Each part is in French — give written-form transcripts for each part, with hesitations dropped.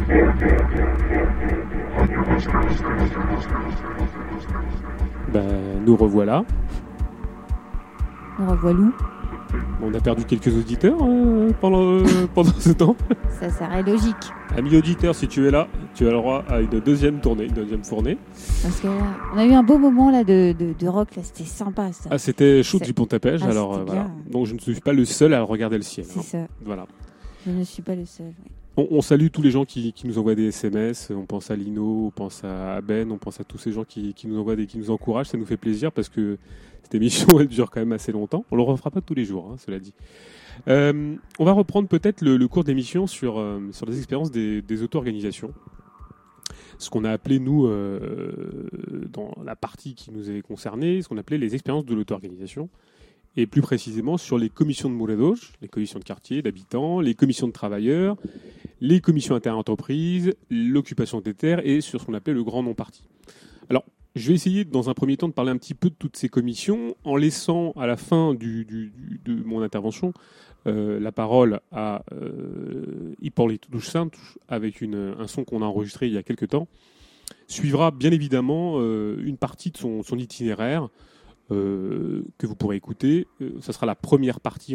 Nous revoilà. Nous revoilà. On a perdu quelques auditeurs pendant ce temps. Ça serait logique. Ami auditeur, si tu es là, tu as le droit à une deuxième tournée, une deuxième fournée. Parce que là, on a eu un beau moment là de rock, là, c'était sympa ça. Ah, c'était Shoot du Pont-à-Pêche, alors voilà. Donc je ne suis pas le seul à regarder le ciel. C'est ça. Voilà. Je ne suis pas le seul. Oui. On salue tous les gens qui nous envoient des SMS. On pense à Lino, on pense à Ben, on pense à tous ces gens qui nous envoient qui nous encouragent. Ça nous fait plaisir parce que cette émission elle dure quand même assez longtemps. On ne le refera pas tous les jours, hein, cela dit. On va reprendre peut-être le cours d'émission sur les expériences des auto-organisations. Ce qu'on a appelé, nous, dans la partie qui nous avait concernée, ce qu'on appelait les expériences de l'auto-organisation. Et plus précisément sur les commissions de mourados, les commissions de quartier, d'habitants, les commissions de travailleurs, les commissions interentreprises, l'occupation des terres et sur ce qu'on appelait le grand non-parti. Alors, je vais essayer dans un premier temps de parler un petit peu de toutes ces commissions en laissant à la fin de mon intervention la parole à Hippolyte Douchsaint avec un son qu'on a enregistré il y a quelques temps. Suivra bien évidemment une partie de son itinéraire que vous pourrez écouter. Ça sera la première partie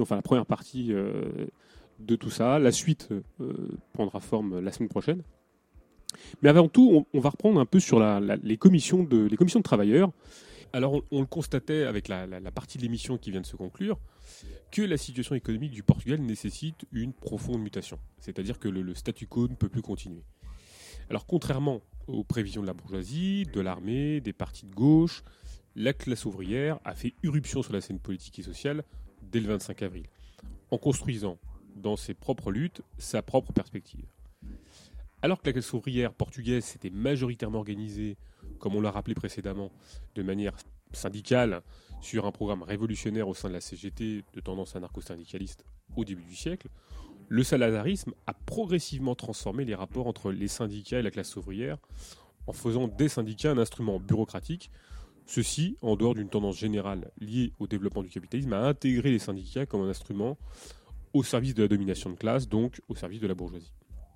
de tout ça. La suite prendra forme la semaine prochaine. Mais avant tout, on va reprendre un peu sur les commissions de travailleurs. Alors, on le constatait avec la partie de l'émission qui vient de se conclure, que la situation économique du Portugal nécessite une profonde mutation. C'est-à-dire que le statu quo ne peut plus continuer. Alors, contrairement aux prévisions de la bourgeoisie, de l'armée, des partis de gauche, la classe ouvrière a fait irruption sur la scène politique et sociale dès le 25 avril, en construisant dans ses propres luttes sa propre perspective. Alors que la classe ouvrière portugaise s'était majoritairement organisée, comme on l'a rappelé précédemment, de manière syndicale sur un programme révolutionnaire au sein de la CGT de tendance anarcho-syndicaliste au début du siècle, le salazarisme a progressivement transformé les rapports entre les syndicats et la classe ouvrière en faisant des syndicats un instrument bureaucratique. Ceci, en dehors d'une tendance générale liée au développement du capitalisme, à intégrer les syndicats comme un instrument au service de la domination de classe, donc au service de la bourgeoisie.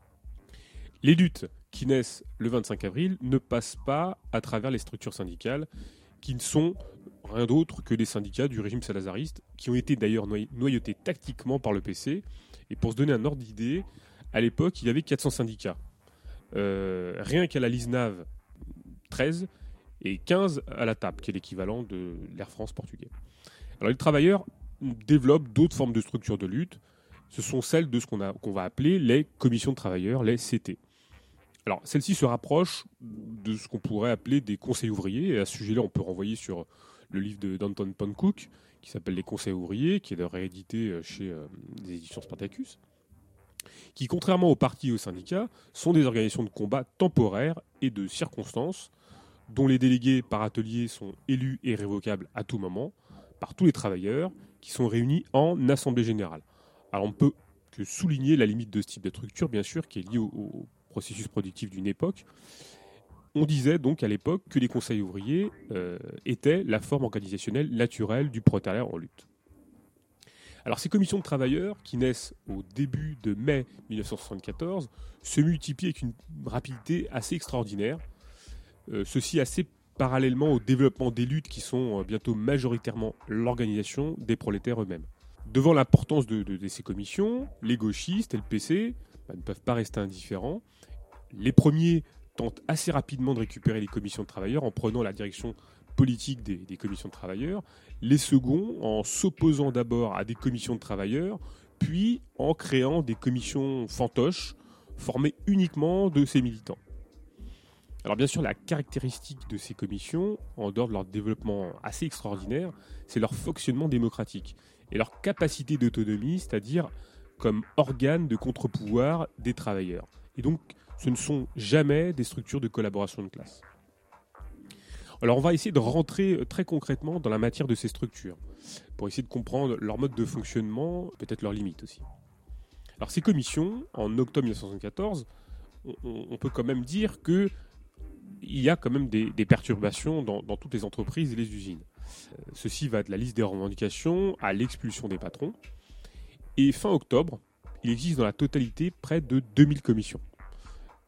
Les luttes qui naissent le 25 avril ne passent pas à travers les structures syndicales, qui ne sont rien d'autre que des syndicats du régime salazariste, qui ont été d'ailleurs noyautés tactiquement par le PC. Et pour se donner un ordre d'idée, à l'époque, il y avait 400 syndicats. Rien qu'à la LISNAV, 13, et 15 à la TAP, qui est l'équivalent de l'Air France portugais. Alors les travailleurs développent d'autres formes de structures de lutte. Ce sont celles de ce qu'on va appeler les commissions de travailleurs, les CT. Alors celles-ci se rapprochent de ce qu'on pourrait appeler des conseils ouvriers. Et à ce sujet-là, on peut renvoyer sur le livre d'Anton Pankouk, qui s'appelle Les conseils ouvriers, qui est d'ailleurs réédité chez des éditions Spartacus, qui, contrairement aux partis et aux syndicats, sont des organisations de combat temporaires et de circonstances, dont les délégués par atelier sont élus et révocables à tout moment par tous les travailleurs qui sont réunis en assemblée générale. Alors on ne peut que souligner la limite de ce type de structure, bien sûr, qui est liée au processus productif d'une époque. On disait donc à l'époque que les conseils ouvriers étaient la forme organisationnelle naturelle du prolétariat en lutte. Alors ces commissions de travailleurs, qui naissent au début de mai 1974, se multiplient avec une rapidité assez extraordinaire. Ceci assez parallèlement au développement des luttes qui sont bientôt majoritairement l'organisation des prolétaires eux-mêmes. Devant l'importance de ces commissions, les gauchistes et le PC ne peuvent pas rester indifférents. Les premiers tentent assez rapidement de récupérer les commissions de travailleurs en prenant la direction politique des commissions de travailleurs. Les seconds en s'opposant d'abord à des commissions de travailleurs, puis en créant des commissions fantoches formées uniquement de ces militants. Alors bien sûr, la caractéristique de ces commissions, en dehors de leur développement assez extraordinaire, c'est leur fonctionnement démocratique et leur capacité d'autonomie, c'est-à-dire comme organe de contre-pouvoir des travailleurs. Et donc, ce ne sont jamais des structures de collaboration de classe. Alors on va essayer de rentrer très concrètement dans la matière de ces structures, pour essayer de comprendre leur mode de fonctionnement, peut-être leurs limites aussi. Alors ces commissions, en octobre 1974, on peut quand même dire que il y a quand même des perturbations dans toutes les entreprises et les usines. Ceci va de la liste des revendications à l'expulsion des patrons. Et fin octobre, il existe dans la totalité près de 2000 commissions.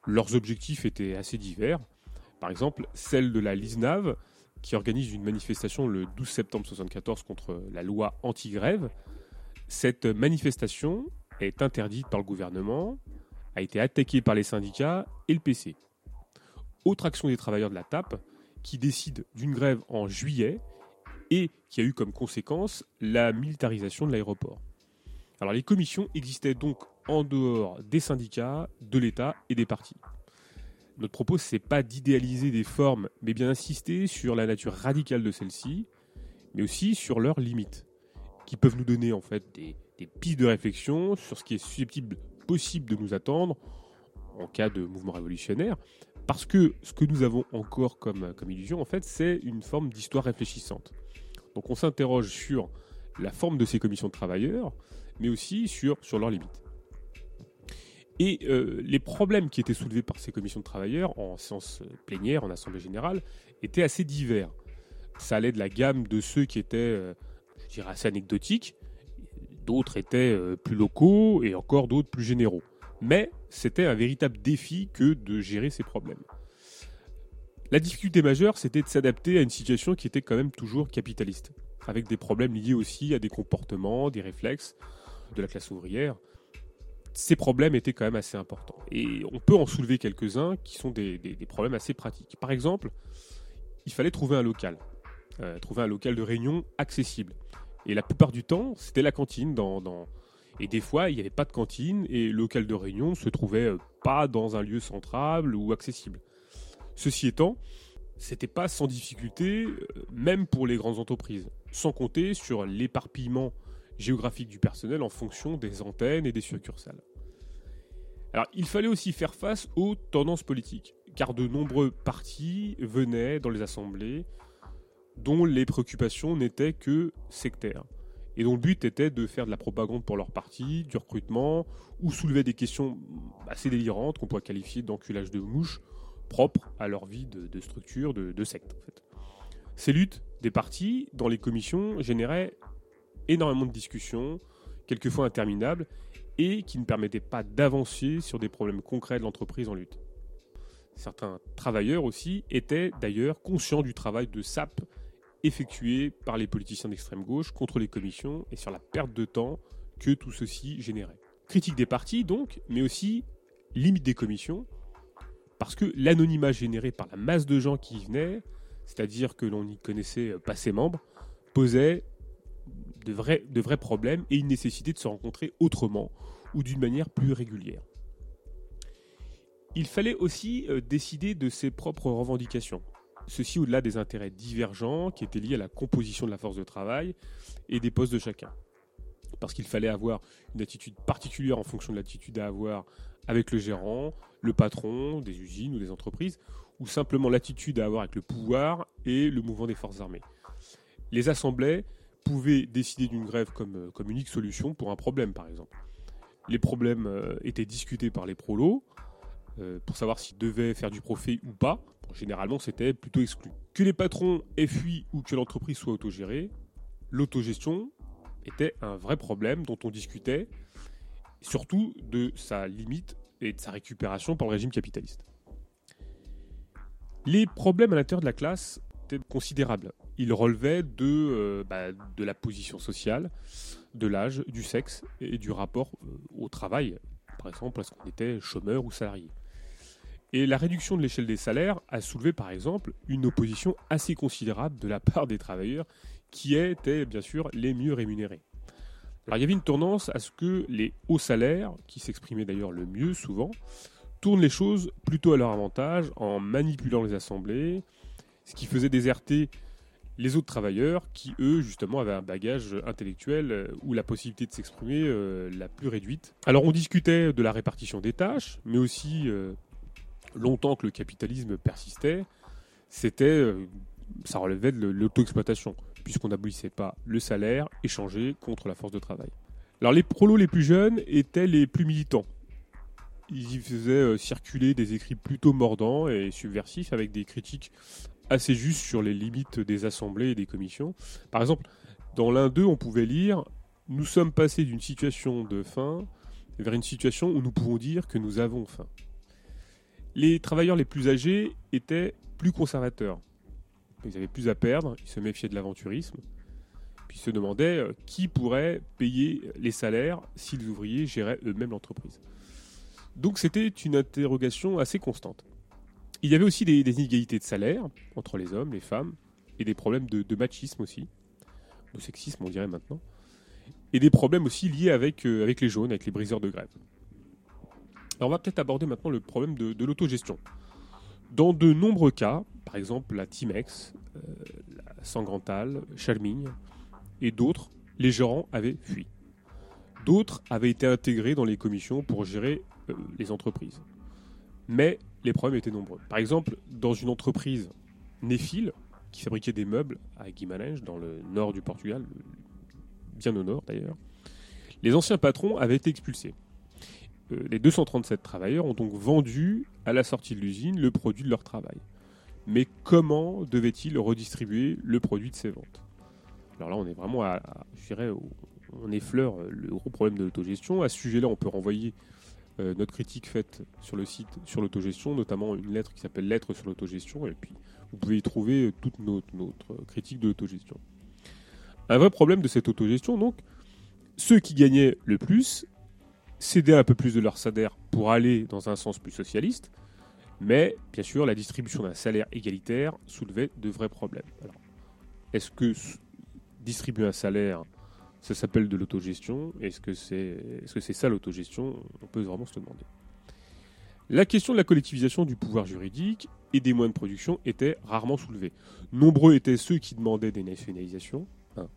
Leurs objectifs étaient assez divers. Par exemple, celle de la LISNAV, qui organise une manifestation le 12 septembre 1974 contre la loi anti-grève. Cette manifestation est interdite par le gouvernement, a été attaquée par les syndicats et le PC. Autre action des travailleurs de la TAP, qui décide d'une grève en juillet et qui a eu comme conséquence la militarisation de l'aéroport. Alors les commissions existaient donc en dehors des syndicats, de l'État et des partis. Notre propos, ce n'est pas d'idéaliser des formes, mais bien insister sur la nature radicale de celles-ci, mais aussi sur leurs limites, qui peuvent nous donner en fait des pistes de réflexion sur ce qui est susceptible, possible de nous attendre en cas de mouvement révolutionnaire, parce que ce que nous avons encore comme illusion, en fait, c'est une forme d'histoire réfléchissante. Donc on s'interroge sur la forme de ces commissions de travailleurs, mais aussi sur leurs limites. Et les problèmes qui étaient soulevés par ces commissions de travailleurs en séance plénière, en assemblée générale, étaient assez divers. Ça allait de la gamme de ceux qui étaient, je dirais, assez anecdotiques, d'autres étaient plus locaux et encore d'autres plus généraux. Mais c'était un véritable défi que de gérer ces problèmes. La difficulté majeure, c'était de s'adapter à une situation qui était quand même toujours capitaliste, avec des problèmes liés aussi à des comportements, des réflexes de la classe ouvrière. Ces problèmes étaient quand même assez importants. Et on peut en soulever quelques-uns qui sont des problèmes assez pratiques. Par exemple, il fallait trouver un local de réunion accessible. Et la plupart du temps, c'était la cantine. Et des fois, il n'y avait pas de cantine et le local de réunion ne se trouvait pas dans un lieu central ou accessible. Ceci étant, c'était pas sans difficulté, même pour les grandes entreprises, sans compter sur l'éparpillement géographique du personnel en fonction des antennes et des succursales. Alors, il fallait aussi faire face aux tendances politiques, car de nombreux partis venaient dans les assemblées dont les préoccupations n'étaient que sectaires, et dont le but était de faire de la propagande pour leur parti, du recrutement, ou soulever des questions assez délirantes qu'on pourrait qualifier d'enculage de mouche, propres à leur vie de structure, de secte. En fait. Ces luttes des partis dans les commissions généraient énormément de discussions, quelquefois interminables, et qui ne permettaient pas d'avancer sur des problèmes concrets de l'entreprise en lutte. Certains travailleurs aussi étaient d'ailleurs conscients du travail de sape effectué par les politiciens d'extrême gauche contre les commissions et sur la perte de temps que tout ceci générait. Critique des partis donc, mais aussi limite des commissions, parce que l'anonymat généré par la masse de gens qui y venaient, c'est-à-dire que l'on n'y connaissait pas ses membres, posait de vrais problèmes et une nécessité de se rencontrer autrement ou d'une manière plus régulière. Il fallait aussi décider de ses propres revendications. Ceci au-delà des intérêts divergents qui étaient liés à la composition de la force de travail et des postes de chacun. Parce qu'il fallait avoir une attitude particulière en fonction de l'attitude à avoir avec le gérant, le patron des usines ou des entreprises, ou simplement l'attitude à avoir avec le pouvoir et le mouvement des forces armées. Les assemblées pouvaient décider d'une grève comme unique solution pour un problème, par exemple. Les problèmes étaient discutés par les prolos pour savoir s'ils devaient faire du profit ou pas. Bon, généralement, c'était plutôt exclu. Que les patrons aient fui ou que l'entreprise soit autogérée, l'autogestion était un vrai problème dont on discutait, surtout de sa limite et de sa récupération par le régime capitaliste. Les problèmes à l'intérieur de la classe étaient considérables. Ils relevaient de la position sociale, de l'âge, du sexe et du rapport au travail, par exemple, est-ce qu'on était chômeur ou salarié. Et la réduction de l'échelle des salaires a soulevé, par exemple, une opposition assez considérable de la part des travailleurs qui étaient, bien sûr, les mieux rémunérés. Alors, il y avait une tendance à ce que les hauts salaires, qui s'exprimaient d'ailleurs le mieux souvent, tournent les choses plutôt à leur avantage en manipulant les assemblées, ce qui faisait déserter les autres travailleurs qui, eux, justement, avaient un bagage intellectuel ou la possibilité de s'exprimer la plus réduite. Alors, on discutait de la répartition des tâches, mais aussi, longtemps que le capitalisme persistait, ça relevait de l'auto-exploitation, puisqu'on n'abolissait pas le salaire échangé contre la force de travail. Alors, les prolos les plus jeunes étaient les plus militants. Ils y faisaient circuler des écrits plutôt mordants et subversifs avec des critiques assez justes sur les limites des assemblées et des commissions. Par exemple, dans l'un d'eux, on pouvait lire « Nous sommes passés d'une situation de faim vers une situation où nous pouvons dire que nous avons faim ». Les travailleurs les plus âgés étaient plus conservateurs. Ils avaient plus à perdre, ils se méfiaient de l'aventurisme, puis ils se demandaient qui pourrait payer les salaires si les ouvriers géraient eux-mêmes l'entreprise. Donc c'était une interrogation assez constante. Il y avait aussi des inégalités de salaire entre les hommes, les femmes, et des problèmes de machisme aussi, de sexisme on dirait maintenant, et des problèmes aussi liés avec les jaunes, avec les briseurs de grève. Alors on va peut-être aborder maintenant le problème de l'autogestion. Dans de nombreux cas, par exemple la Timex, la Sangrental, Chalmigne et d'autres, les gérants avaient fui. D'autres avaient été intégrés dans les commissions pour gérer les entreprises. Mais les problèmes étaient nombreux. Par exemple, dans une entreprise Néphil, qui fabriquait des meubles à Guimarães, dans le nord du Portugal, bien au nord d'ailleurs, les anciens patrons avaient été expulsés. Les 237 travailleurs ont donc vendu à la sortie de l'usine le produit de leur travail. Mais comment devaient-ils redistribuer le produit de ces ventes ? Alors là, on est vraiment je dirais, on effleure le gros problème de l'autogestion. À ce sujet-là, on peut renvoyer notre critique faite sur le site sur l'autogestion, notamment une lettre qui s'appelle Lettre sur l'autogestion, et puis vous pouvez y trouver toute notre critique de l'autogestion. Un vrai problème de cette autogestion, donc, ceux qui gagnaient le plus cédaient un peu plus de leur salaire pour aller dans un sens plus socialiste, mais bien sûr, la distribution d'un salaire égalitaire soulevait de vrais problèmes. Alors, est-ce que distribuer un salaire, ça s'appelle de l'autogestion ? Est-ce que c'est ça l'autogestion ? On peut vraiment se le demander. La question de la collectivisation du pouvoir juridique et des moyens de production était rarement soulevée. Nombreux étaient ceux qui demandaient des nationalisations.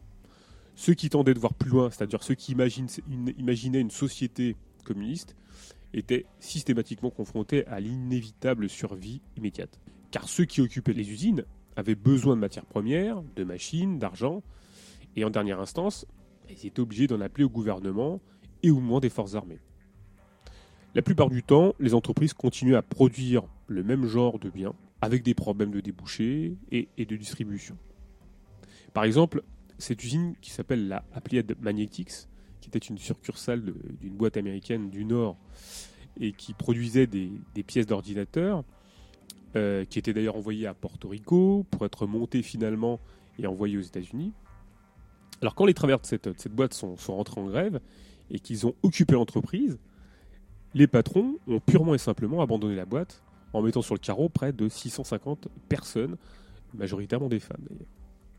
Ceux qui tendaient de voir plus loin, c'est-à-dire ceux qui imaginaient une société communiste, étaient systématiquement confrontés à l'inévitable survie immédiate. Car ceux qui occupaient les usines avaient besoin de matières premières, de machines, d'argent, et en dernière instance, ils étaient obligés d'en appeler au gouvernement et au moins des forces armées. La plupart du temps, les entreprises continuaient à produire le même genre de biens, avec des problèmes de débouchés et de distribution. Par exemple, cette usine qui s'appelle la Applied Magnetics, qui était une succursale d'une boîte américaine du Nord et qui produisait des pièces d'ordinateur, qui étaient d'ailleurs envoyées à Porto Rico pour être montées finalement et envoyées aux États-Unis. Alors quand les travailleurs de cette boîte sont rentrés en grève et qu'ils ont occupé l'entreprise, les patrons ont purement et simplement abandonné la boîte en mettant sur le carreau près de 650 personnes, majoritairement des femmes d'ailleurs.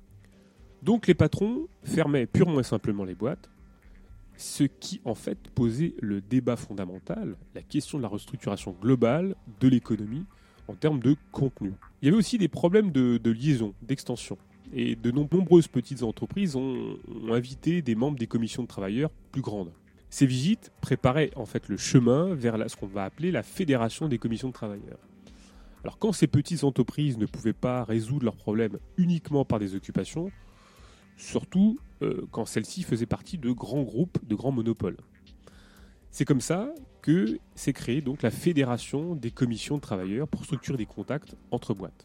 Donc les patrons fermaient purement et simplement les boîtes, ce qui en fait posait le débat fondamental, la question de la restructuration globale de l'économie en termes de contenu. Il y avait aussi des problèmes de liaison, d'extension. Et de nombreuses petites entreprises ont invité des membres des commissions de travailleurs plus grandes. Ces visites préparaient en fait le chemin vers ce qu'on va appeler la fédération des commissions de travailleurs. Alors quand ces petites entreprises ne pouvaient pas résoudre leurs problèmes uniquement par des occupations, surtout quand celles-ci faisaient partie de grands groupes, de grands monopoles. C'est comme ça que s'est créée donc la fédération des commissions de travailleurs pour structurer des contacts entre boîtes.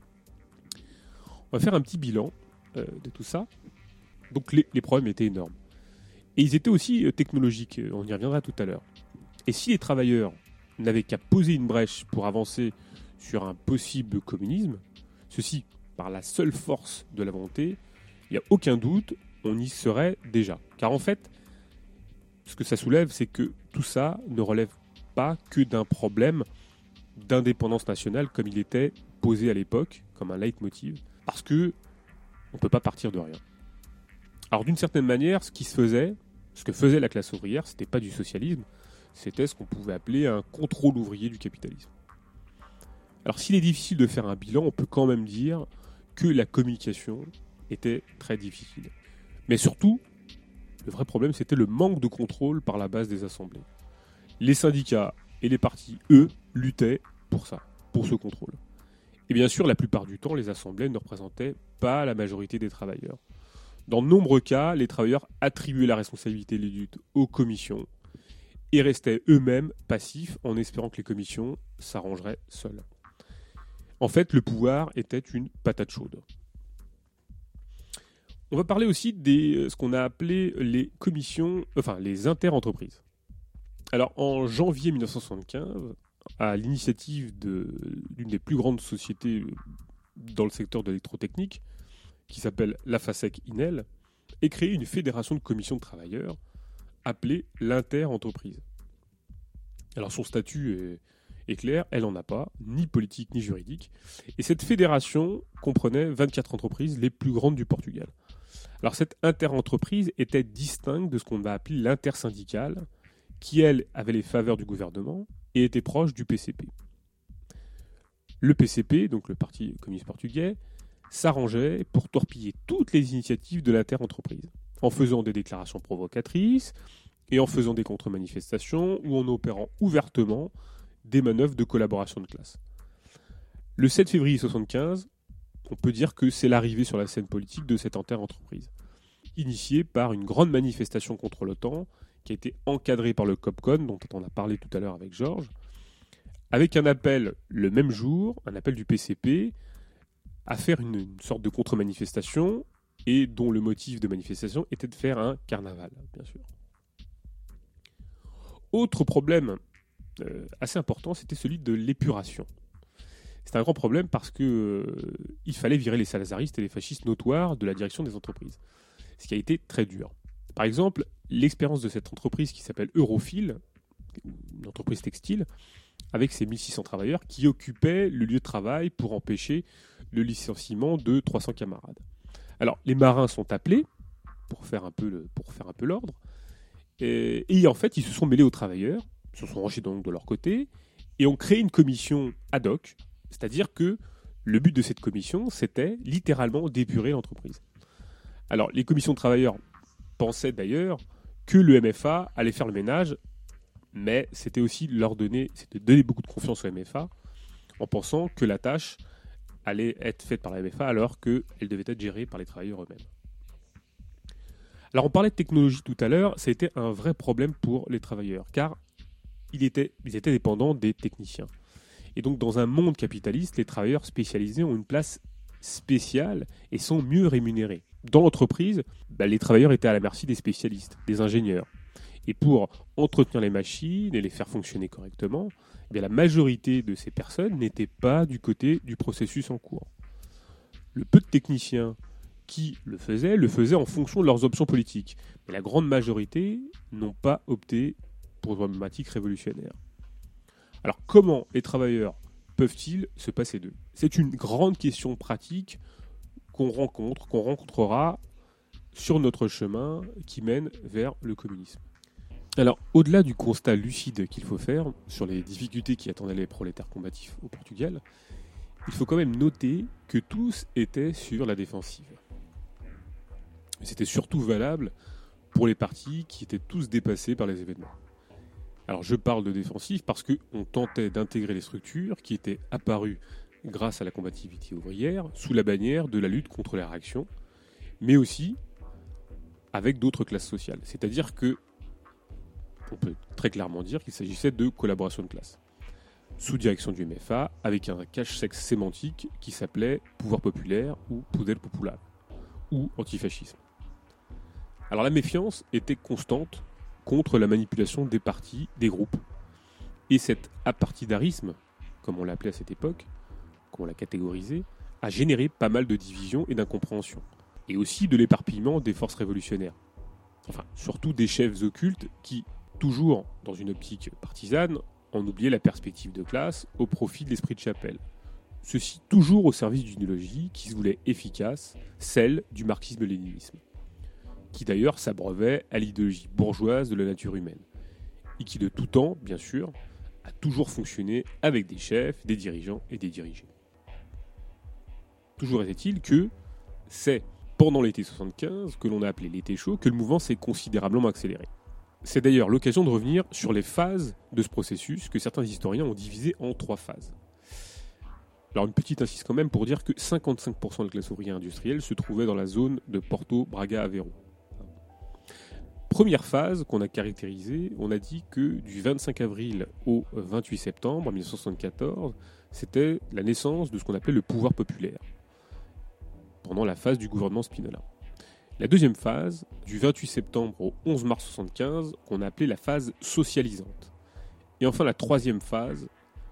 On va faire un petit bilan de tout ça. Donc les problèmes étaient énormes. Et ils étaient aussi technologiques, on y reviendra tout à l'heure. Et si les travailleurs n'avaient qu'à poser une brèche pour avancer sur un possible communisme, ceci par la seule force de la volonté, il n'y a aucun doute, on y serait déjà. Car en fait, ce que ça soulève, c'est que tout ça ne relève pas que d'un problème d'indépendance nationale comme il était posé à l'époque, comme un leitmotiv, parce que on ne peut pas partir de rien. Alors d'une certaine manière, ce que faisait la classe ouvrière, c'était pas du socialisme, c'était ce qu'on pouvait appeler un contrôle ouvrier du capitalisme. Alors s'il est difficile de faire un bilan, on peut quand même dire que la communication était très difficile. Mais surtout, le vrai problème, c'était le manque de contrôle par la base des assemblées. Les syndicats et les partis, eux, luttaient pour ça, pour ce contrôle. Et bien sûr, la plupart du temps, les assemblées ne représentaient pas la majorité des travailleurs. Dans de nombreux cas, les travailleurs attribuaient la responsabilité des luttes aux commissions et restaient eux-mêmes passifs en espérant que les commissions s'arrangeraient seules. En fait, le pouvoir était une patate chaude. On va parler aussi de ce qu'on a appelé les commissions, les interentreprises. Alors, en janvier 1975, à l'initiative d'une des plus grandes sociétés dans le secteur de l'électrotechnique, qui s'appelle l'AFASEC INEL, et créé une fédération de commissions de travailleurs appelée l'inter-entreprise. Alors son statut est clair, elle n'en a pas, ni politique ni juridique. Et cette fédération comprenait 24 entreprises, les plus grandes du Portugal. Alors cette inter-entreprise était distincte de ce qu'on va appeler l'intersyndicale, qui elle avait les faveurs du gouvernement et était proche du PCP. Le PCP, donc le Parti communiste portugais, s'arrangeait pour torpiller toutes les initiatives de l'inter-entreprise, en faisant des déclarations provocatrices et en faisant des contre-manifestations ou en opérant ouvertement des manœuvres de collaboration de classe. Le 7 février 1975, on peut dire que c'est l'arrivée sur la scène politique de cette inter-entreprise, initiée par une grande manifestation contre l'OTAN qui a été encadrée par le COPCON, dont on a parlé tout à l'heure avec Georges, avec un appel le même jour, un appel du PCP, à faire une sorte de contre-manifestation et dont le motif de manifestation était de faire un carnaval, bien sûr. Autre problème assez important, c'était celui de l'épuration. C'était un grand problème parce que il fallait virer les salazaristes et les fascistes notoires de la direction des entreprises, ce qui a été très dur. Par exemple, l'expérience de cette entreprise qui s'appelle Eurofil, une entreprise textile, avec ses 1600 travailleurs qui occupaient le lieu de travail pour empêcher le licenciement de 300 camarades. Alors, les marins sont appelés pour faire un peu l'ordre, et en fait, ils se sont mêlés aux travailleurs, ils se sont rangés donc de leur côté, et ont créé une commission ad hoc, c'est-à-dire que le but de cette commission, c'était littéralement d'épurer l'entreprise. Alors, les commissions de travailleurs pensaient d'ailleurs que le MFA allait faire le ménage, mais c'était aussi donner beaucoup de confiance au MFA, en pensant que la tâche allait être faite par la MFA alors qu'elle devait être gérée par les travailleurs eux-mêmes. Alors on parlait de technologie tout à l'heure, ça a été un vrai problème pour les travailleurs, car ils étaient dépendants des techniciens. Et donc dans un monde capitaliste, les travailleurs spécialisés ont une place spéciale et sont mieux rémunérés. Dans l'entreprise, les travailleurs étaient à la merci des spécialistes, des ingénieurs. Et pour entretenir les machines et les faire fonctionner correctement, la majorité de ces personnes n'étaient pas du côté du processus en cours. Le peu de techniciens qui le faisaient en fonction de leurs options politiques. Mais la grande majorité n'ont pas opté pour une problématique révolutionnaire. Alors comment les travailleurs peuvent-ils se passer d'eux ? C'est une grande question pratique qu'on rencontrera sur notre chemin qui mène vers le communisme. Alors, au-delà du constat lucide qu'il faut faire sur les difficultés qui attendaient les prolétaires combatifs au Portugal, il faut quand même noter que tous étaient sur la défensive. C'était surtout valable pour les partis qui étaient tous dépassés par les événements. Alors, je parle de défensive parce qu'on tentait d'intégrer les structures qui étaient apparues grâce à la combativité ouvrière sous la bannière de la lutte contre la réaction, mais aussi avec d'autres classes sociales. C'est-à-dire que on peut très clairement dire qu'il s'agissait de collaboration de classe, sous direction du MFA, avec un cache-sexe sémantique qui s'appelait pouvoir populaire ou poder popular, ou antifascisme. Alors la méfiance était constante contre la manipulation des partis, des groupes, et cet apartidarisme, comme on l'appelait à cette époque, comme on l'a catégorisé, a généré pas mal de divisions et d'incompréhensions, et aussi de l'éparpillement des forces révolutionnaires. Enfin, surtout des chefs occultes qui, toujours dans une optique partisane, en oubliaient la perspective de classe au profit de l'esprit de chapelle. Ceci toujours au service d'une idéologie qui se voulait efficace, celle du marxisme-léninisme, qui d'ailleurs s'abreuvait à l'idéologie bourgeoise de la nature humaine, et qui de tout temps, bien sûr, a toujours fonctionné avec des chefs, des dirigeants et des dirigés. Toujours est-il que c'est pendant l'été 75, que l'on a appelé l'été chaud, que le mouvement s'est considérablement accéléré. C'est d'ailleurs l'occasion de revenir sur les phases de ce processus que certains historiens ont divisé en 3 phases. Alors une petite insiste quand même pour dire que 55% de la classe ouvrière industrielle se trouvait dans la zone de Porto, Braga, Aveiro. Première phase qu'on a caractérisée, on a dit que du 25 avril au 28 septembre 1974, c'était la naissance de ce qu'on appelait le pouvoir populaire, pendant la phase du gouvernement Spinola. La deuxième phase, du 28 septembre au 11 mars 1975, qu'on a appelée la phase socialisante. Et enfin la troisième phase,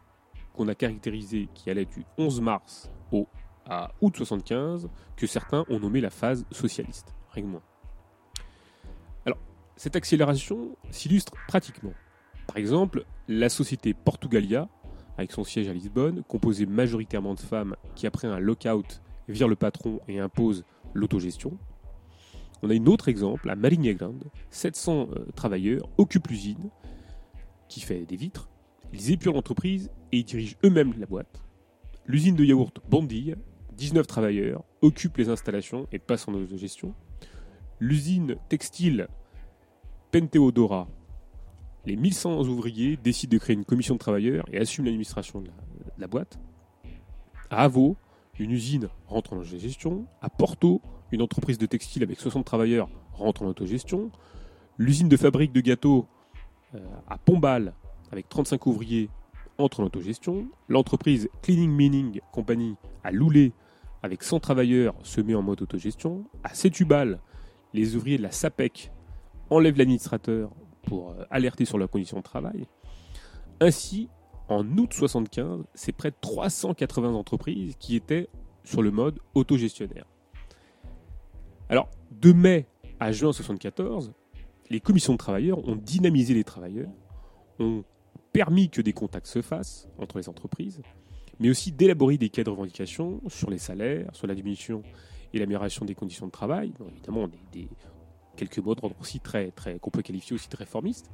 qu'on a caractérisée, qui allait du 11 mars à août 75, que certains ont nommé la phase socialiste. Rien de moins. Alors, cette accélération s'illustre pratiquement. Par exemple, la société Portugalia, avec son siège à Lisbonne, composée majoritairement de femmes qui, après un lock-out, virent le patron et imposent l'autogestion. On a un autre exemple, à Marinha Grande, 700 travailleurs occupent l'usine qui fait des vitres. Ils épurent l'entreprise et ils dirigent eux-mêmes la boîte. L'usine de yaourt Bondille, 19 travailleurs occupent les installations et passent en autogestion. L'usine textile Penteodora, les 1100 ouvriers décident de créer une commission de travailleurs et assument l'administration de la boîte. À Avaux, une usine rentre en autogestion. À Porto, une entreprise de textile avec 60 travailleurs rentre en autogestion. L'usine de fabrique de gâteaux à Pombal, avec 35 ouvriers, entre en autogestion. L'entreprise Cleaning Mining Company à Loulé, avec 100 travailleurs, se met en mode autogestion. À Setúbal, les ouvriers de la SAPEC enlèvent l'administrateur pour alerter sur leurs conditions de travail. Ainsi, en août 75, c'est près de 380 entreprises qui étaient sur le mode autogestionnaire. Alors, de mai à juin 74, les commissions de travailleurs ont dynamisé les travailleurs, ont permis que des contacts se fassent entre les entreprises, mais aussi d'élaborer des cahiers de revendications sur les salaires, sur la diminution et l'amélioration des conditions de travail. Bon, évidemment, quelques mots d'ordre aussi qu'on peut qualifier aussi de réformistes.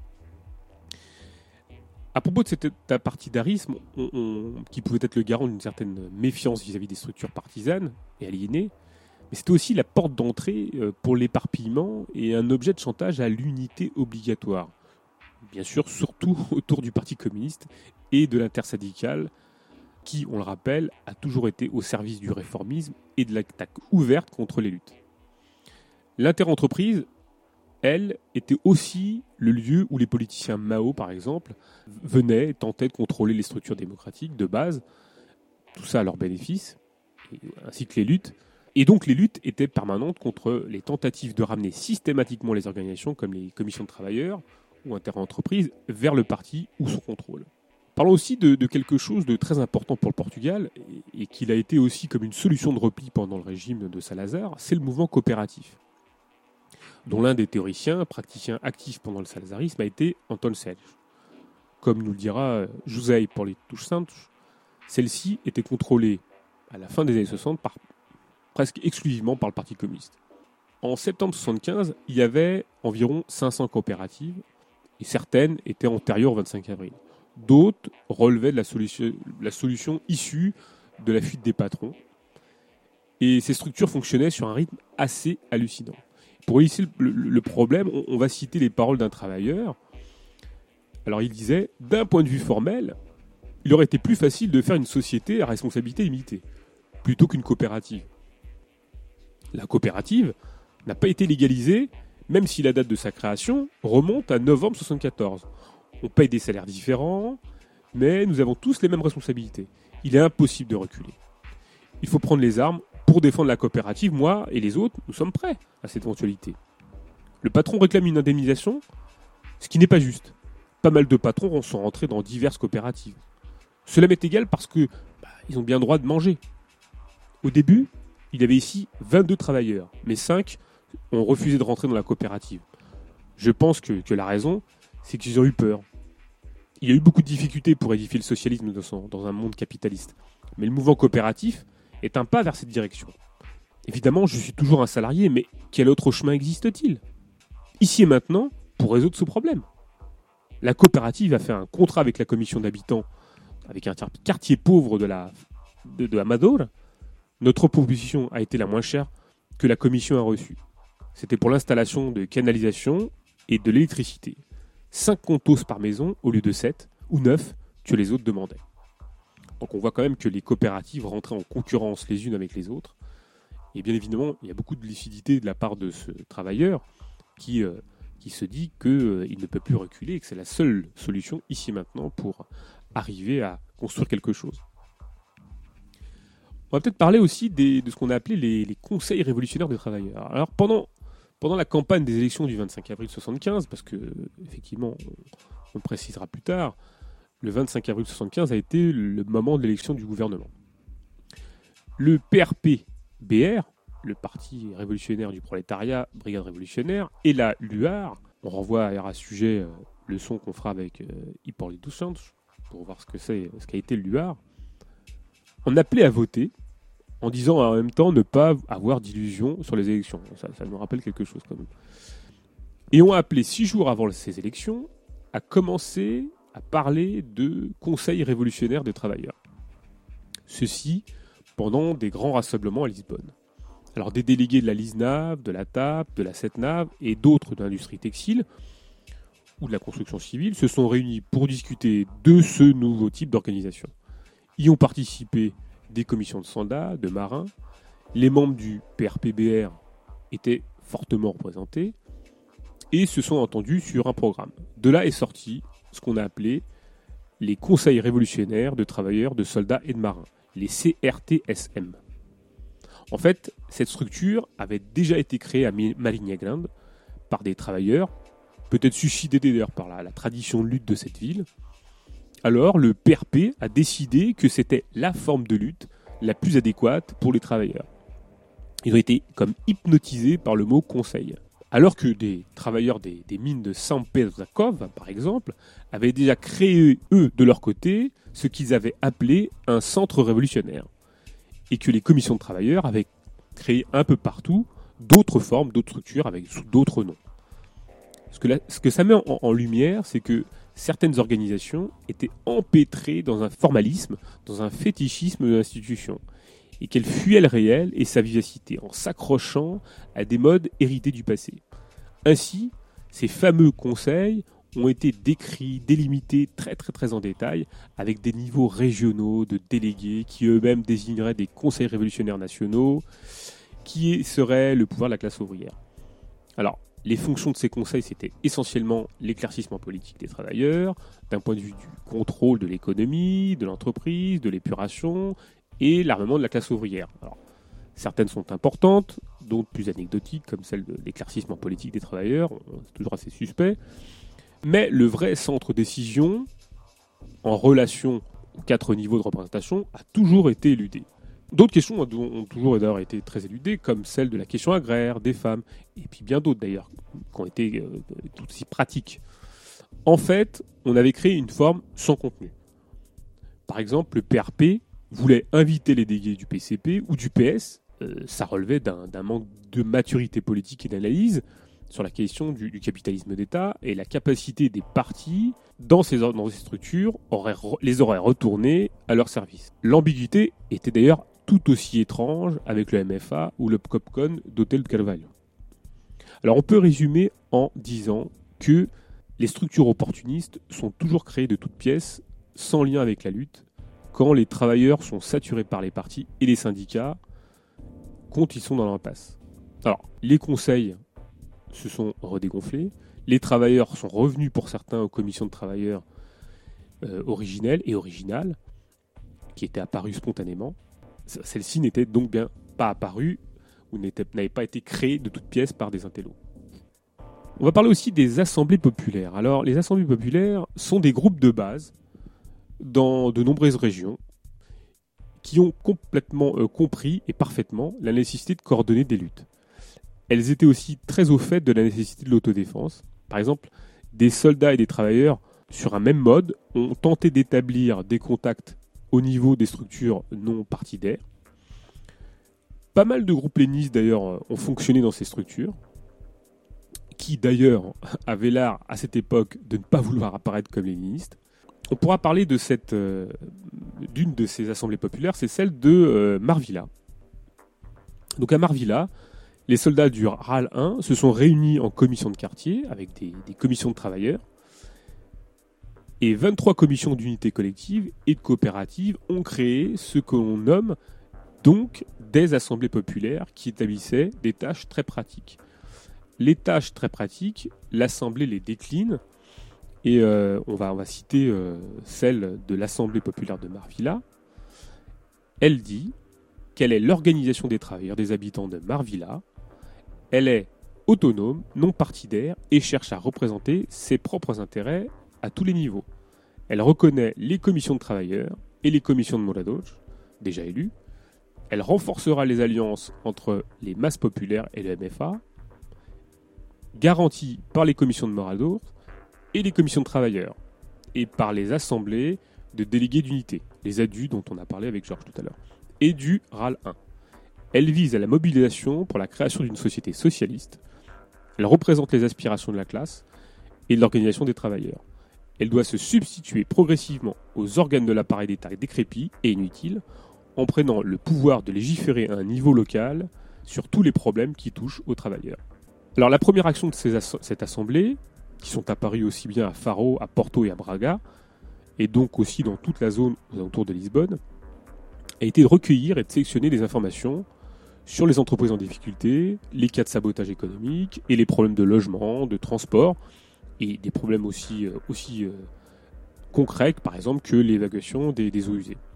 À propos de cet apartidarisme, qui pouvait être le garant d'une certaine méfiance vis-à-vis des structures partisanes et aliénées, mais c'était aussi la porte d'entrée pour l'éparpillement et un objet de chantage à l'unité obligatoire. Bien sûr, surtout autour du Parti communiste et de l'intersyndicale, qui, on le rappelle, a toujours été au service du réformisme et de l'attaque ouverte contre les luttes. L'interentreprise, elle, était aussi le lieu où les politiciens Mao, par exemple, venaient et tentaient de contrôler les structures démocratiques de base, tout ça à leur bénéfice, ainsi que les luttes. Et donc les luttes étaient permanentes contre les tentatives de ramener systématiquement les organisations comme les commissions de travailleurs ou interentreprises vers le parti ou son contrôle. Parlons aussi de quelque chose de très important pour le Portugal et qu'il a été aussi comme une solution de repli pendant le régime de Salazar, c'est le mouvement coopératif, dont l'un des théoriciens, praticien actif pendant le salazarisme, a été Anton Sales. Comme nous le dira José Políticos Santos, celle-ci était contrôlée à la fin des années 60 presque exclusivement par le Parti communiste. En septembre 1975, il y avait environ 500 coopératives, et certaines étaient antérieures au 25 avril. D'autres relevaient de la solution issue de la fuite des patrons. Et ces structures fonctionnaient sur un rythme assez hallucinant. Pour illustrer le problème, on va citer les paroles d'un travailleur. Alors il disait, d'un point de vue formel, il aurait été plus facile de faire une société à responsabilité limitée, plutôt qu'une coopérative. La coopérative n'a pas été légalisée, même si la date de sa création remonte à novembre 1974. On paye des salaires différents, mais nous avons tous les mêmes responsabilités. Il est impossible de reculer. Il faut prendre les armes pour défendre la coopérative. Moi et les autres, nous sommes prêts à cette éventualité. Le patron réclame une indemnisation, ce qui n'est pas juste. Pas mal de patrons sont rentrés dans diverses coopératives. Cela m'est égal parce que ils ont bien le droit de manger. Au début, il y avait ici 22 travailleurs, mais 5 ont refusé de rentrer dans la coopérative. Je pense que la raison, c'est qu'ils ont eu peur. Il y a eu beaucoup de difficultés pour édifier le socialisme dans un monde capitaliste. Mais le mouvement coopératif est un pas vers cette direction. Évidemment, je suis toujours un salarié, mais quel autre chemin existe-t-il ? Ici et maintenant, pour résoudre ce problème. La coopérative a fait un contrat avec la commission d'habitants, avec un quartier pauvre de Amador. Notre proposition a été la moins chère que la commission a reçue. C'était pour l'installation de canalisation et de l'électricité. 5 contos par maison au lieu de 7 ou 9 que les autres demandaient. Donc on voit quand même que les coopératives rentraient en concurrence les unes avec les autres. Et bien évidemment, il y a beaucoup de lucidité de la part de ce travailleur qui se dit qu'il ne peut plus reculer et que c'est la seule solution ici et maintenant pour arriver à construire quelque chose. On va peut-être parler aussi de ce qu'on a appelé les conseils révolutionnaires des travailleurs. Alors pendant la campagne des élections du 25 avril 1975, parce que effectivement on le précisera plus tard, le 25 avril 1975 a été le moment de l'élection du gouvernement. Le PRP-BR, le Parti révolutionnaire du prolétariat, Brigade révolutionnaire, et la LUAR, on renvoie à ce sujet le son qu'on fera avec Hippolyte Toussaint, pour voir ce qu'a été le LUAR, on appelait à voter en disant en même temps ne pas avoir d'illusions sur les élections. Ça nous rappelle quelque chose quand même. Et on a appelé 6 jours avant ces élections à commencer à parler de conseil révolutionnaire des travailleurs. Ceci pendant des grands rassemblements à Lisbonne. Alors des délégués de la LISNAV, de la TAP, de la CETNAV et d'autres de l'industrie textile ou de la construction civile se sont réunis pour discuter de ce nouveau type d'organisation. Y ont participé des commissions de soldats, de marins, les membres du PRPBR étaient fortement représentés et se sont entendus sur un programme. De là est sorti ce qu'on a appelé les conseils révolutionnaires de travailleurs, de soldats et de marins, les CRTSM. En fait, cette structure avait déjà été créée à Marinha Grande par des travailleurs, peut-être suscités d'ailleurs par la tradition de lutte de cette ville. Alors, le PRP a décidé que c'était la forme de lutte la plus adéquate pour les travailleurs. Ils ont été comme hypnotisés par le mot conseil. Alors que des travailleurs des mines de San Pedro Zakov, par exemple, avaient déjà créé, eux, de leur côté, ce qu'ils avaient appelé un centre révolutionnaire. Et que les commissions de travailleurs avaient créé un peu partout d'autres formes, d'autres structures avec sous d'autres noms. Ce que ça met en lumière, c'est que certaines organisations étaient empêtrées dans un formalisme, dans un fétichisme de l'institution, et qu'elles fuyaient le réel et sa vivacité en s'accrochant à des modes hérités du passé. Ainsi, ces fameux conseils ont été décrits, délimités très très très en détail, avec des niveaux régionaux de délégués qui eux-mêmes désigneraient des conseils révolutionnaires nationaux, qui seraient le pouvoir de la classe ouvrière. Alors, les fonctions de ces conseils, c'était essentiellement l'éclaircissement politique des travailleurs, d'un point de vue du contrôle de l'économie, de l'entreprise, de l'épuration et l'armement de la classe ouvrière. Alors, certaines sont importantes, d'autres plus anecdotiques, comme celle de l'éclaircissement politique des travailleurs, c'est toujours assez suspect. Mais le vrai centre décision, en relation aux 4 niveaux de représentation, a toujours été éludé. D'autres questions ont toujours d'ailleurs été très éludées, comme celle de la question agraire, des femmes, et puis bien d'autres d'ailleurs, qui ont été tout aussi pratiques. En fait, on avait créé une forme sans contenu. Par exemple, le PRP voulait inviter les délégués du PCP ou du PS, ça relevait d'un manque de maturité politique et d'analyse sur la question du capitalisme d'État, et la capacité des partis dans ces structures les aurait retournés à leur service. L'ambiguïté était d'ailleurs tout aussi étrange avec le MFA ou le Copcon d'Hotel Carvalho. Alors on peut résumer en disant que les structures opportunistes sont toujours créées de toutes pièces, sans lien avec la lutte, quand les travailleurs sont saturés par les partis et les syndicats, quand ils sont dans l'impasse. Alors, les conseils se sont redégonflés, les travailleurs sont revenus pour certains aux commissions de travailleurs originelles et originales, qui étaient apparues spontanément. Celles-ci n'étaient donc bien pas apparues ou n'avaient pas été créées de toutes pièces par des intellos. On va parler aussi des assemblées populaires. Alors, les assemblées populaires sont des groupes de base dans de nombreuses régions qui ont complètement compris et parfaitement la nécessité de coordonner des luttes. Elles étaient aussi très au fait de la nécessité de l'autodéfense. Par exemple, des soldats et des travailleurs, sur un même mode, ont tenté d'établir des contacts au niveau des structures non partidaires. Pas mal de groupes lénistes, d'ailleurs, ont fonctionné dans ces structures, qui, d'ailleurs, avaient l'art, à cette époque, de ne pas vouloir apparaître comme léninistes. On pourra parler de d'une de ces assemblées populaires, c'est celle de Marvilla. Donc à Marvilla, les soldats du RAL 1 se sont réunis en commission de quartier, avec des commissions de travailleurs, et 23 commissions d'unité collective et de coopérative ont créé ce que l'on nomme donc des assemblées populaires qui établissaient des tâches très pratiques. Les tâches très pratiques, l'assemblée les décline, et on va citer celle de l'Assemblée populaire de Marvilla. Elle dit qu'elle est l'organisation des travailleurs des habitants de Marvilla. Elle est autonome, non partidaire et cherche à représenter ses propres intérêts à tous les niveaux. Elle reconnaît les commissions de travailleurs et les commissions de moradores, déjà élues. Elle renforcera les alliances entre les masses populaires et le MFA, garanties par les commissions de moradores et les commissions de travailleurs, et par les assemblées de délégués d'unité, les ADU dont on a parlé avec Georges tout à l'heure, et du RAL 1. Elle vise à la mobilisation pour la création d'une société socialiste. Elle représente les aspirations de la classe et de l'organisation des travailleurs. Elle doit se substituer progressivement aux organes de l'appareil d'État décrépits et inutiles, en prenant le pouvoir de légiférer à un niveau local sur tous les problèmes qui touchent aux travailleurs. Alors la première action de cette assemblée, qui sont apparues aussi bien à Faro, à Porto et à Braga, et donc aussi dans toute la zone aux alentours de Lisbonne, a été de recueillir et de sélectionner des informations sur les entreprises en difficulté, les cas de sabotage économique et les problèmes de logement, de transport, et des problèmes aussi concrets, par exemple, que l'évacuation des eaux usées.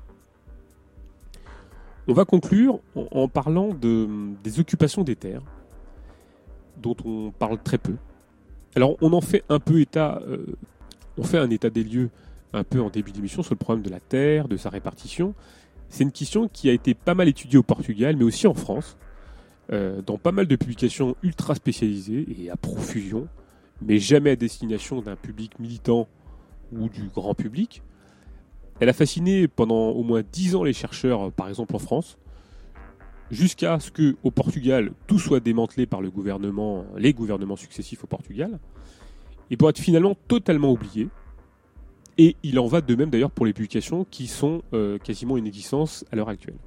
On va conclure en parlant des occupations des terres, dont on parle très peu. Alors, on en fait un peu on fait un état des lieux un peu en début d'émission sur le problème de la terre, de sa répartition. C'est une question qui a été pas mal étudiée au Portugal, mais aussi en France, dans pas mal de publications ultra spécialisées et à profusion, mais jamais à destination d'un public militant ou du grand public. Elle a fasciné pendant au moins 10 ans les chercheurs, par exemple en France, jusqu'à ce qu'au Portugal, tout soit démantelé par les gouvernements successifs au Portugal, et pour être finalement totalement oublié. Et il en va de même d'ailleurs pour les publications qui sont quasiment inexistence à l'heure actuelle.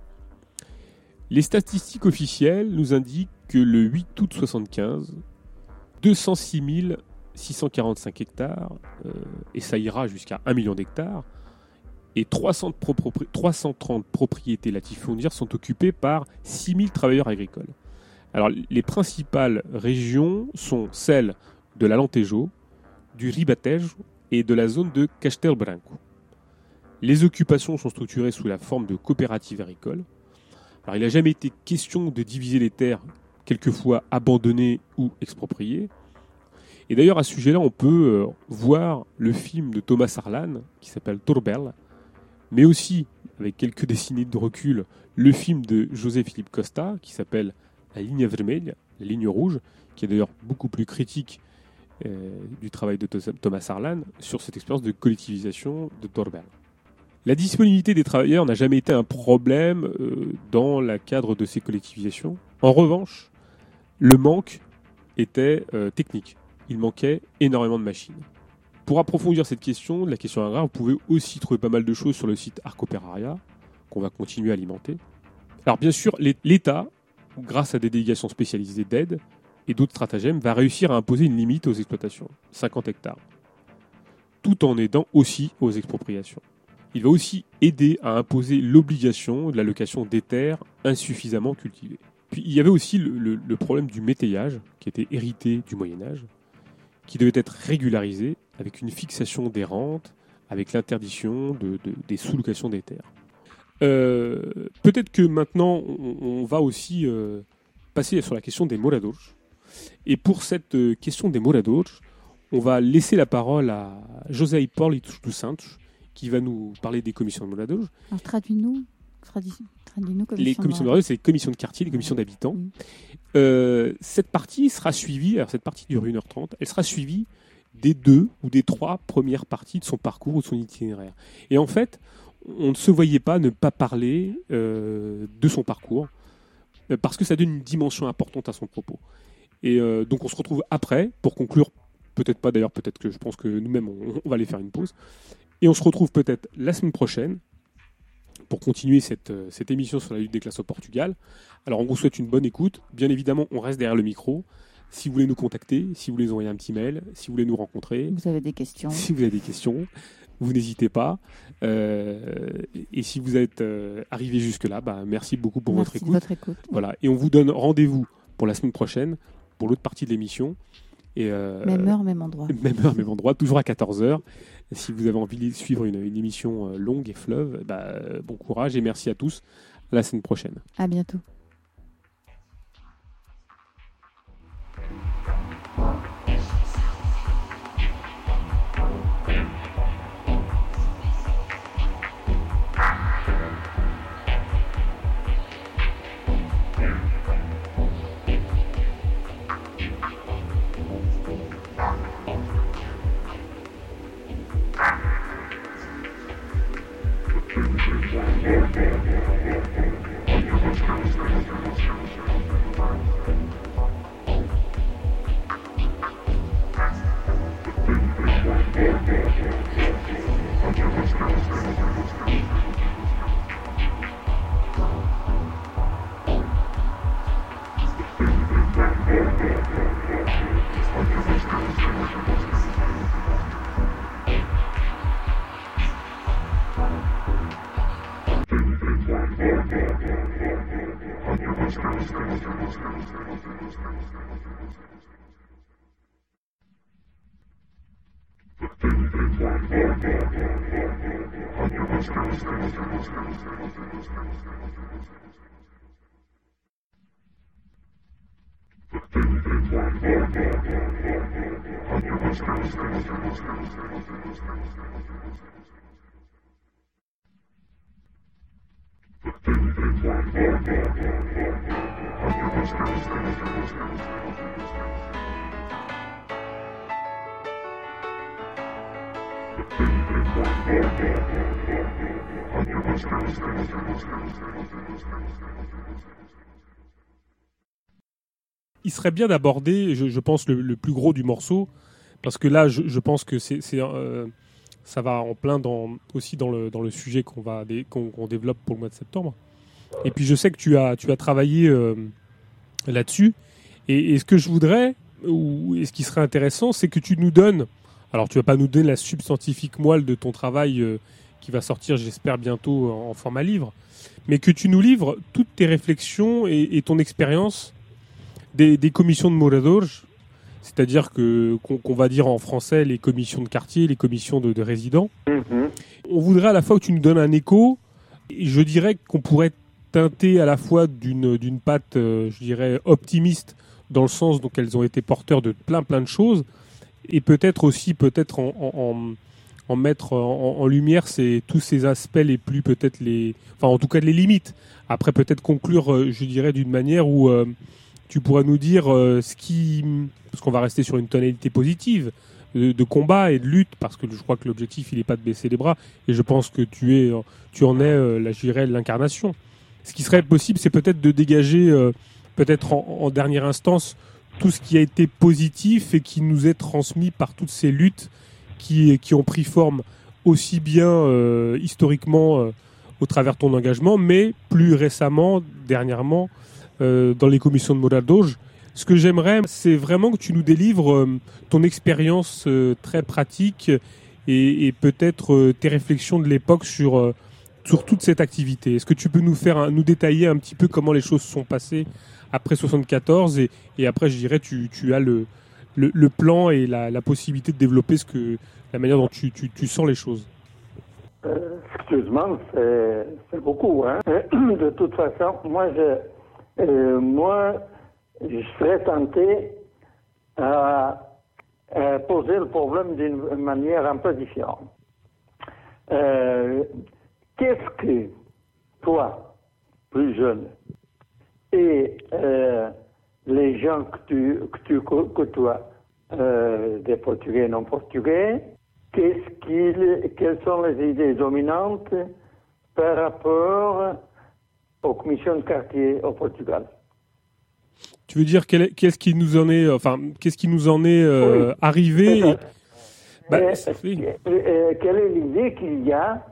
Les statistiques officielles nous indiquent que le 8 août 1975, 206 645 hectares, et ça ira jusqu'à 1 million d'hectares, et 330 propriétés latifondières sont occupées par 6 000 travailleurs agricoles. Alors, les principales régions sont celles de l'Alentejo, du Ribatejo et de la zone de Castelo Branco. Les occupations sont structurées sous la forme de coopératives agricoles. Alors, il n'a jamais été question de diviser les terres, quelquefois abandonnées ou expropriées. Et d'ailleurs, à ce sujet-là, on peut voir le film de Thomas Harlan, qui s'appelle Tourbel, mais aussi, avec quelques décennies de recul, le film de José Philippe Costa, qui s'appelle La Ligne Vermelha, la ligne rouge, qui est d'ailleurs beaucoup plus critique du travail de Thomas Harlan sur cette expérience de collectivisation de Tourbel. La disponibilité des travailleurs n'a jamais été un problème dans le cadre de ces collectivisations. En revanche, le manque était technique. Il manquait énormément de machines. Pour approfondir cette question, la question agraire, vous pouvez aussi trouver pas mal de choses sur le site Arcoperaria, qu'on va continuer à alimenter. Alors bien sûr, l'État, grâce à des délégations spécialisées d'aide et d'autres stratagèmes, va réussir à imposer une limite aux exploitations, 50 hectares, tout en aidant aussi aux expropriations. Il va aussi aider à imposer l'obligation de la location des terres insuffisamment cultivées. Puis il y avait aussi le problème du métayage, qui était hérité du Moyen-Âge, qui devait être régularisé avec une fixation des rentes, avec l'interdiction des sous-locations des terres. Peut-être que maintenant, on va aussi passer sur la question des moradores. Et pour cette question des moradores, on va laisser la parole à José Hipólito dos Santos, qui va nous parler des commissions de moradores. Alors traduis-nous les commissions de moradores, c'est les commissions de quartier, les commissions d'habitants. Cette partie sera suivie, alors cette partie dure 1h30, elle sera suivie des 2 ou des 3 premières parties de son parcours ou de son itinéraire. Et en fait, on ne se voyait pas ne pas parler de son parcours, parce que ça donne une dimension importante à son propos. Et donc on se retrouve après, pour conclure, peut-être pas d'ailleurs, peut-être que je pense que nous-mêmes on va aller faire une pause, et on se retrouve peut-être la semaine prochaine, pour continuer cette émission sur la lutte des classes au Portugal. Alors on vous souhaite une bonne écoute, bien évidemment on reste derrière le micro. Si vous voulez nous contacter, si vous voulez nous envoyer un petit mail, si vous voulez nous rencontrer. Vous avez des questions. Si vous avez des questions, vous n'hésitez pas. Et si vous êtes arrivé jusque-là, merci beaucoup pour votre écoute. Voilà. Et on vous donne rendez-vous pour la semaine prochaine, pour l'autre partie de l'émission. Et, même heure, même endroit. Même heure, même endroit, toujours à 14h. Si vous avez envie de suivre une émission longue et fleuve, bon courage et merci à tous. À la semaine prochaine. À bientôt. Il serait bien d'aborder, je pense, le plus gros du morceau, parce que là, je pense que ça va en plein aussi dans le sujet qu'on développe pour le mois de septembre. Et puis je sais que tu as travaillé là-dessus. Et ce que je voudrais, et ce qui serait intéressant, c'est que tu nous donnes, alors tu vas pas nous donner la substantifique moelle de ton travail qui va sortir, j'espère, bientôt en format livre, mais que tu nous livres toutes tes réflexions et ton expérience des commissions de moradores, c'est-à-dire qu'on va dire en français les commissions de quartier, les commissions de résidents. Mm-hmm. On voudrait à la fois que tu nous donnes un écho, et je dirais qu'on pourrait teinter à la fois d'une patte, je dirais, optimiste, dans le sens donc elles ont été porteurs de plein de choses, et peut-être aussi en mettre en lumière tous ces aspects les plus peut-être en tout cas les limites. Après peut-être conclure, je dirais, d'une manière où tu pourras nous dire parce qu'on va rester sur une tonalité positive de combat et de lutte, parce que je crois que l'objectif il n'est pas de baisser les bras, et je pense que tu en es, je dirais, l'incarnation. Ce qui serait possible, c'est peut-être de dégager, peut-être en dernière instance, tout ce qui a été positif et qui nous est transmis par toutes ces luttes qui ont pris forme aussi bien historiquement au travers de ton engagement, mais plus récemment, dernièrement, dans les commissions de moradores. Ce que j'aimerais, c'est vraiment que tu nous délivres ton expérience très pratique et peut-être tes réflexions de l'époque sur toute cette activité. Est-ce que tu peux nous détailler un petit peu comment les choses se sont passées après 74 et après, je dirais, tu as le plan et la possibilité de développer la manière dont tu sens les choses. Excuse-moi, c'est beaucoup. Hein? De toute façon, moi, je serais tenté à poser le problème d'une manière un peu différente. Qu'est-ce que toi, plus jeune, et les gens que tu côtoies, des Portugais et non portugais, quelles sont les idées dominantes par rapport aux commissions de quartier au Portugal? Tu veux dire qu'est-ce qui nous en est, oui, arrivé quelle est l'idée qu'il y a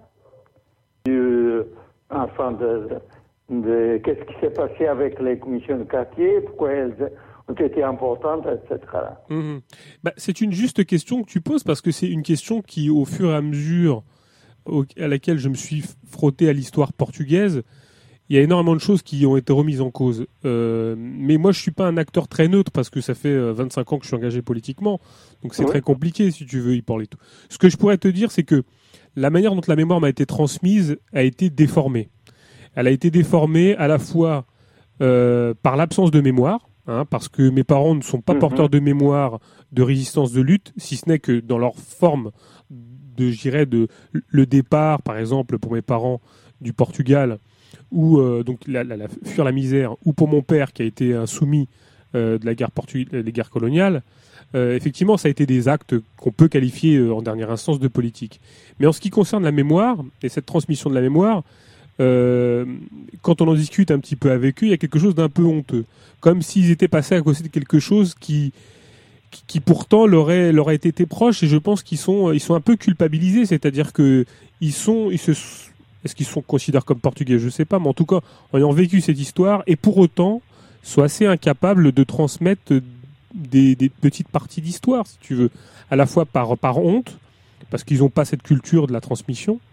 qu'est-ce qui s'est passé avec les commissions de quartier, pourquoi elles ont été importantes, etc. Mmh. C'est une juste question que tu poses, parce que c'est une question qui, au fur et à mesure à laquelle je me suis frotté à l'histoire portugaise, il y a énormément de choses qui ont été remises en cause. Mais moi, je suis pas un acteur très neutre, parce que ça fait 25 ans que je suis engagé politiquement, donc c'est très compliqué, si tu veux, y parler tout. Ce que je pourrais te dire, c'est que la manière dont la mémoire m'a été transmise a été déformée. Elle a été déformée à la fois par l'absence de mémoire, parce que mes parents ne sont pas porteurs de mémoire de résistance, de lutte, si ce n'est que dans leur forme de le départ, par exemple, pour mes parents du Portugal, ou donc fuir la misère, ou pour mon père qui a été insoumis de la guerre des guerres coloniales. Effectivement, ça a été des actes qu'on peut qualifier en dernière instance de politique. Mais en ce qui concerne la mémoire et cette transmission de la mémoire, quand on en discute un petit peu avec eux, il y a quelque chose d'un peu honteux, comme s'ils étaient passés à côté de quelque chose qui pourtant leur a été proche, et je pense qu'ils sont un peu culpabilisés, c'est-à-dire que est-ce qu'ils sont considérés comme portugais, je sais pas, mais en tout cas, en ayant vécu cette histoire, et pour autant, sont assez incapables de transmettre des petites parties d'histoire, si tu veux, à la fois par honte, parce qu'ils n'ont pas cette culture de la transmission,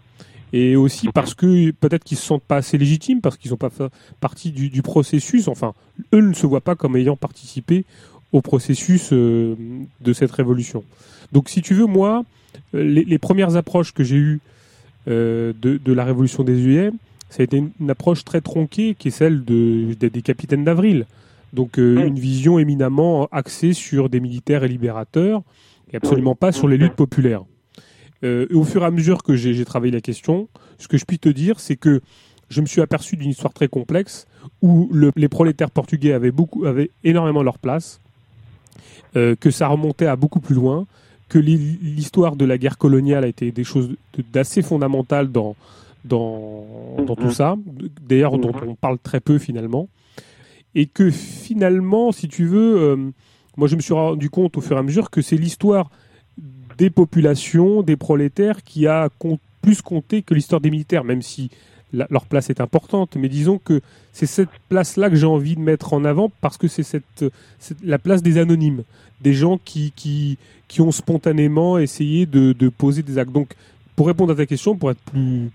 et aussi parce que peut-être qu'ils se sentent pas assez légitimes, parce qu'ils n'ont pas fait partie du processus. Enfin, eux ne se voient pas comme ayant participé au processus de cette révolution. Donc, si tu veux, moi, les premières approches que j'ai eues de la révolution des Juillet, ça a été une approche très tronquée, qui est celle des capitaines d'Avril. Donc, une vision éminemment axée sur des militaires et libérateurs, et absolument pas sur les luttes populaires. Et au fur et à mesure que j'ai travaillé la question, ce que je puis te dire, c'est que je me suis aperçu d'une histoire très complexe où les prolétaires portugais avaient énormément leur place, que ça remontait à beaucoup plus loin, que l'histoire de la guerre coloniale a été des choses d'assez fondamentales dans tout ça, d'ailleurs dont on parle très peu finalement, et que finalement, si tu veux, moi je me suis rendu compte au fur et à mesure que c'est l'histoire des populations, des prolétaires qui a plus compté que l'histoire des militaires, même si leur place est importante. Mais disons que c'est cette place-là que j'ai envie de mettre en avant parce que c'est la place des anonymes, des gens qui ont spontanément essayé de poser des actes. Donc, pour répondre à ta question, pour être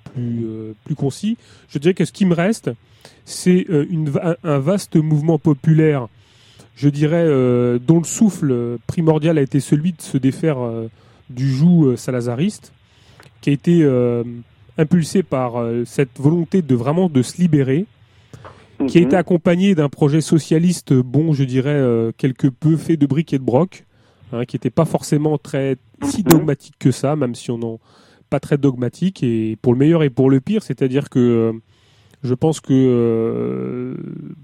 plus concis, je dirais que ce qui me reste, c'est un vaste mouvement populaire, je dirais, dont le souffle primordial a été celui de se défaire du joug salazariste, qui a été impulsé par cette volonté de se libérer, qui a été accompagné d'un projet socialiste, je dirais, quelque peu fait de briques et de broc, qui n'était pas forcément si dogmatique que ça, même si on n'en pas très dogmatique, et pour le meilleur et pour le pire, c'est-à-dire que je pense que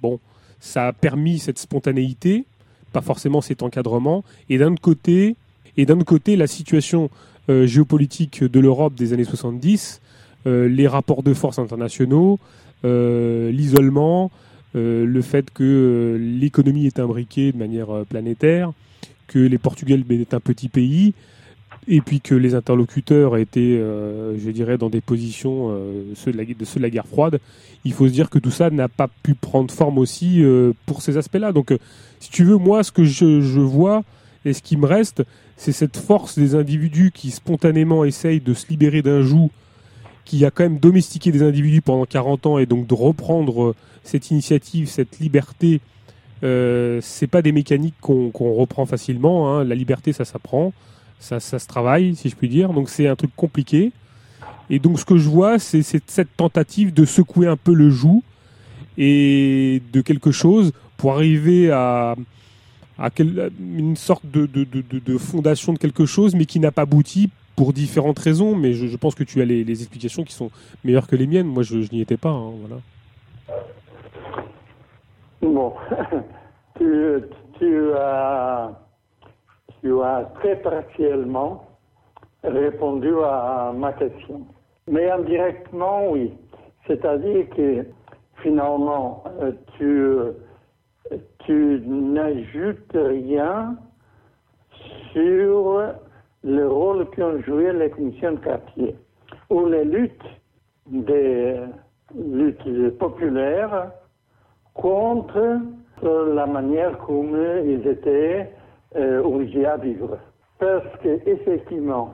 ça a permis cette spontanéité, pas forcément cet encadrement, et d'un autre côté, la situation géopolitique de l'Europe des années 70, les rapports de force internationaux, l'isolement, le fait que l'économie est imbriquée de manière planétaire, que les Portugais étaient un petit pays, et puis que les interlocuteurs étaient, je dirais, dans des positions ceux de la guerre froide. Il faut se dire que tout ça n'a pas pu prendre forme aussi pour ces aspects-là. Donc, si tu veux, moi, ce que je vois et ce qui me reste, c'est cette force des individus qui spontanément essayent de se libérer d'un joug qui a quand même domestiqué des individus pendant 40 ans, et donc de reprendre cette initiative, cette liberté. C'est pas des mécaniques qu'on reprend facilement, hein. La liberté, ça s'apprend. Ça se travaille, si je puis dire. Donc c'est un truc compliqué. Et donc ce que je vois, c'est cette tentative de secouer un peu le joug et de quelque chose pour arriver à une sorte de fondation de quelque chose, mais qui n'a pas abouti pour différentes raisons. Mais je pense que tu as les explications qui sont meilleures que les miennes. Moi, je n'y étais pas. Hein, voilà. Bon, tu as très partiellement répondu à ma question. Mais indirectement, oui. C'est-à-dire que finalement, tu n'ajoutes rien sur le rôle qu'ont joué les commissions de quartier, ou les luttes populaires contre la manière comme ils étaient obligés à vivre. Parce qu'effectivement,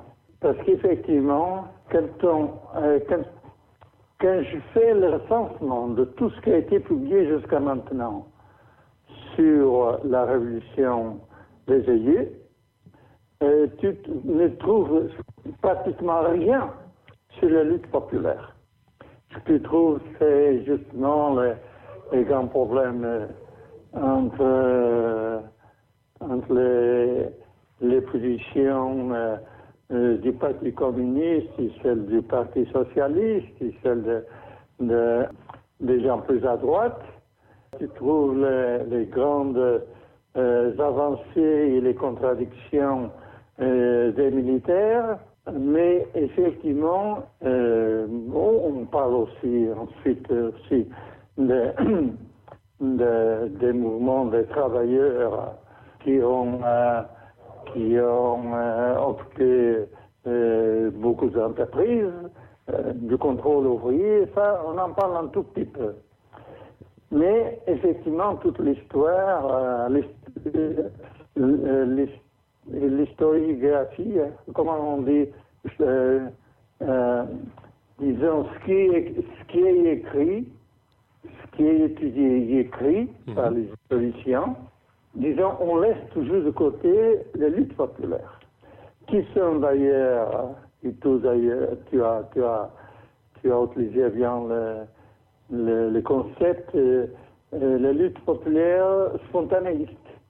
quand je fais le recensement de tout ce qui a été publié jusqu'à maintenant sur la révolution des Aïeux, tu ne trouves pratiquement rien sur les luttes populaires. Ce que tu trouves, c'est justement les grands problèmes entre les positions du Parti communiste et celles du Parti socialiste et celles des gens plus à droite. Tu trouves les grandes avancées et les contradictions des militaires, mais effectivement, on parle aussi ensuite des mouvements des travailleurs qui ont occupé beaucoup d'entreprises, du contrôle ouvrier, ça, on en parle un tout petit peu. Mais effectivement, toute l'histoire, l'historiographie, comment on dit, disons, ce qui est écrit, ce qui est étudié et écrit par les historiens, disons, on laisse toujours de côté les luttes populaires, qui sont d'ailleurs, et tout d'ailleurs, tu as utilisé bien le concept, les luttes populaires spontanéistes.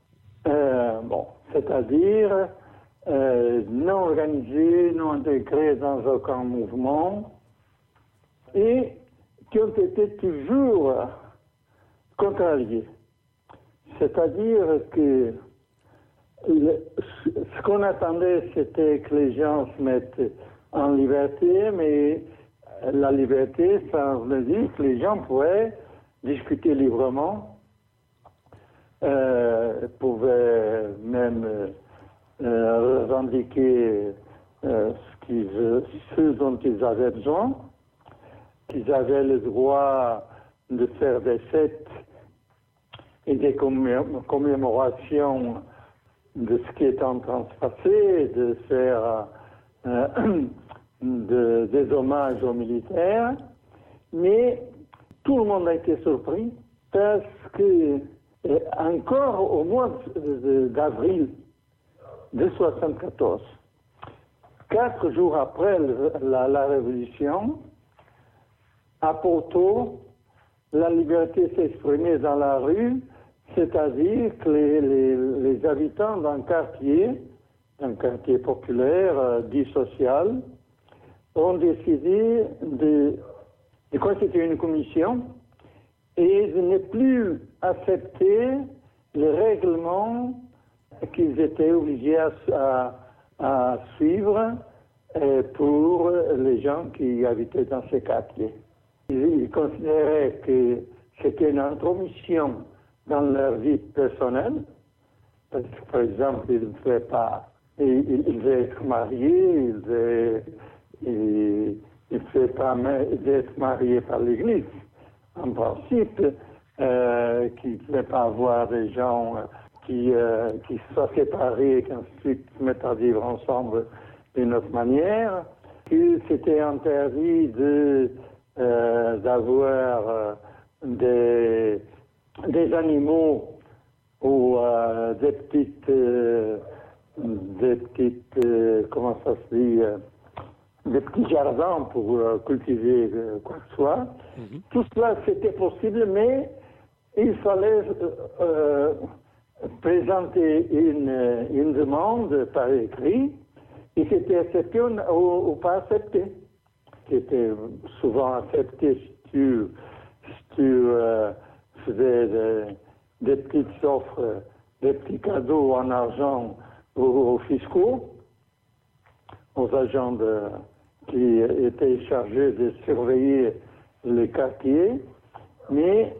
C'est-à-dire non organisées, non intégrées dans aucun mouvement, et qui ont été toujours contrariées. C'est-à-dire que ce qu'on attendait, c'était que les gens se mettent en liberté, mais la liberté, ça veut dire que les gens pourraient discuter librement, pouvaient même revendiquer ce dont ils avaient besoin, qu'ils avaient le droit de faire des fêtes et des commémorations de ce qui est en train de se passer, de faire des hommages aux militaires, mais tout le monde a été surpris parce que encore au mois d'avril de 1974, 4 jours après la Révolution, à Porto, la liberté s'exprimait dans la rue, c'est-à-dire que les habitants d'un quartier populaire, dit social, ont décidé de constituer une commission et de ne plus accepter les règlements qu'ils étaient obligés à suivre pour les gens qui habitaient dans ces quartiers. Ils considéraient que c'était une intromission dans leur vie personnelle, parce que, par exemple, ils devaient être mariés, ils ne devaient pas être mariés par l'Église, en principe, qu'ils ne devaient pas avoir des gens qui se soient séparés et qui ensuite se mettent à vivre ensemble d'une autre manière, que c'était interdit d'avoir des animaux ou des petites comment ça se dit, des petits jardins pour cultiver quoi que ce soit. Tout cela, c'était possible, mais il fallait présenter une demande par écrit, et c'était accepté ou pas accepté. Qui était souvent accepté si tu faisais des petites offres, des petits cadeaux en argent aux fiscaux, aux agents qui étaient chargés de surveiller les quartiers, mais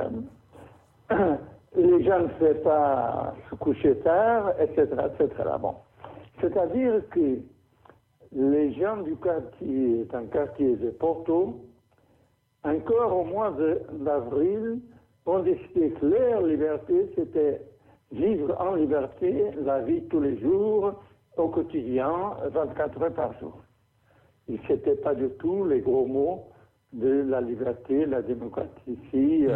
les gens ne pouvaient pas se coucher tard, etc., etc. Bon. C'est-à-dire que les gens du quartier, d'un quartier de Porto, encore au mois d'avril, ont décidé que leur liberté, c'était vivre en liberté la vie de tous les jours, au quotidien, 24 heures par jour. Et ce n'était pas du tout les gros mots de la liberté, la démocratie.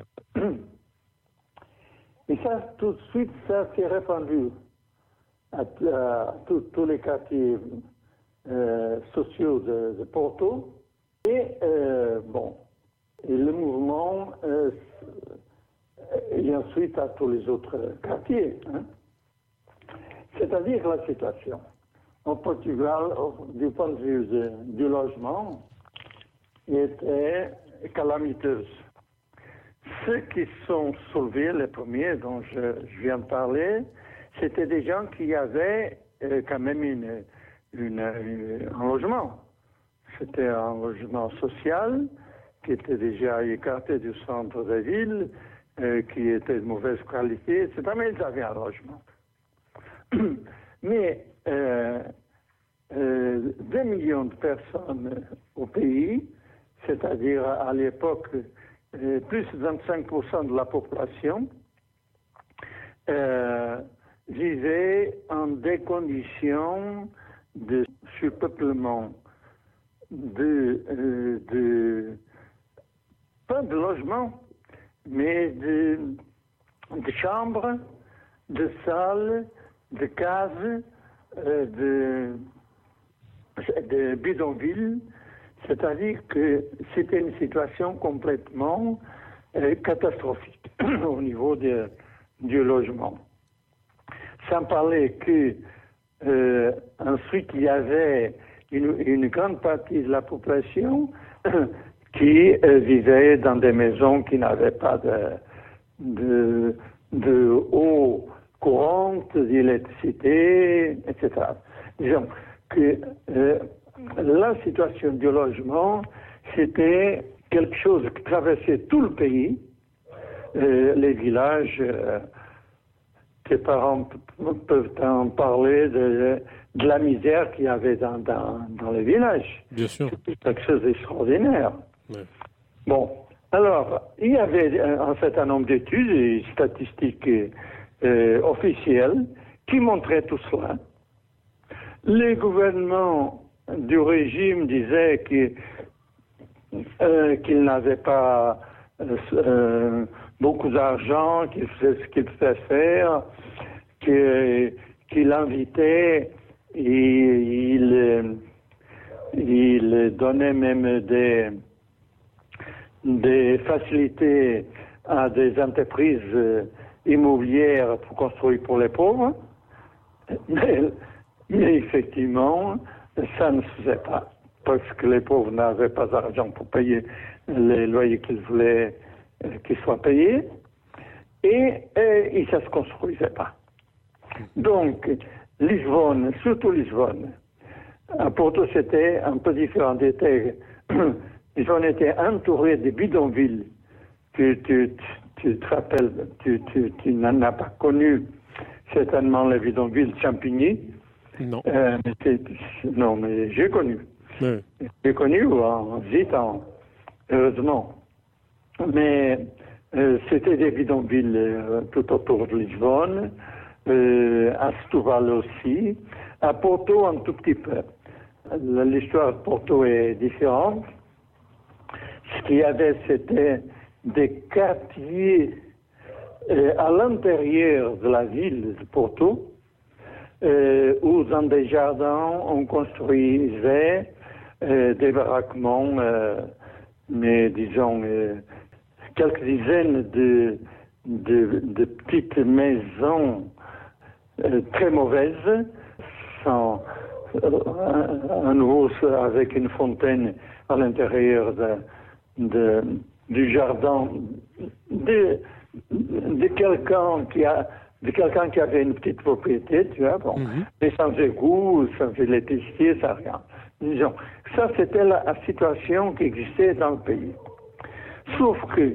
Et ça, tout de suite, ça s'est répandu à tous les quartiers sociaux de Porto. Et le mouvement et ensuite à tous les autres quartiers. C'est-à-dire la situation au Portugal, du point de vue du logement, était calamiteuse. Ceux qui sont soulevés, les premiers dont je viens de parler, c'était des gens qui avaient quand même un logement. C'était un logement social qui était déjà écarté du centre de ville, qui était de mauvaise qualité, etc. Mais ils avaient un logement. Mais 2 millions de personnes au pays, c'est-à-dire à l'époque plus de 25% de la population, vivaient en des conditions de surpeuplement pas de logement, mais de chambres, de salles, de cases, de bidonvilles. C'est-à-dire que c'était une situation complètement catastrophique au niveau du logement. Sans parler que ensuite il y avait une grande partie de la population qui vivait dans des maisons qui n'avaient pas de eau courante, d'électricité, etc. Disons que la situation du logement, c'était quelque chose qui traversait tout le pays. Les villages, tes parents peuvent en parler de la misère qu'il y avait dans les villages. Bien sûr. C'est quelque chose d'extraordinaire. Ouais. Bon, alors, il y avait un certain nombre d'études et statistiques officielles qui montraient tout cela. Les gouvernements du régime disaient qu'ils n'avaient pas beaucoup d'argent, qu'ils faisaient ce qu'ils pouvaient faire, qu'il invitait et il donnait même des facilités à des entreprises immobilières pour construire pour les pauvres. Mais effectivement, ça ne se faisait pas, parce que les pauvres n'avaient pas d'argent pour payer les loyers qu'ils voulaient qu'ils soient payés, et ça ne se construisait pas. Donc, Lisbonne, surtout Lisbonne, à Porto c'était un peu différent. Lisbonne était entourée de bidonvilles. Tu te rappelles, tu n'en as pas connu certainement les bidonvilles de Champigny. Non. Non, mais j'ai connu. Ouais. J'ai connu en visitant, heureusement. Mais c'était des bidonvilles tout autour de Lisbonne, à Setúbal aussi, à Porto un tout petit peu. L'histoire de Porto est différente. Ce qu'il y avait, c'était des quartiers à l'intérieur de la ville de Porto, où dans des jardins on construisait des baraquements, mais disons quelques dizaines de petites maisons très mauvaises, sans un hausse avec une fontaine à l'intérieur du jardin de quelqu'un qui avait une petite propriété, tu vois, bon, mais sans égout, sans électricité, sans rien. Disons, ça c'était la situation qui existait dans le pays. Sauf que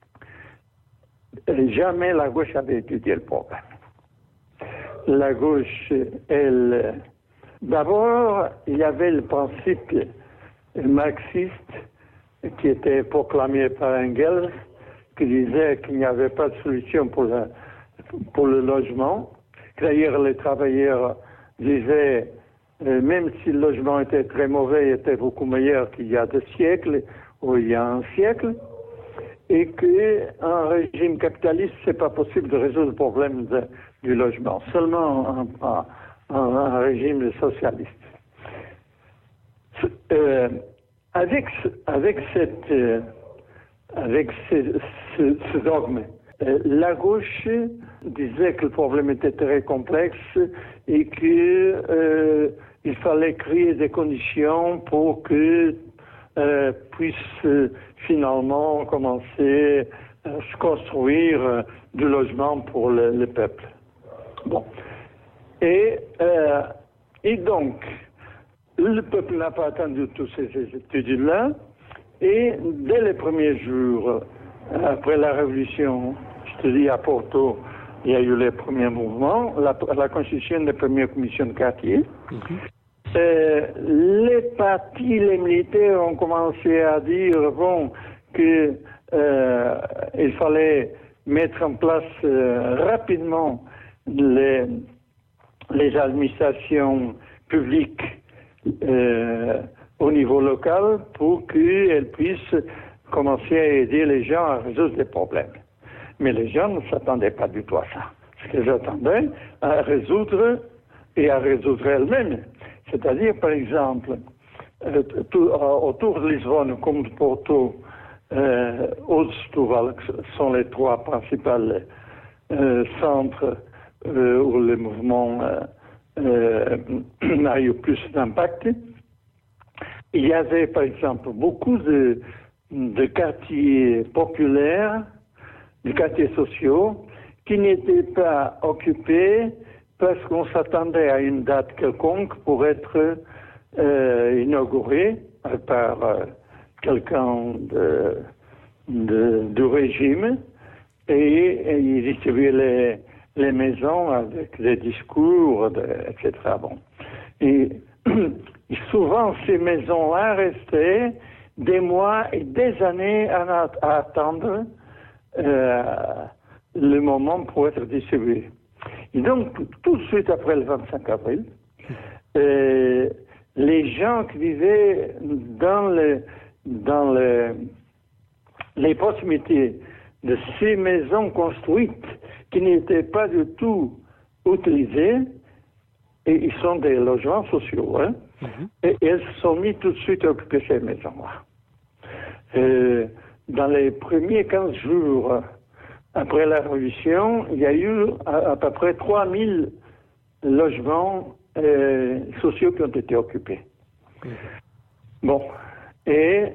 jamais la gauche avait étudié le problème. La gauche, elle... D'abord, il y avait le principe marxiste qui était proclamé par Engels, qui disait qu'il n'y avait pas de solution pour le logement. D'ailleurs, les travailleurs disaient, même si le logement était très mauvais, il était beaucoup meilleur qu'il y a 2 siècles, ou il y a 1 siècle, et qu'un régime capitaliste, c'est pas possible de résoudre le problème du logement, seulement un régime socialiste. Avec ce dogme, la gauche disait que le problème était très complexe et qu'il fallait créer des conditions pour que puisse finalement commencer à se construire du logement pour le peuple. Bon. Et donc, le peuple n'a pas attendu toutes ces études-là, et dès les premiers jours, après la Révolution, je te dis à Porto, il y a eu les premiers mouvements, la constitution des premières commissions de quartier. Les partis, les militaires ont commencé à dire qu'il fallait mettre en place rapidement les administrations publiques au niveau local pour qu'elles puissent commencer à aider les gens à résoudre les problèmes. Mais les gens ne s'attendaient pas du tout à ça. Ce qu'ils attendaient à résoudre et à résoudre elles-mêmes. C'est-à-dire, par exemple, autour de Lisbonne, comme de Porto, Setúbal sont les trois principaux centres où le mouvement a eu plus d'impact. Il y avait, par exemple, beaucoup de quartiers populaires, de quartiers sociaux, qui n'étaient pas occupés parce qu'on s'attendait à une date quelconque pour être inaugurée par quelqu'un du régime et il distribuait les maisons avec des discours, etc. Bon. Et souvent, ces maisons-là restaient des mois et des années à attendre le moment pour être distribuées. Et donc, tout de suite après le 25 avril, les gens qui vivaient dans les proximités de ces maisons construites qui n'étaient pas du tout utilisées, et ils sont des logements sociaux, hein, et elles se sont mis tout de suite à occuper ces maisons-là. Dans les premiers 15 jours après la Révolution, il y a eu à peu près 3000 logements sociaux qui ont été occupés. Bon, et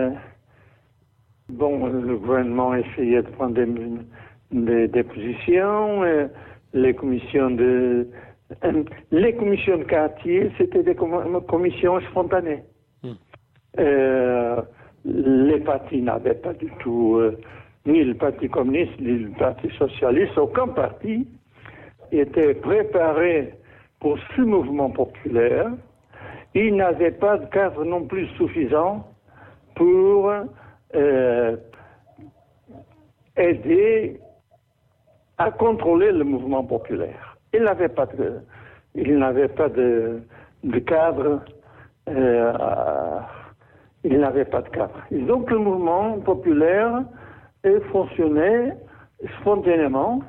le gouvernement essayait de prendre des positions, les commissions de quartier, c'était des commissions spontanées. Les partis n'avaient pas du tout, ni le Parti communiste, ni le Parti socialiste, aucun parti était préparé pour ce mouvement populaire. Il n'avait pas de cadre non plus suffisant pour aider à contrôler le mouvement populaire. Il n'avait pas de cadre. Il n'avait pas de cadre. Et donc le mouvement populaire fonctionnait spontanément,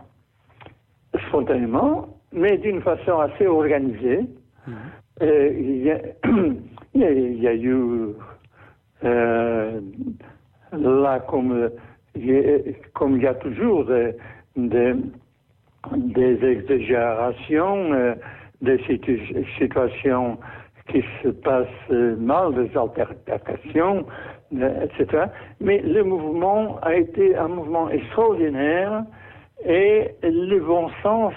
mais d'une façon assez organisée. Il y a eu là, comme il y a toujours des exagérations, des situations qui se passent mal, des altercations, etc. Mais le mouvement a été un mouvement extraordinaire et le bon sens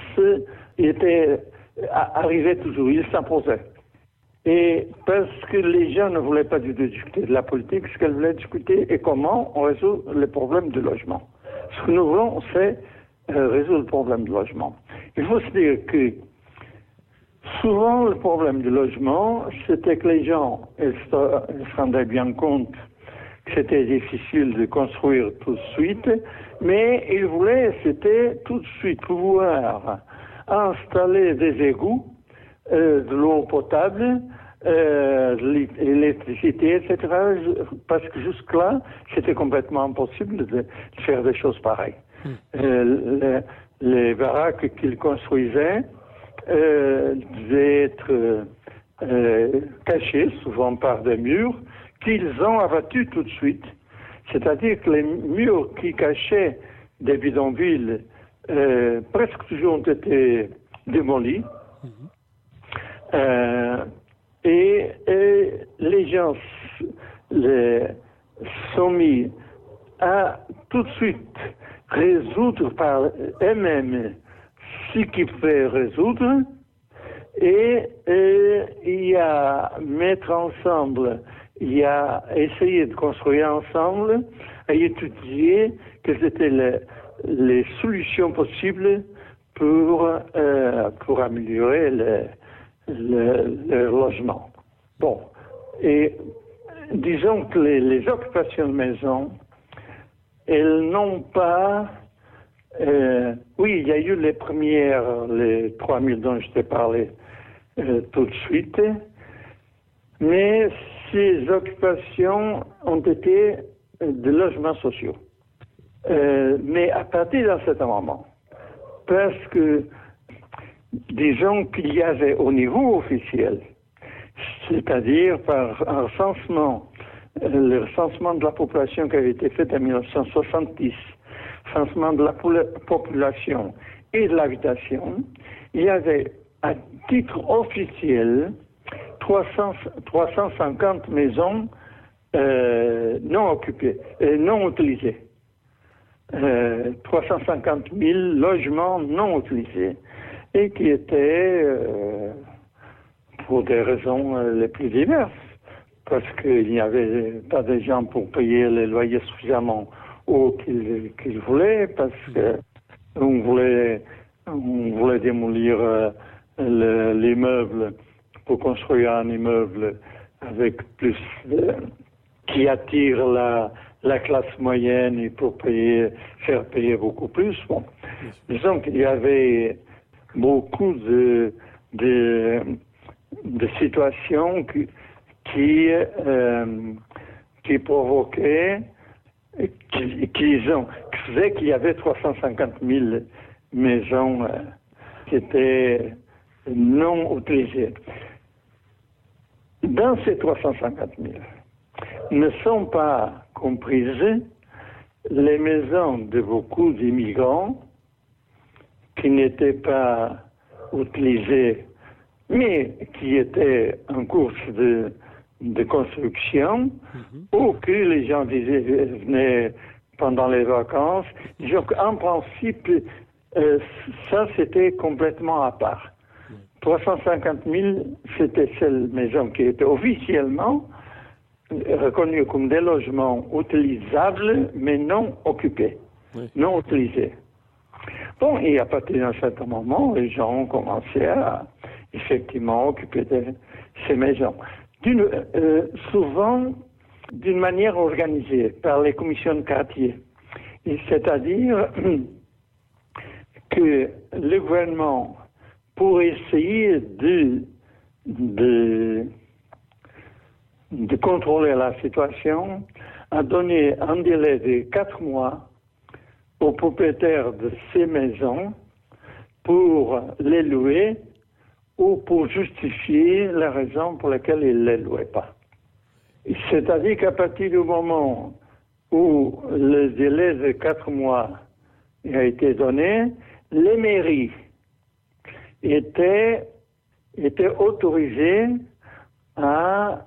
arrivait toujours, il s'imposait. Et parce que les gens ne voulaient pas du tout discuter de la politique, ce qu'elles voulaient discuter est comment on résout le problème du logement. Ce que nous voulons, c'est résoudre le problème du logement. Il faut se dire que souvent, le problème du logement, c'était que les gens se rendaient bien compte que c'était difficile de construire tout de suite, mais ils voulaient, c'était tout de suite pouvoir installer des égouts, de l'eau potable, de l'électricité, etc. Parce que jusque-là, c'était complètement impossible de faire des choses pareilles. Les baraques qu'ils construisaient devaient être cachées, souvent par des murs, qu'ils ont abattus tout de suite. C'est-à-dire que les murs qui cachaient des bidonvilles presque toujours ont été démolis. Et les gens sont mis à tout de suite résoudre par eux-mêmes ce qu'il faut résoudre et il y a mettre ensemble, il y a essayé de construire ensemble, à étudier quelles étaient les solutions possibles pour améliorer le logement. Bon, et disons que les occupations de maison, elles n'ont pas... oui, il y a eu les 3000 dont je t'ai parlé tout de suite, mais ces occupations ont été de logements sociaux. Mais à partir d'un certain moment, parce que disons qu'il y avait au niveau officiel, c'est-à-dire par un recensement, le recensement de la population qui avait été fait en 1970, recensement de la population et de l'habitation, il y avait à titre officiel 350 maisons non occupées, non utilisées. 350 000 logements non utilisés et qui étaient, pour des raisons les plus diverses, parce qu'il n'y avait pas de gens pour payer les loyers suffisamment hauts qu'ils voulaient, parce qu'on voulait démolir l'immeuble pour construire un immeuble avec plus qui attire la classe moyenne et pour faire payer beaucoup plus. Bon, disons qu'il y avait beaucoup de situations qui provoquaient, qui faisaient qu'il y avait 350 000 maisons qui étaient non utilisées. Dans ces 350 000, ne sont pas comprises les maisons de beaucoup d'immigrants qui n'étaient pas utilisées, mais qui étaient en cours de construction, ou que les gens venaient pendant les vacances. Donc, en principe, ça, c'était complètement à part. 350 000, c'était celles maisons qui étaient officiellement reconnus comme des logements utilisables, mais non occupés, non utilisés. Bon, et à partir d'un certain moment, les gens ont commencé à effectivement occuper ces maisons. Souvent, d'une manière organisée par les commissions de quartier. C'est-à-dire que le gouvernement, pour essayer de contrôler la situation, a donné un délai de 4 mois aux propriétaires de ces maisons pour les louer ou pour justifier la raison pour laquelle ils ne les louaient pas. C'est-à-dire qu'à partir du moment où le délai de 4 mois a été donné, les mairies étaient autorisées à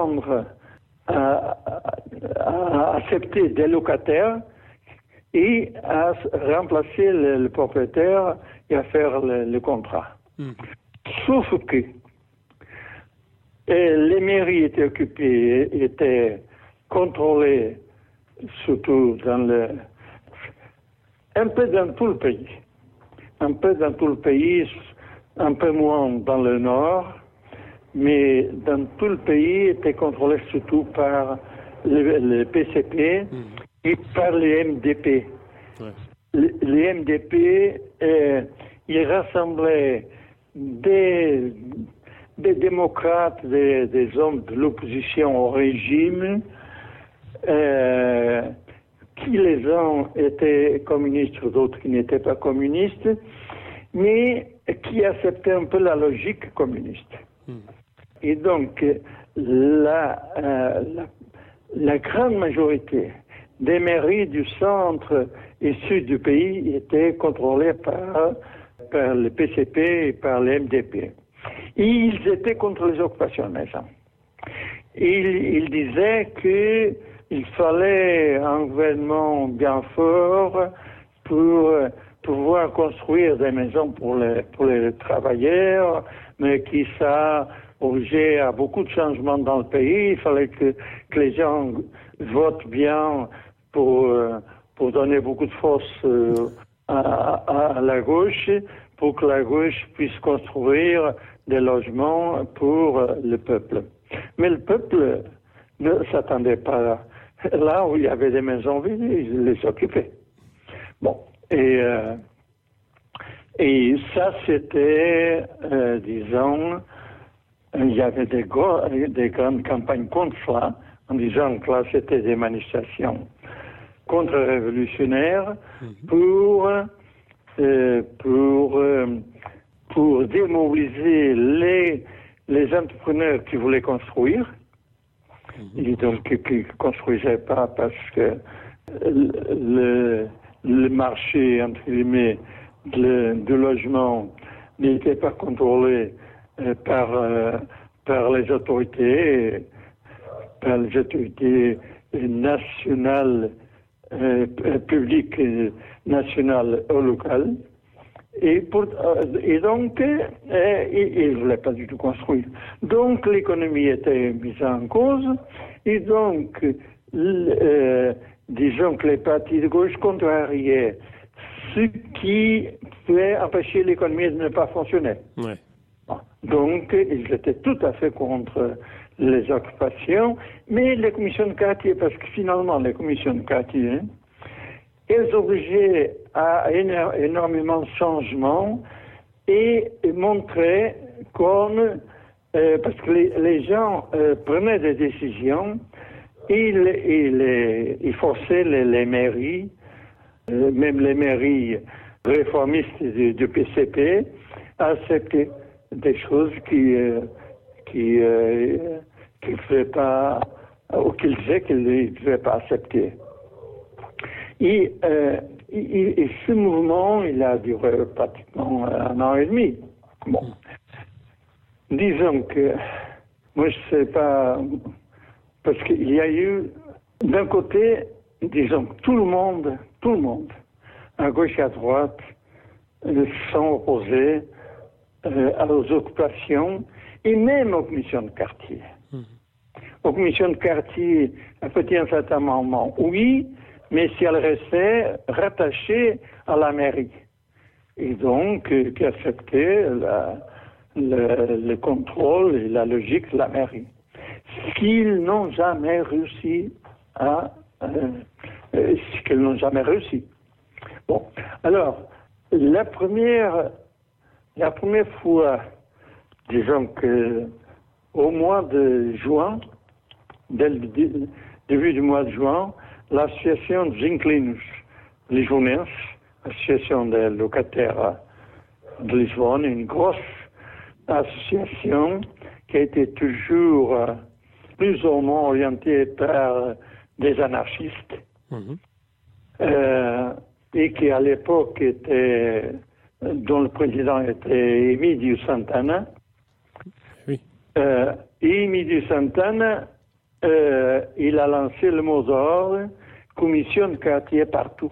accepter des locataires et à remplacer le propriétaire et à faire le contrat. Sauf que les mairies étaient occupées, étaient contrôlées, surtout un peu dans tout le pays. Un peu dans tout le pays, un peu moins dans le nord, mais dans tout le pays était contrôlé surtout par le PCP et par les MDP. Les MDP, ils rassemblaient des démocrates, des hommes de l'opposition au régime, qui les uns étaient communistes, d'autres qui n'étaient pas communistes, mais qui acceptaient un peu la logique communiste. Et donc, la grande majorité des mairies du centre et sud du pays étaient contrôlées par le PCP et par le MDP. Et ils étaient contre les occupations de maisons. Ils disaient qu'il fallait un gouvernement bien fort pour pouvoir construire des maisons pour les travailleurs, mais qui ça obligeait à beaucoup de changements dans le pays. Il fallait que les gens votent bien pour donner beaucoup de force à la gauche, pour que la gauche puisse construire des logements pour le peuple. Mais le peuple ne s'attendait pas là où il y avait des maisons vides, il les occupait. Bon, et ça c'était, disons, il y avait des grandes campagnes contre cela, en disant que là, c'était des manifestations contre-révolutionnaires pour démobiliser les entrepreneurs qui voulaient construire, et donc qui ne construisaient pas parce que le marché, entre guillemets, du logement n'était pas contrôlé par les autorités nationales, publiques, nationales ou locales. Et donc, ils ne voulaient pas du tout construire. Donc, l'économie était mise en cause. Et donc, disons que les partis de gauche contrariaient ce qui pouvait empêcher l'économie de ne pas fonctionner. Ouais. Donc, ils étaient tout à fait contre les occupations. Mais les commissions de quartier, parce que finalement, les commissions de quartier, elles obligeaient à énormément de changements et montraient comme, parce que les gens prenaient des décisions, ils forçaient les mairies, même les mairies réformistes du PCP, à accepter des choses qu'ils faisaient pas, ou qu'ils disaient qu'ils ne devaient pas accepter. Et ce mouvement, il a duré pratiquement 1 an et demi. Bon. Disons que, moi je sais pas, parce qu'il y a eu, d'un côté, disons que tout le monde, à gauche et à droite, sont opposés aux occupations et même aux commissions de quartier. Aux commissions de quartier, à un certain moment, oui, mais si elle restait rattachée à la mairie. Et donc, qui acceptait le contrôle et la logique de la mairie. Ce qu'ils n'ont jamais réussi Bon, alors, la première fois, disons que au mois de juin, dès le début du mois de juin, l'association Zincklinus Lisbonense, association des locataires de Lisbonne, une grosse association qui a été toujours plus ou moins orientée par des anarchistes, et qui à l'époque dont le président était Emílio Santana. Oui. Et Emílio Santana, il a lancé le mot d'ordre, commission de quartier partout.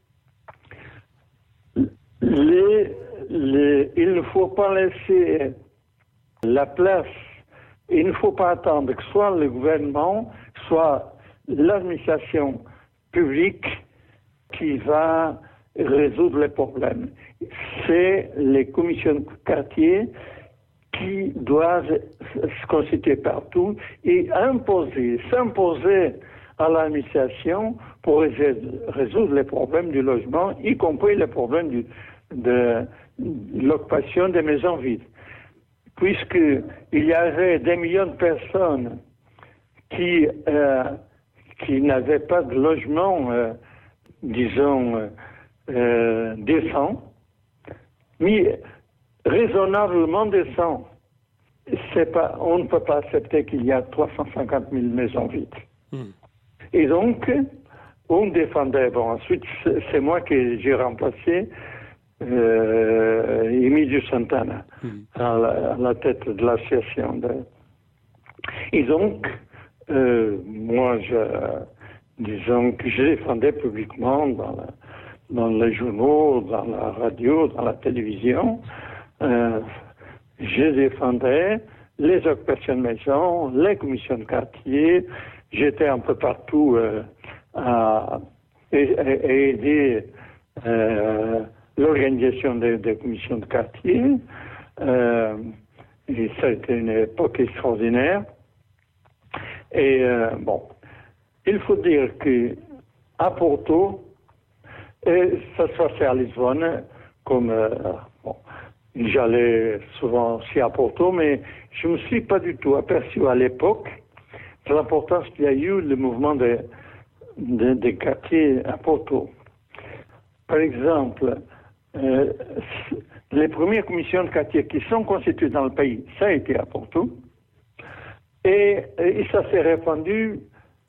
Il ne faut pas laisser la place, il ne faut pas attendre que soit le gouvernement, soit l'administration publique qui va résoudre les problèmes. C'est les commissions de quartier qui doivent se constituer partout et s'imposer à l'administration pour résoudre les problèmes du logement, y compris les problèmes de l'occupation des maisons vides. Puisqu'il y avait des millions de personnes qui n'avaient pas de logement, disons, décent, mais raisonnablement décent. On ne peut pas accepter qu'il y a 350 000 maisons vides. Et donc, on défendait, ensuite, c'est moi que j'ai remplacé Emílio Santana à la tête de l'association. Et donc, moi, disons que je défendais publiquement dans les journaux, dans la radio, dans la télévision, je défendais les occupations de maison, les commissions de quartier. J'étais un peu partout à aider l'organisation des commissions de quartier. Et ça a été une époque extraordinaire. Et il faut dire qu'à Porto, et ça se passait à Lisbonne, comme J'allais souvent aussi à Porto, mais je ne me suis pas du tout aperçu à l'époque de l'importance qu'il y a eu le mouvement des quartiers à Porto. Par exemple, les premières commissions de quartier qui sont constituées dans le pays, ça a été à Porto, et ça s'est répandu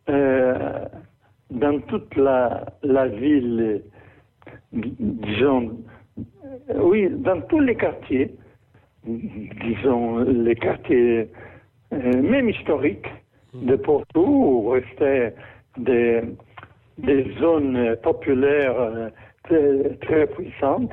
dans toute la ville, disons, oui, dans tous les quartiers, disons les quartiers même historiques de Porto, où restaient des zones populaires très puissantes,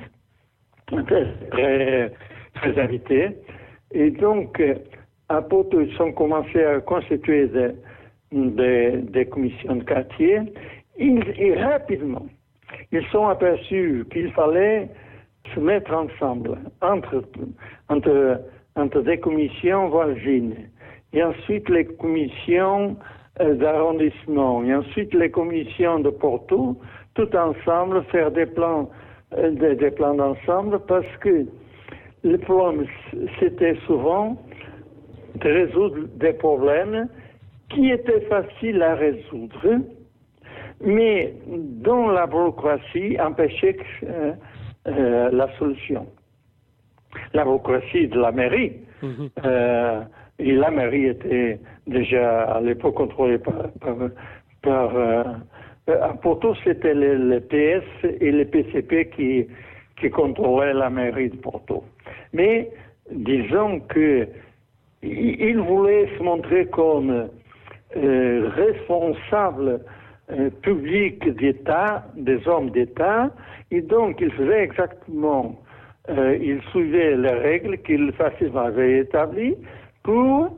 très habitées. Et donc, à Porto, ils ont commencé à constituer des commissions de quartier. Et rapidement, ils sont aperçus qu'il fallait se mettre ensemble entre des commissions voisines, et ensuite les commissions d'arrondissement, et ensuite les commissions de Porto, tout ensemble, faire des plans d'ensemble, parce que le problème, c'était souvent de résoudre des problèmes qui étaient faciles à résoudre, mais dont la bureaucratie empêchait la solution. La bureaucratie de la mairie, et la mairie était déjà à l'époque contrôlée par à Porto, c'était les PS et les PCP qui contrôlaient la mairie de Porto. Mais disons que ils voulaient se montrer comme responsables publics d'État, des hommes d'État, et donc ils faisaient exactement, ils suivaient les règles que le fascisme avait établies pour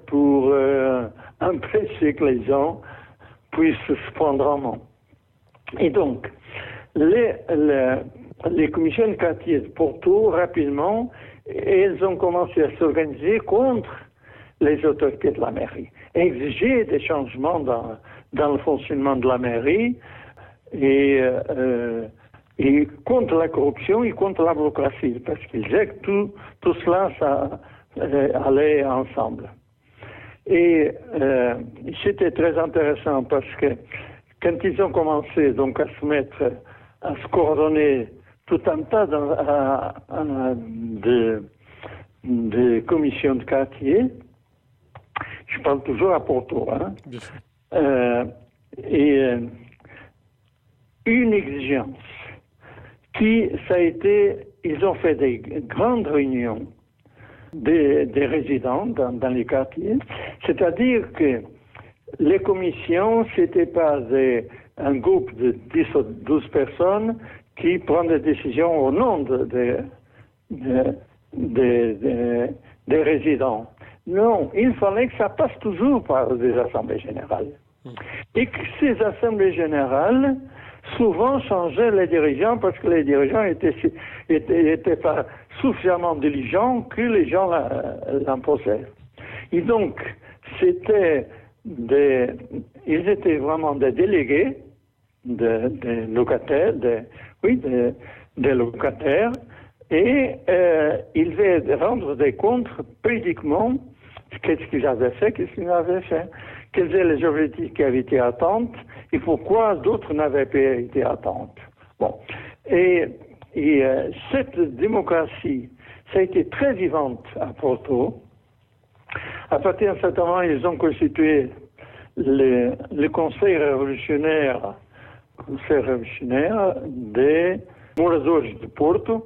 empêcher que les gens puissent se prendre en main. Et donc, les commissions de quartier de Porto, rapidement, elles ont commencé à s'organiser contre les autorités de la mairie, exiger des changements dans le fonctionnement de la mairie et contre la corruption et contre la bureaucratie, parce qu'ils disaient que tout cela, ça allait ensemble. Et c'était très intéressant parce que quand ils ont commencé donc à se coordonner tout un tas de commissions de quartier, je parle toujours à Porto, hein, une exigence ça a été, ils ont fait des grandes réunions des résidents dans les quartiers, c'est-à-dire que les commissions, c'était pas un groupe de 10 ou 12 personnes qui prennent des décisions au nom des résidents. Non, il fallait que ça passe toujours par des assemblées générales. Et que ces assemblées générales, souvent changeaient les dirigeants parce que les dirigeants étaient pas suffisamment diligents que les gens l'imposaient. Et donc, ils étaient vraiment des délégués, des locataires, des locataires, et ils devaient rendre des comptes périodiquement, qu'est-ce qu'ils avaient fait, qu'est-ce qu'ils n'avaient fait, quels étaient les objectifs qui avaient été atteints et pourquoi d'autres n'avaient pas été atteints. Bon. Et cette démocratie, ça a été très vivante à Porto. À partir d'un certain moment, ils ont constitué le conseil révolutionnaire des moradores de Porto,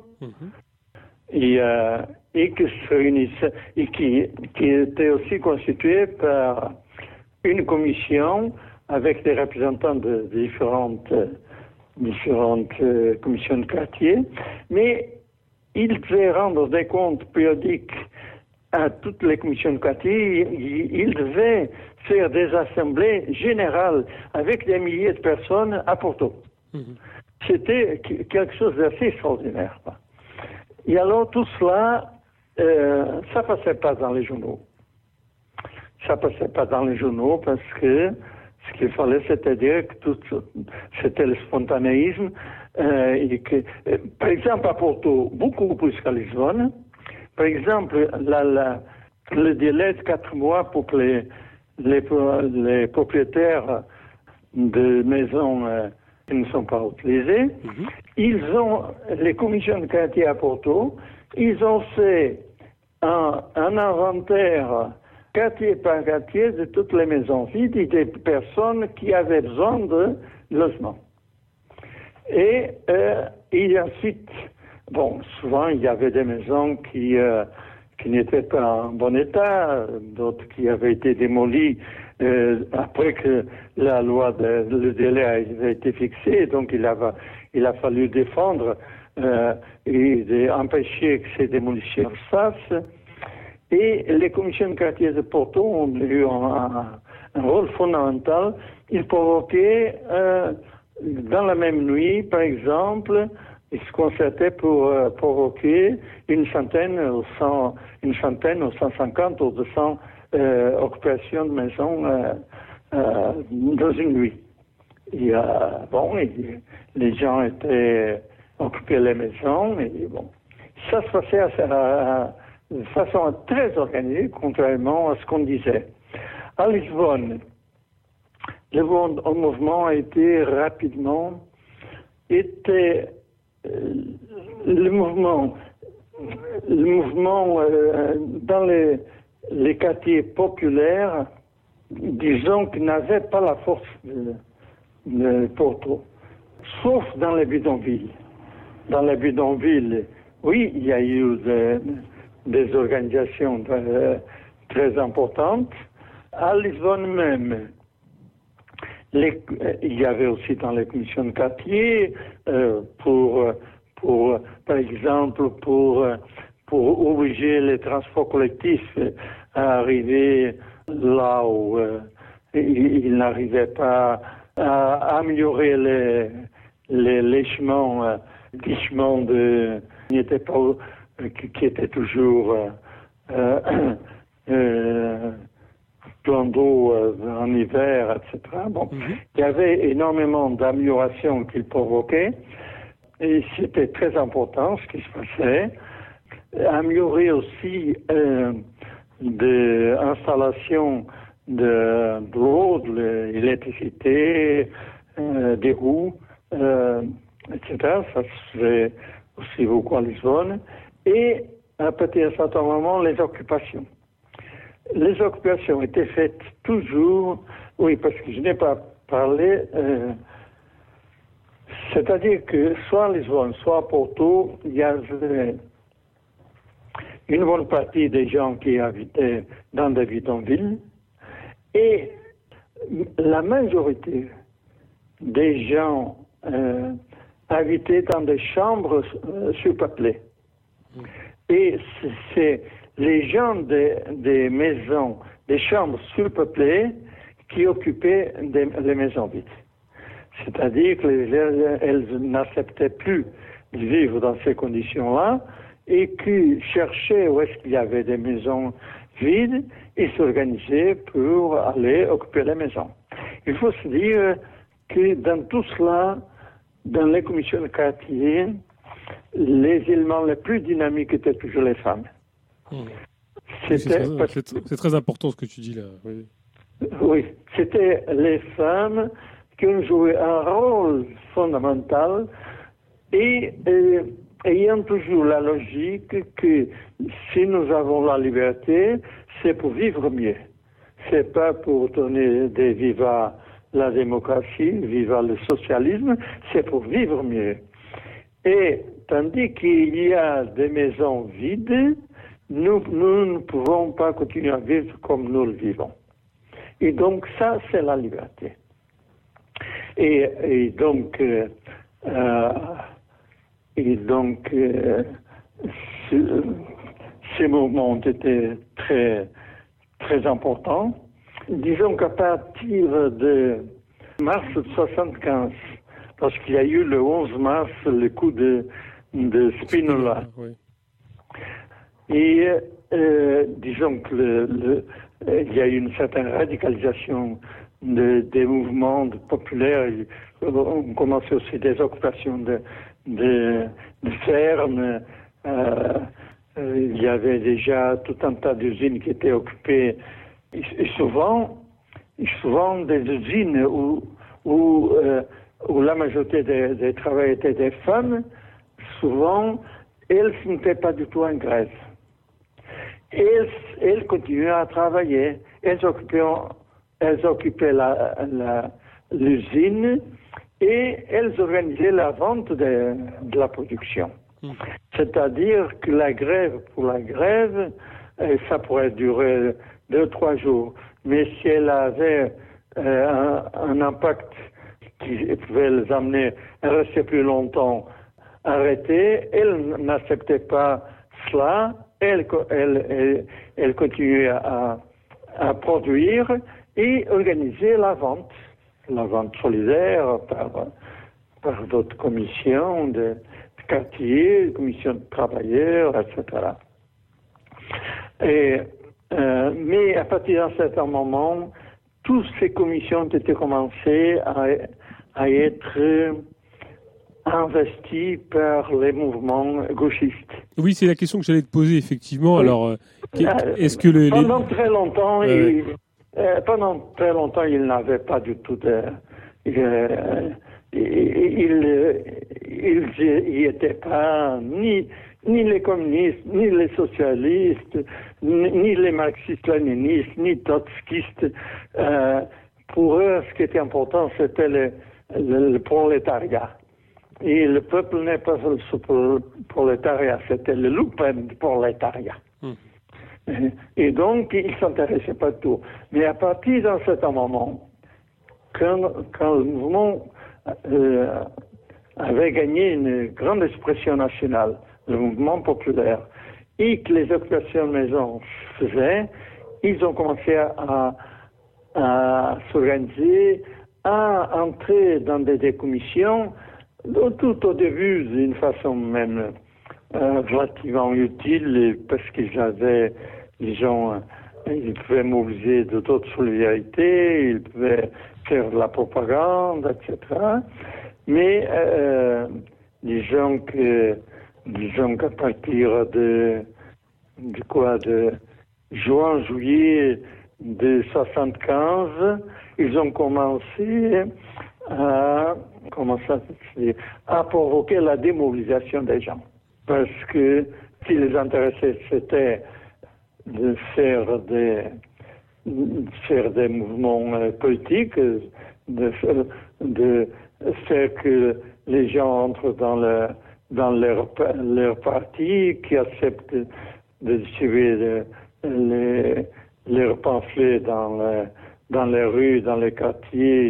et qui se réunissait, et qui était aussi constitué par une commission avec des représentants de différentes commissions de quartier, mais il devait rendre des comptes périodiques à toutes les commissions de quartier. Il devait faire des assemblées générales avec des milliers de personnes à Porto. C'était quelque chose d'assez extraordinaire. Et alors tout cela, ça passait pas dans les journaux. Ça passait pas dans les journaux parce que ce qu'il fallait, c'était dire que c'était le spontanéisme. Par exemple, à Porto, beaucoup plus qu'à Lisbonne. Par exemple, le délai de 4 mois pour que les propriétaires de maisons qui ne sont pas utilisées, les commissions de quartier à Porto, ils ont fait un inventaire quartier par quartier de toutes les maisons vides et des personnes qui avaient besoin de logement. Et ensuite, souvent il y avait des maisons qui n'étaient pas en bon état, d'autres qui avaient été démolies après que la loi, le délai avait été fixé, donc il a fallu défendre et empêcher que ces démolitions se fassent. Et les commissions de quartier de Porto ont eu un rôle fondamental. Ils provoquaient, dans la même nuit, par exemple, ils se concertaient pour provoquer une centaine ou 150 ou 200 occupations de maisons dans une nuit. Et, les gens occupaient les maisons et ça se passait de façon très organisée, contrairement à ce qu'on disait. À Lisbonne, le mouvement a été rapidement, le mouvement dans les quartiers populaires, disons qu'ils n'avaient pas la force de Porto, sauf dans les bidonvilles. Dans les bidonvilles, oui, il y a eu des organisations très importantes. À Lisbonne même, il y avait aussi dans les commissions de quartier, par exemple, pour obliger les transports collectifs à arriver là où ils n'arrivaient pas à améliorer les chemins qui étaient toujours plein d'eau en hiver, etc. Il y avait énormément d'améliorations qu'ils provoquaient et c'était très important ce qui se passait. Améliorer aussi d'installations de l'eau, de l'électricité, des roues, etc. Ça se fait aussi beaucoup à Lisbonne. Et à partir d'un certain moment, les occupations. Les occupations étaient faites toujours, oui, parce que je n'ai pas parlé, c'est-à-dire que soit à Lisbonne, soit à Porto, il y avait une bonne partie des gens qui habitaient dans des bidonvilles et la majorité des gens habitaient dans des chambres surpeuplées. Et c'est les gens des maisons, des chambres surpeuplées qui occupaient les maisons vides. C'est-à-dire qu'elles n'acceptaient plus de vivre dans ces conditions-là et qui cherchaient où est-ce qu'il y avait des maisons vides et s'organisaient pour aller occuper les maisons. Il faut se dire que dans tout cela, dans les commissions de quartier, les éléments les plus dynamiques étaient toujours les femmes. C'est très important ce que tu dis là. Oui, oui, c'était les femmes qui ont joué un rôle fondamental et ayant toujours la logique que si nous avons la liberté, c'est pour vivre mieux. C'est pas pour donner des viva la démocratie, viva le socialisme, c'est pour vivre mieux. Et tandis qu'il y a des maisons vides, nous ne pouvons pas continuer à vivre comme nous le vivons. Et donc ça, c'est la liberté. Et donc ces mouvements ont été très, très importants. Disons qu'à partir de mars 1975, lorsqu'il y a eu le 11 mars le coup de Spinola, oui. Et disons que il y a eu une certaine radicalisation des mouvements populaires. On commençait aussi des occupations de fermes. Il y avait déjà tout un tas d'usines qui étaient occupées. Et souvent des usines où la majorité des travailleurs étaient des femmes, souvent, elles n'étaient pas du tout en grève. Elles continuaient à travailler. Elles occupaient l'usine et elles organisaient la vente de la production. C'est-à-dire que la grève pour la grève, ça pourrait durer 2-3 jours. Mais si elle avait un impact qui pouvait les amener à rester plus longtemps arrêtés, elles n'acceptaient pas cela. Elles continuaient à produire et organiser la vente solidaire par d'autres commissions de quartier, commissions de travailleurs, etc. Mais à partir d'un certain moment, toutes ces commissions ont été commencées à être investies par les mouvements gauchistes. Oui, c'est la question que j'allais te poser, effectivement. Oui. Alors, est-ce que pendant très longtemps, ils n'avaient pas du tout de... Ils n'y étaient pas ni les communistes, ni les socialistes, ni les marxistes-léninistes, ni trotskistes. Pour eux, ce qui était important, c'était le prolétariat. Et le peuple n'est pas le prolétariat, c'était le lumpen du prolétariat. Et donc, ils ne s'intéressaient pas à tout. Mais à partir d'un certain moment, quand le mouvement avait gagné une grande expression nationale, le mouvement populaire, et que les occupations de maison se faisaient, ils ont commencé à s'organiser, à entrer dans des commissions, tout au début d'une façon même relativement utile, parce qu'ils avaient, disons, ils pouvaient mobiliser d'autres solidarités, ils pouvaient faire de la propagande, etc. Mais disons qu'à partir de juin-juillet de 75, ils ont commencé à provoquer la démobilisation des gens. Parce que ce qui les intéressait, c'était de faire des mouvements politiques, de faire que les gens entrent dans leur parti, qui acceptent de distribuer leurs pamphlets dans les rues, dans les quartiers,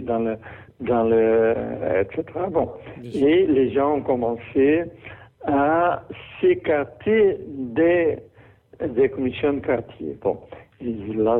etc. Bon. Et les gens ont commencé à s'écarter des commissions de quartier. Bon. Et là,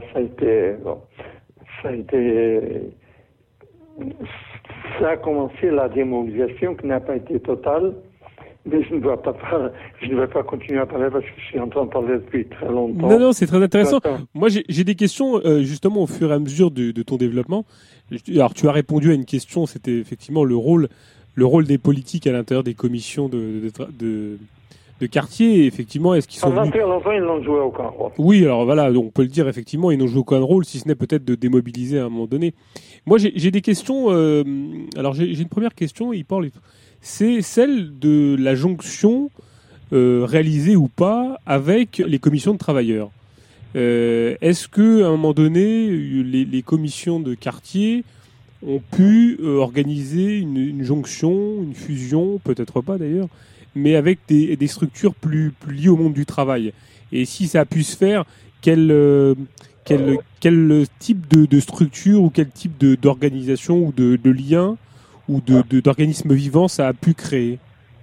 ça a commencé la démobilisation qui n'a pas été totale. Mais je ne vais pas continuer à parler parce que je suis en train de parler depuis très longtemps. Non, c'est très intéressant. Moi, j'ai des questions justement au fur et à mesure de ton développement. Alors, tu as répondu à une question, c'était effectivement le rôle des politiques à l'intérieur des commissions de quartier. Et effectivement, est-ce qu'ils sont pendant très longtemps, ils n'ont joué aucun rôle. Oui, alors voilà, on peut le dire effectivement, ils n'ont joué aucun rôle, si ce n'est peut-être de démobiliser à un moment donné. Moi, j'ai des questions. Alors, j'ai une première question. C'est celle de la jonction réalisée ou pas avec les commissions de travailleurs. Est-ce que à un moment donné, les commissions de quartier ont pu organiser une jonction, une fusion, peut-être pas d'ailleurs, mais avec des structures plus liées au monde du travail? Et si ça a pu se faire, quel type de structure ou quel type d'organisation ou de lien ou d'organismes vivants ça a pu créer?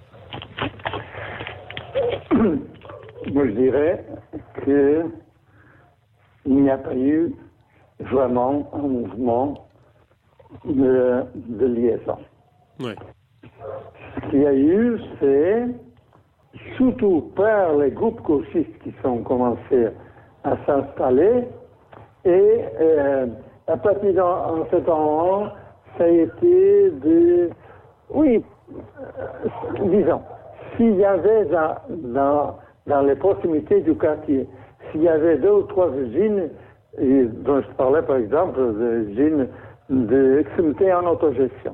Moi, je dirais qu'il n'y a pas eu vraiment un mouvement de liaison. Ouais. Ce qu'il y a eu, c'est surtout par les groupes gauchistes qui sont commencés à s'installer et à partir de ce temps, ça a été de... Oui, disons, s'il y avait dans les proximités du quartier, s'il y avait 2 ou 3 usines, dont je parlais par exemple des usines d'extrémité en autogestion.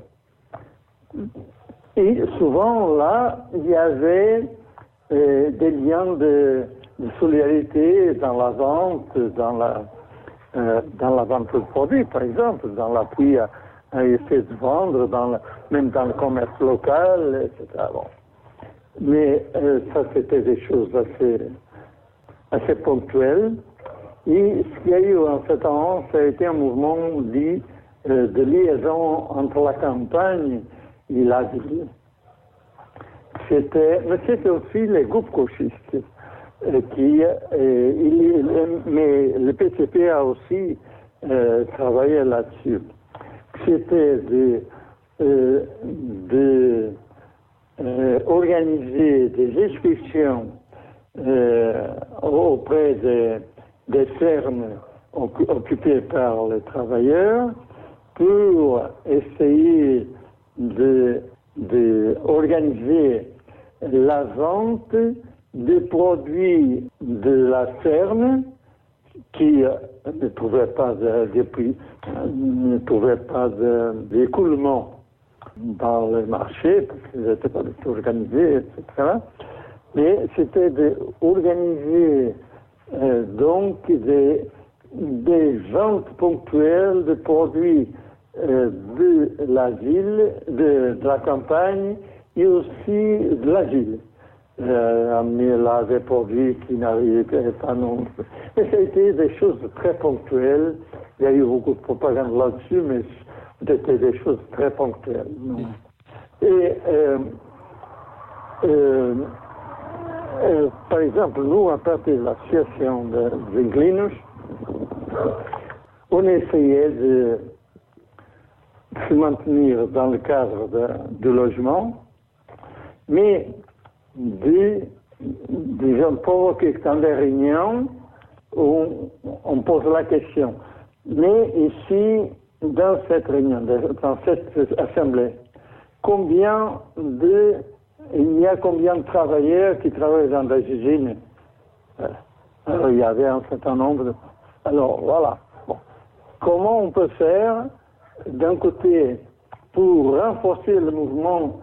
Et souvent là, il y avait des liens de solidarité dans la vente, dans la vente de produits par exemple, dans l'appui à essayer de vendre, même dans le commerce local, etc. Bon. Mais ça c'était des choses assez ponctuelles. Et ce qu'il y a eu en ce temps, ça a été un mouvement dit de liaison entre la campagne et la ville. Mais c'était aussi les groupes gauchistes mais le PCP a aussi travaillé là-dessus. C'était organiser des expéditions auprès des fermes occupées par les travailleurs pour essayer d'organiser la vente des produits de la ferme qui ne trouvaient pas d'écoulement dans le marché parce qu'ils n'étaient pas du tout organisés, etc. Mais c'était d'organiser donc des ventes ponctuelles de produits de la ville, de la campagne et aussi de la ville. Amener là des produits qui n'arrivaient pas non plus. Mais ça a été des choses très ponctuelles. Il y a eu beaucoup de propagande là-dessus, mais c'était des choses très ponctuelles. Et par exemple, nous, à partir de l'association des inquilinos, on essayait de se maintenir dans le cadre du logement, mais disons, provoquer dans des réunions où on pose la question. Mais ici, dans cette réunion, dans cette assemblée, il y a combien de travailleurs qui travaillent dans des usines? Alors, il y avait un certain nombre de... Alors, voilà. Bon. Comment on peut faire, d'un côté, pour renforcer le mouvement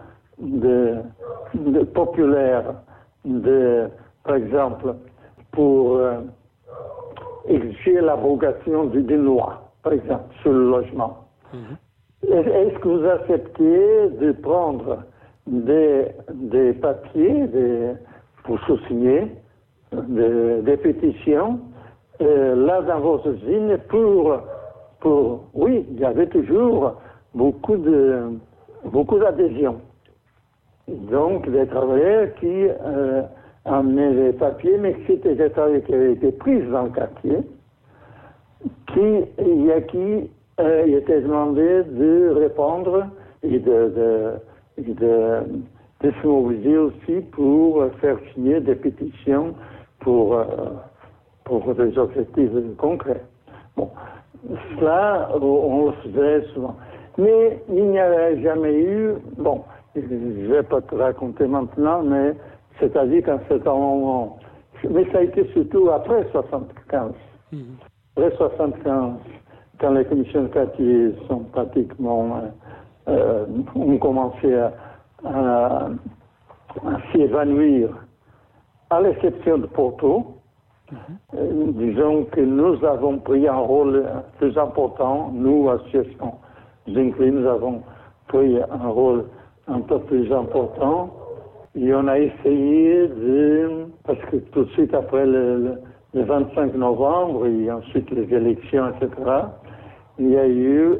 populaire, par exemple, pour exiger l'abrogation d'une loi, par exemple, sur le logement. Est-ce que vous acceptez de prendre des papiers pour sous-signer des pétitions là dans vos usines oui, il y avait toujours beaucoup d'adhésions. Donc des travailleurs qui amenaient des papiers, mais c'était des travailleurs qui avaient été pris dans le quartier, qui étaient demandés de répondre et de se mobiliser aussi pour faire signer des pétitions pour des objectifs concrets. Bon, cela, on le faisait souvent. Mais il n'y avait jamais eu, bon, je ne vais pas te raconter maintenant, mais c'est-à-dire qu'à un certain moment, mais ça a été surtout après 75. Après 75, quand les commissions de quartier sont pratiquement, ont commencé à s'y évanouir, à l'exception de Porto, disons que nous avons pris un rôle plus important, nous, association Zincli, nous avons pris un rôle un peu plus important et on a essayé parce que tout de suite après le 25 novembre et ensuite les élections, etc., il y a eu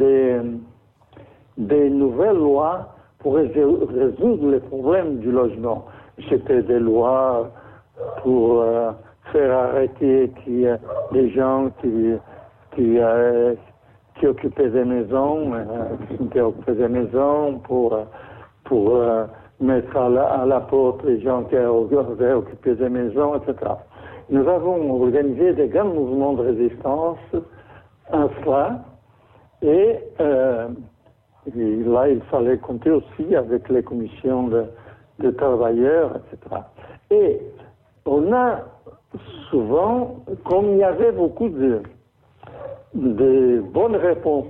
des nouvelles lois pour résoudre les problèmes du logement. C'était des lois pour faire arrêter les gens qui occupaient des maisons, pour mettre à la porte les gens qui avaient occupé des maisons, etc. Nous avons organisé des grands mouvements de résistance à cela. Et là, il fallait compter aussi avec les commissions de travailleurs, etc. Et on a souvent, comme il y avait beaucoup de bonnes réponses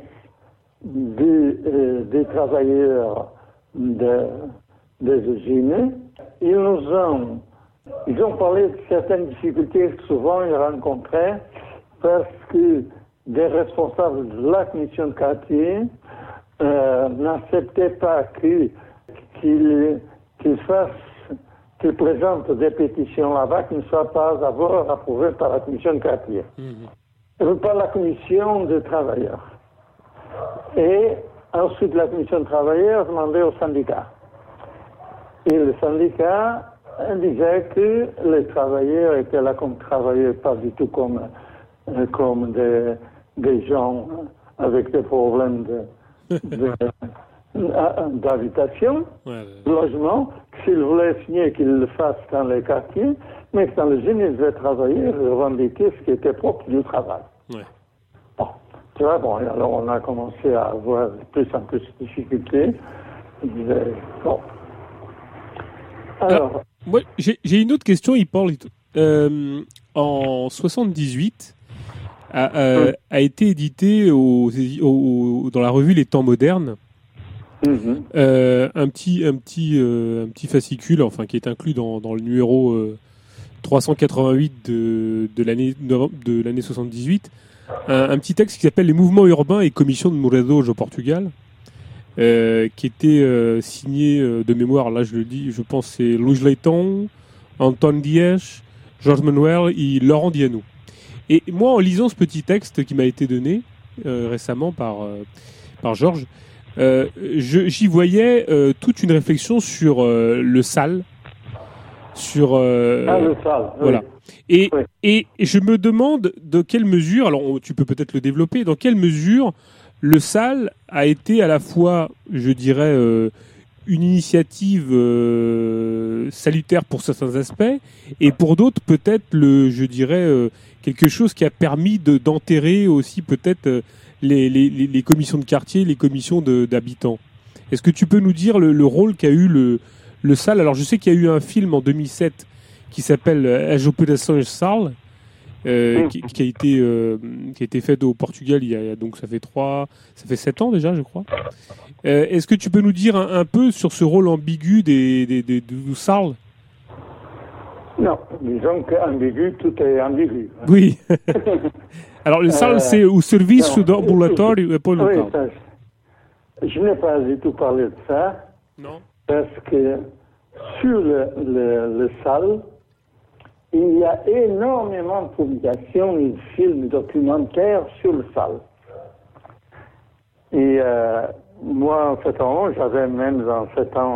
des travailleurs des usines, ils ont parlé de certaines difficultés que souvent ils rencontraient parce que des responsables de la commission de quartier n'acceptaient pas qu'ils présentent des pétitions là-bas qui ne soient pas d'abord approuvées par la commission de quartier, par la commission de travailleurs. Et ensuite, la commission de travailleurs demandait au syndicat. Et le syndicat disait que les travailleurs étaient là comme travailleurs, pas du tout comme des gens avec des problèmes d'habitation, de logement, s'ils voulaient signer, qu'ils le fassent dans les quartiers, mais que dans les usines, ils devaient travailler, revendiquer ce qui était propre du travail. Ouais. Bon, tu vois, bon, alors on a commencé à avoir de plus en plus de difficultés. Bon. Alors, moi, j'ai une autre question. Il parle en 78 a été édité dans la revue Les Temps modernes un petit fascicule, enfin qui est inclus dans le numéro 388 de l'année 78, un petit texte qui s'appelle Les mouvements urbains et commissions de Mourados au Portugal. Qui était signé de mémoire, là je le dis, je pense c'est Luis Leitão, Anton Dias, Georges Manuel et Laurent Dianou. Et moi, en lisant ce petit texte qui m'a été donné récemment par Georges, j'y voyais toute une réflexion sur le sale, sur le sale, voilà. Oui. Et je me demande de quelle mesure, alors tu peux peut-être le développer, dans quelle mesure le SAL a été à la fois, je dirais, une initiative salutaire pour certains aspects, et pour d'autres, peut-être, je dirais, quelque chose qui a permis d'enterrer aussi peut-être les commissions de quartier, les commissions d'habitants. Est-ce que tu peux nous dire le rôle qu'a eu le SAL? Alors, je sais qu'il y a eu un film en 2007 qui s'appelle As Operações SAL, qui a été fait au Portugal donc ça fait 7 ans déjà, je crois. Est-ce que tu peux nous dire un peu sur ce rôle ambigu du SAL? Non, disons qu'ambigu, tout est ambigu. Oui. Alors le SAL, c'est au service d'ambulatório et pas local. Oui, je n'ai pas du tout parlé de ça. Non. Parce que sur le SAL, il y a énormément de publications, de films documentaires sur le SAL. Et moi, en fait, j'avais même dans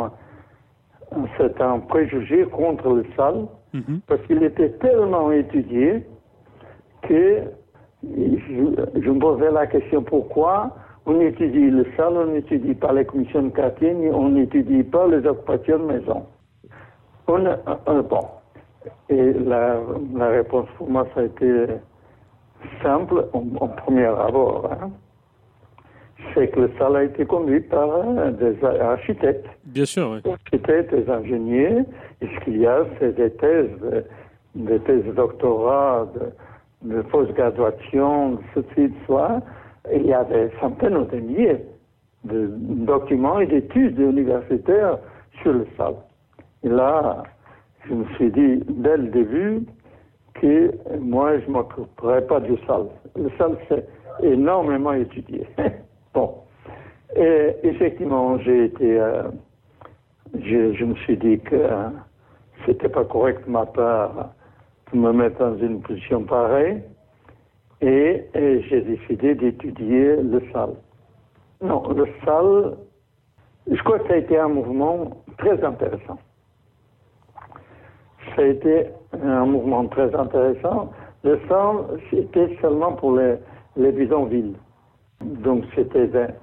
un préjugé contre le SAL, parce qu'il était tellement étudié que je me posais la question pourquoi on étudie le SAL, on n'étudie pas les commissions de quartier, on n'étudie pas les occupations de maison. Bon. Et la réponse pour moi, ça a été simple, en premier abord. C'est que le SAL a été conduit par des architectes. Bien sûr, oui. Des architectes, des ingénieurs. Et ce qu'il y a, c'est des thèses de doctorat, de post-graduation, de ceci, de cela. Et il y a des centaines ou des milliers de documents et d'études universitaires sur le SAL. Et là, je me suis dit dès le début que moi, je ne m'occuperais pas du SAL. Le SAL, c'est énormément étudié. Bon. Et effectivement, je me suis dit que c'était pas correct de ma part de me mettre dans une position pareille. Et j'ai décidé d'étudier le SAL. Non, le SAL, je crois que ça a été un mouvement très intéressant. Ça a été un mouvement très intéressant. Le SAL, c'était seulement pour les bidonvilles. Donc, c'était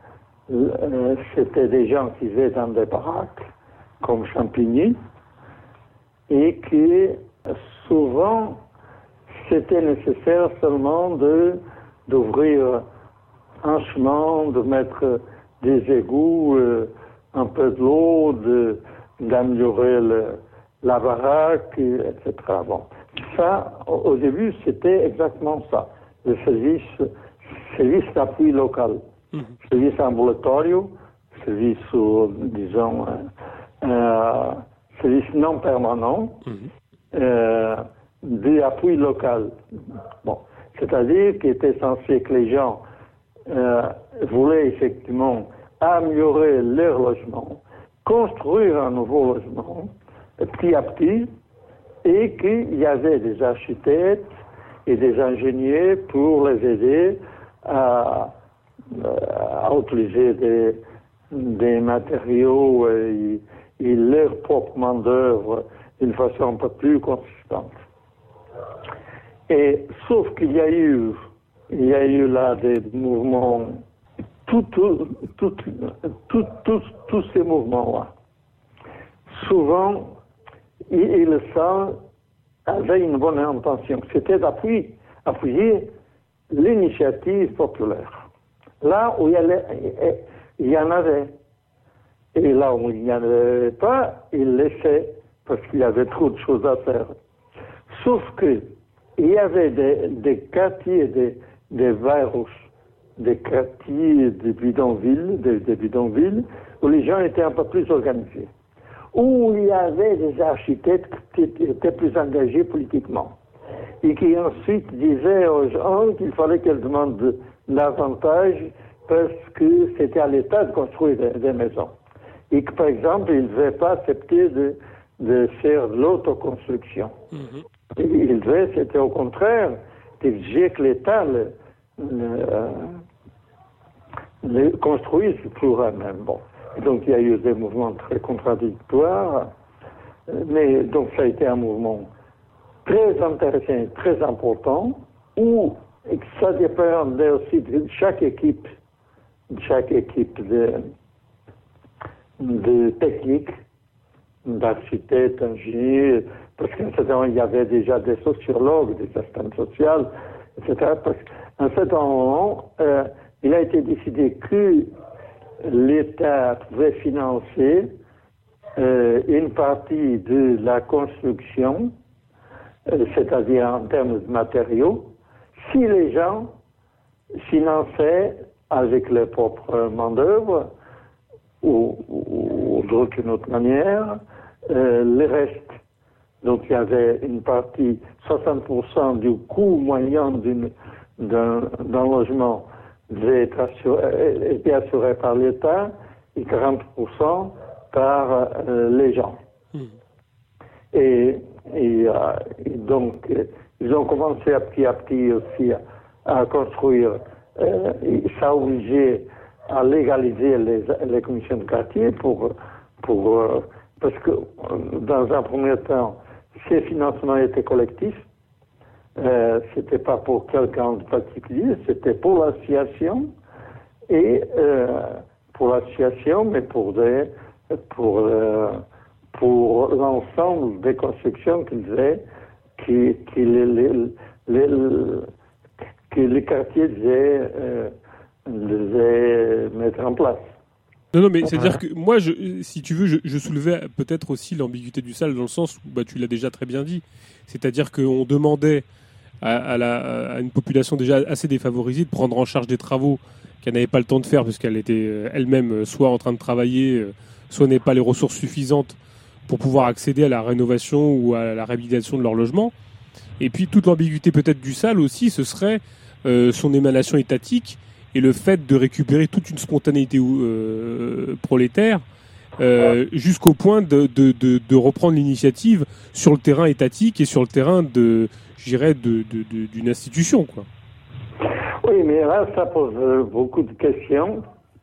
des gens qui vivaient dans des baraques, comme Champigny, et qui, souvent, c'était nécessaire seulement de d'ouvrir un chemin, de mettre des égouts, un peu de l'eau, d'améliorer la baraque, etc. Bon. Ça, au début, c'était exactement ça. Le service d'appui local. Service ambulatório, service, disons, service non permanent, d'appui local. Bon. C'est-à-dire qu'il était censé que les gens voulaient effectivement améliorer leur logement, construire un nouveau logement, petit à petit, et qu'il y avait des architectes et des ingénieurs pour les aider à utiliser des matériaux et leur propre main-d'œuvre d'une façon un peu plus consistante. Et sauf qu'il y a eu là des mouvements, tous ces mouvements-là, souvent, ils avaient une bonne intention, c'était d'appuyer l'initiative populaire. Là où il y en avait, et là où il n'y en avait pas, ils laissaient, parce qu'il y avait trop de choses à faire. Sauf que il y avait des quartiers, des virus, des quartiers des bidonvilles, où les gens étaient un peu plus organisés, où il y avait des architectes qui étaient plus engagés politiquement, et qui ensuite disaient aux gens qu'il fallait qu'ils demandent davantage parce que c'était à l'État de construire des maisons. Et que, par exemple, ils ne devaient pas accepter de faire de l'autoconstruction. Ils devaient, c'était au contraire, d'exiger que l'État le construise pour eux-mêmes. Bon. Donc il y a eu des mouvements très contradictoires, mais donc ça a été un mouvement très intéressant et très important, où ça dépendait aussi de chaque équipe de techniques, d'architectes, d'ingénieurs, parce qu'à un certain moment, il y avait déjà des sociologues, des assistants sociaux, etc. Parce qu'à un certain moment, il a été décidé que l'État pouvait financer une partie de la construction, c'est-à-dire en termes de matériaux, si les gens finançaient avec leur propre main-d'œuvre ou d'une autre manière le reste. Donc il y avait une partie, 60% du coût moyen d'un logement était assuré par l'État et 40% par les gens. Et donc ils ont commencé à petit aussi à construire, ça a obligé à légaliser les commissions de quartier parce que dans un premier temps, ces financements étaient collectifs. C'était pas pour quelqu'un de particulier, c'était pour l'association et mais pour l'ensemble des constructions qu'ils faisaient, que les quartiers devaient mettre en place. Non, mais c'est-à-dire que moi, si tu veux, je soulevais peut-être aussi l'ambiguïté du SAL dans le sens où tu l'as déjà très bien dit. C'est-à-dire qu'on demandait à une population déjà assez défavorisée de prendre en charge des travaux qu'elle n'avait pas le temps de faire parce qu'elle était elle-même soit en train de travailler, soit n'avait pas les ressources suffisantes pour pouvoir accéder à la rénovation ou à la réhabilitation de leur logement. Et puis toute l'ambiguïté peut-être du SAL aussi, ce serait son émanation étatique et le fait de récupérer toute une spontanéité prolétaire jusqu'au point de reprendre l'initiative sur le terrain étatique et sur le terrain d'une institution, quoi. Oui, mais là, ça pose beaucoup de questions.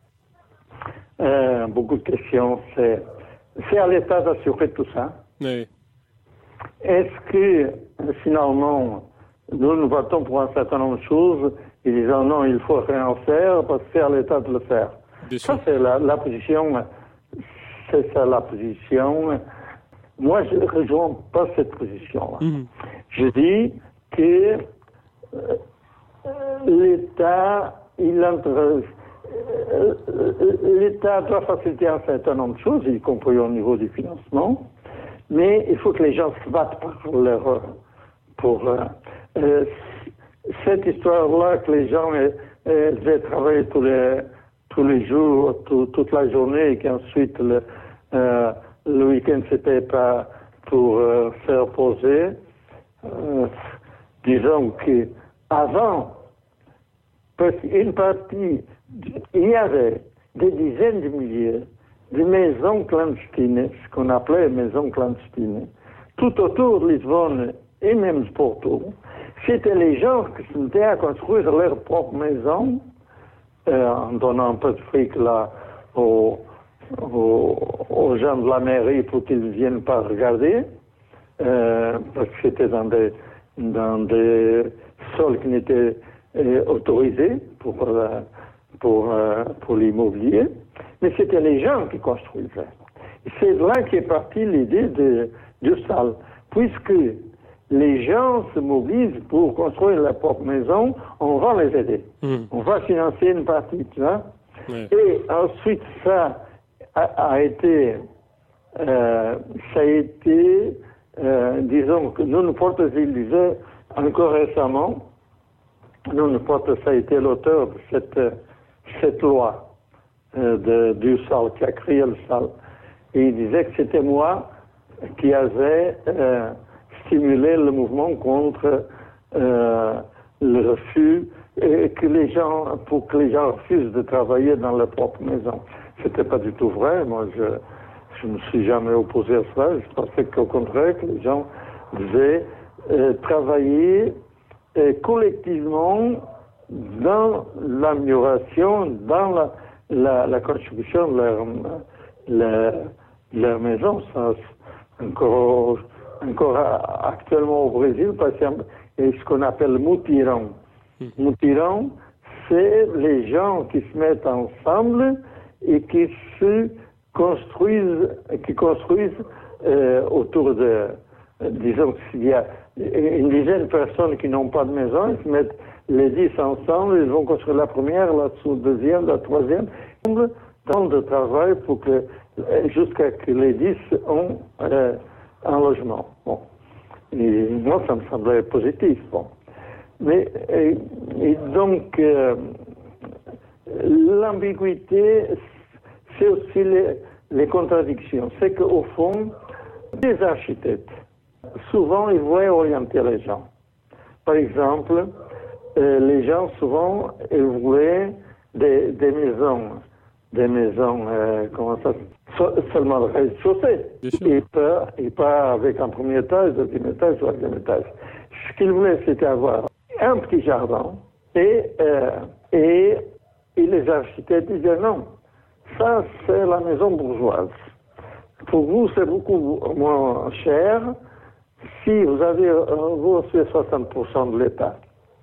C'est à l'État d'assurer tout ça. Oui. Est-ce que, finalement, nous votons pour un certain nombre de choses et disons non, il faut rien faire parce que c'est à l'État de le faire. Ça, c'est la position. C'est ça la position. Moi, je ne rejoins pas cette position-là. Je dis que l'État doit faciliter un certain nombre de choses, y compris au niveau du financement, mais il faut que les gens se battent cette histoire-là que les gens aient travaillé tous les jours, toute la journée, et qu'ensuite le week-end c'était pas pour faire poser. Disons qu'avant, une partie, il y avait des dizaines de milliers de maisons clandestines, ce qu'on appelait maisons clandestines, tout autour de Lisbonne et même de Porto. C'était les gens qui se mettaient à construire leur propre maison, en donnant un peu de fric là aux gens de la mairie pour qu'ils ne viennent pas regarder, parce que c'était dans des sols qui n'étaient autorisés pour l'immobilier, mais c'était les gens qui construisaient. C'est de là qu'est partie l'idée du SAL, puisque les gens se mobilisent pour construire leur propre maison, on va les aider. On va financer une partie, tu vois. Ouais. Et ensuite, ça a été, disons que nous portons l'idée encore récemment, ça a été l'auteur de cette loi du SAL, qui a créé le SAL. Et il disait que c'était moi qui avait stimulé le mouvement contre le refus, et pour que les gens refusent de travailler dans leur propre maison. C'était pas du tout vrai. Moi, je ne me suis jamais opposé à cela. Je pensais qu'au contraire, que les gens devaient travailler collectivement dans l'amélioration, dans la construction de leur maison. Ça, encore actuellement au Brésil, par exemple, il y a ce qu'on appelle mutirão. Mutirão, c'est les gens qui se mettent ensemble et qui construisent autour de, disons s'il y a une dizaine de personnes qui n'ont pas de maison, ils se mettent les 10 ensemble, ils vont construire la première, la deuxième, la troisième, temps de travail jusqu'à ce que les 10 ont un logement. Bon. Et moi, ça me semblait positif. Bon. Mais, et donc, l'ambiguïté, c'est aussi les contradictions. C'est qu'au fond, les architectes, souvent, ils voulaient orienter les gens. Par exemple, les gens, souvent, ils voulaient des maisons, comment ça, seulement le rez-de-chaussée, et pas avec un premier étage, deuxième étage, troisième étage. Ce qu'ils voulaient, c'était avoir un petit jardin, et les architectes disaient non, ça c'est la maison bourgeoise. Pour vous, c'est beaucoup moins cher si vous avez reçu 60% de l'État.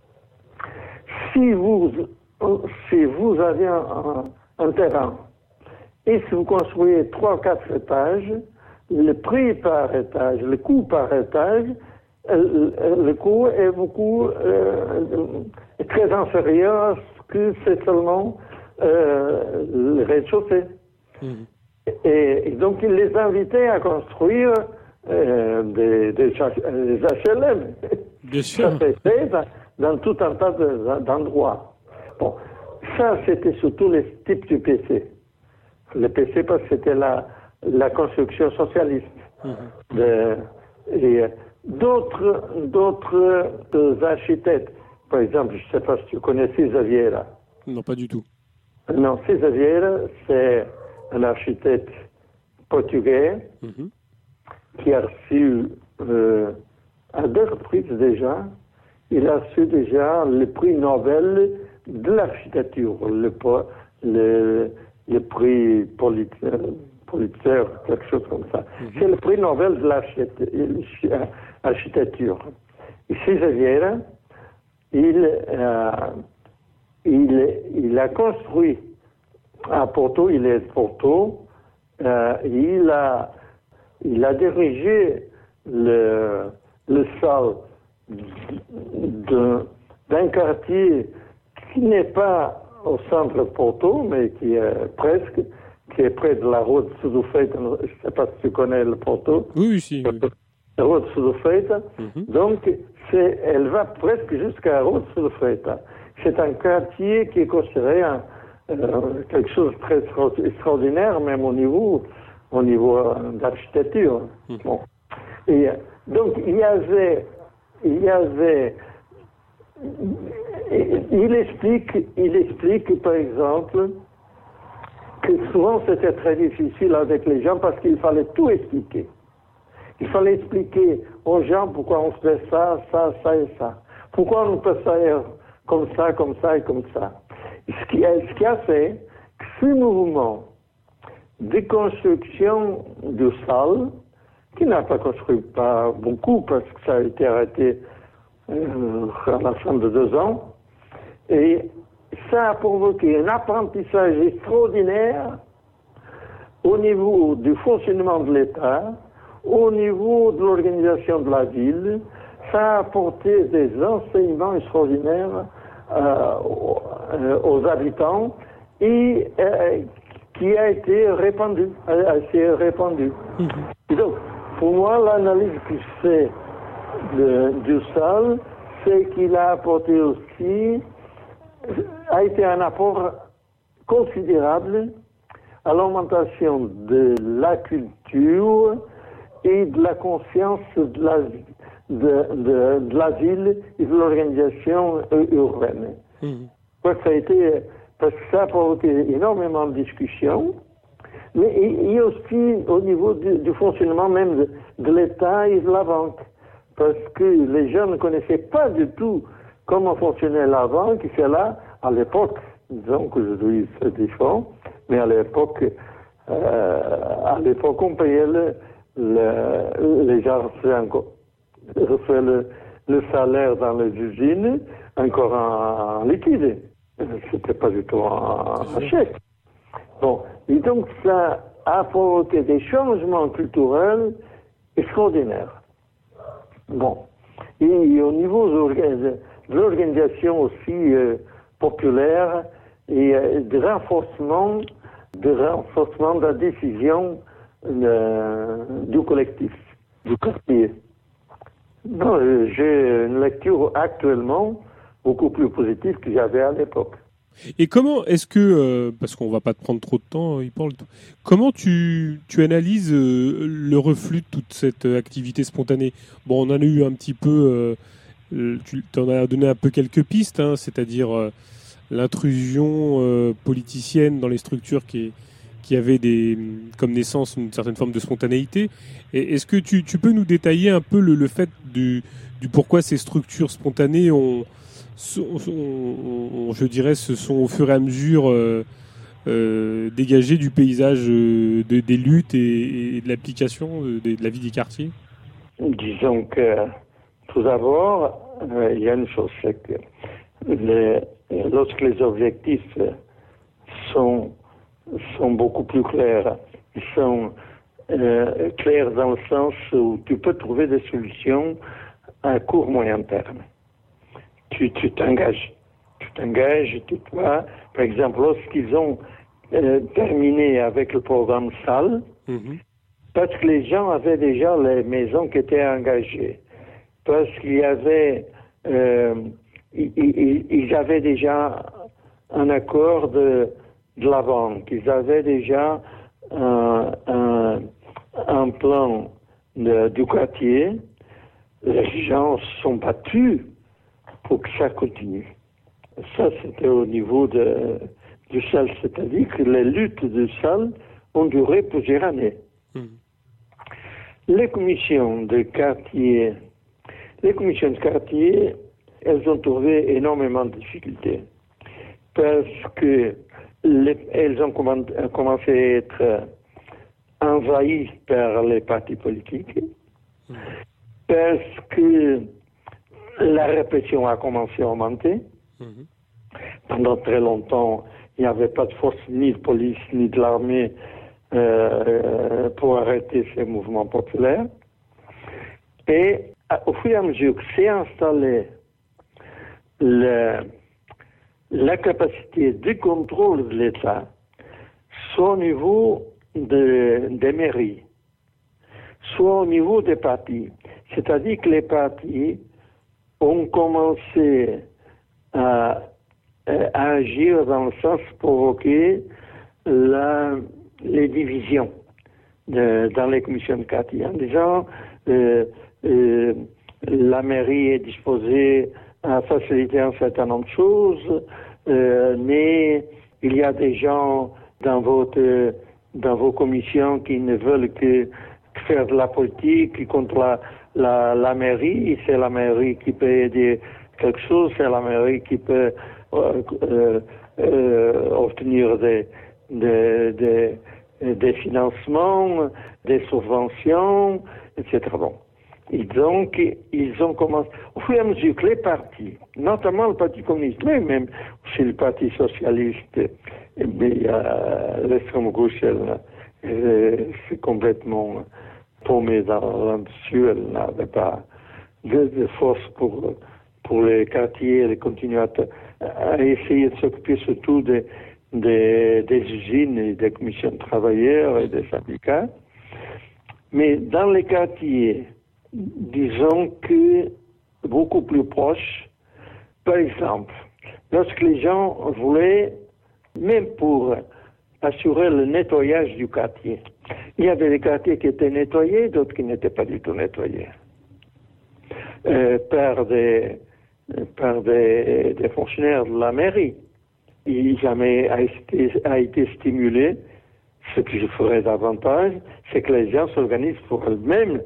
Si vous avez un terrain, et si vous construisez 3 ou 4 étages, le prix par étage, le coût par étage, le coût est très inférieur à ce que c'est seulement le rez-de-chaussée. Et donc il les invitait à construire des HLM. Bien sûr. Ça s'est fait dans tout un tas d'endroits. Bon, ça c'était surtout les types du PC. Le PC parce que c'était la construction socialiste. Et d'autres architectes, par exemple, je ne sais pas si tu connais César Vieira. Non, pas du tout. Non, César Vieira, c'est un architecte portugais qui a reçu à 2 reprises déjà, il a reçu déjà le prix Nobel de l'architecture, le prix Pulitzer, quelque chose comme ça. C'est le prix Nobel de l'architecture. Et César Vieira, il a construit à Porto, il est de Porto, il a dirigé le SAL d'un quartier qui n'est pas au centre de Porto, mais qui est presque, qui est près de la route Sudufeita. Je ne sais pas si tu connais le Porto. Oui, si. Oui. La route Sudufeita. Donc, elle va presque jusqu'à la route Sudufeita. C'est un quartier qui est considéré quelque chose de très extraordinaire, même au niveau d'architecture. Bon. Et donc, il explique, par exemple, que souvent c'était très difficile avec les gens parce qu'il fallait tout expliquer. Il fallait expliquer aux gens pourquoi on fait ça, ça, ça et ça. Pourquoi on peut faire comme ça et comme ça. Ce qui a fait que ce mouvement de construction de salles, qui n'a pas construit pas beaucoup parce que ça a été arrêté à la fin de 2 ans, et ça a provoqué un apprentissage extraordinaire au niveau du fonctionnement de l'État, au niveau de l'organisation de la ville. Ça a apporté des enseignements extraordinaires aux habitants et qui a été répandu. Et donc, pour moi, l'analyse que je fais du SAL, c'est qu'il a apporté aussi, a été un apport considérable à l'augmentation de la culture et de la conscience de la ville et de l'organisation urbaine. Parce que ça a provoqué énormément de discussions, mais et aussi au niveau du fonctionnement même de l'État et de la banque. Parce que les gens ne connaissaient pas du tout comment fonctionnait la banque, et c'est là, à l'époque, disons qu'aujourd'hui c'est différent, mais à l'époque, on payait les gens reçoivent le salaire dans les usines encore en liquide. C'était pas du tout en chèque. Bon, et donc ça a provoqué des changements culturels extraordinaires. Bon, et au niveau de l'organisation aussi populaire et de renforcement de la décision du collectif, du quartier. Non, j'ai une lecture actuellement beaucoup plus positive que j'avais à l'époque. Et comment est-ce que, parce qu'on va pas te prendre trop de temps, Hippolyte, comment tu analyses le reflux de toute cette activité spontanée? Bon, on en a eu un petit peu, tu t'en as donné un peu quelques pistes, hein, c'est-à-dire l'intrusion politicienne dans les structures qui avaient comme naissance une certaine forme de spontanéité. Et est-ce que tu peux nous détailler un peu le fait du pourquoi ces structures spontanées je dirais, se sont au fur et à mesure dégagées du paysage des luttes et de l'application de la vie des quartiers? Disons que, tout d'abord, il y a une chose, c'est que lorsque les objectifs sont beaucoup plus clairs, ils sont clairs dans le sens où tu peux trouver des solutions à court moyen terme. Tu t'engages, tu vois. Par exemple, lorsqu'ils ont terminé avec le programme SAL, parce que les gens avaient déjà les maisons qui étaient engagées, parce qu'il y avait, ils avaient déjà un accord de la banque, ils avaient déjà un plan du quartier, les gens se sont battus pour que ça continue. Ça, c'était au niveau du SAL, c'est-à-dire que les luttes du SAL ont duré plusieurs années. Les commissions de quartier, elles ont trouvé énormément de difficultés parce que elles ont commencé à être envahies par les partis politiques, parce que la répression a commencé à augmenter. Pendant très longtemps, il n'y avait pas de force ni de police ni de l'armée pour arrêter ces mouvements populaires. Et au fur et à mesure que s'est installé la capacité de contrôle de l'État, soit au niveau des mairies, soit au niveau des partis. C'est-à-dire que les partis ont commencé à agir dans le sens de provoquer les divisions dans les commissions de quartier, en disant la mairie est disposée à faciliter un certain nombre de choses, mais il y a des gens dans vos commissions qui ne veulent que faire de la politique contre la mairie. C'est la mairie qui peut aider quelque chose, c'est la mairie qui peut obtenir des financements, des subventions, etc. Bon. Et donc, ils ont commencé, au fur et à mesure que les partis, notamment le Parti communiste, mais même chez le Parti socialiste, l'extrême gauche, c'est complètement tombé là-dessus, elle n'avait pas de force pour les quartiers, elle continue à essayer de s'occuper surtout des usines et des commissions de travailleurs et des syndicats. Mais dans les quartiers, disons que beaucoup plus proches, par exemple, lorsque les gens voulaient, même pour assurer le nettoyage du quartier, il y avait des quartiers qui étaient nettoyés, d'autres qui n'étaient pas du tout nettoyés, par des fonctionnaires de la mairie. Il jamais a été stimulé. Ce que je ferais davantage, c'est que les gens s'organisent pour eux-mêmes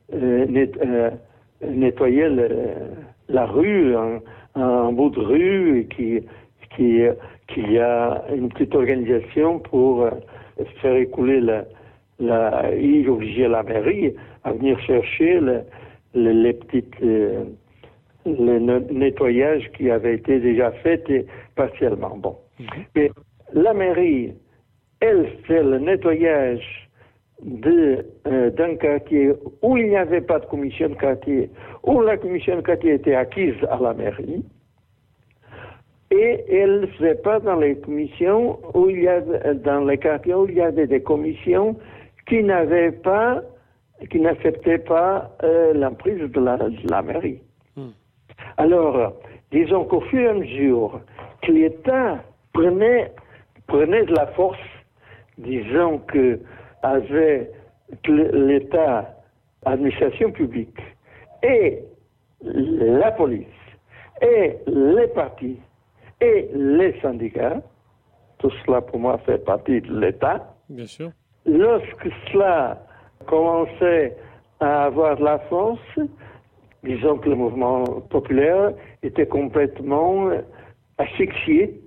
nettoyer la rue, un bout de rue, qu'il y a une petite organisation pour faire écouler il obligeait la mairie à venir chercher les petites le nettoyage qui avait été déjà fait partiellement. Bon. Mais la mairie, elle fait le nettoyage d'un quartier où il n'y avait pas de commission de quartier, où la commission de quartier était acquise à la mairie, et elle ne faisait pas dans les commissions où il y avait, dans les quartiers où il y avait des commissions qui n'acceptaient pas l'emprise de la mairie. Alors, disons qu'au fur et à mesure que l'État prenait de la force, disons que l'État, administration publique, et la police, et les partis, et les syndicats, tout cela pour moi fait partie de l'État. Bien sûr. Lorsque cela commençait à avoir de la force, disons que le mouvement populaire était complètement asphyxié,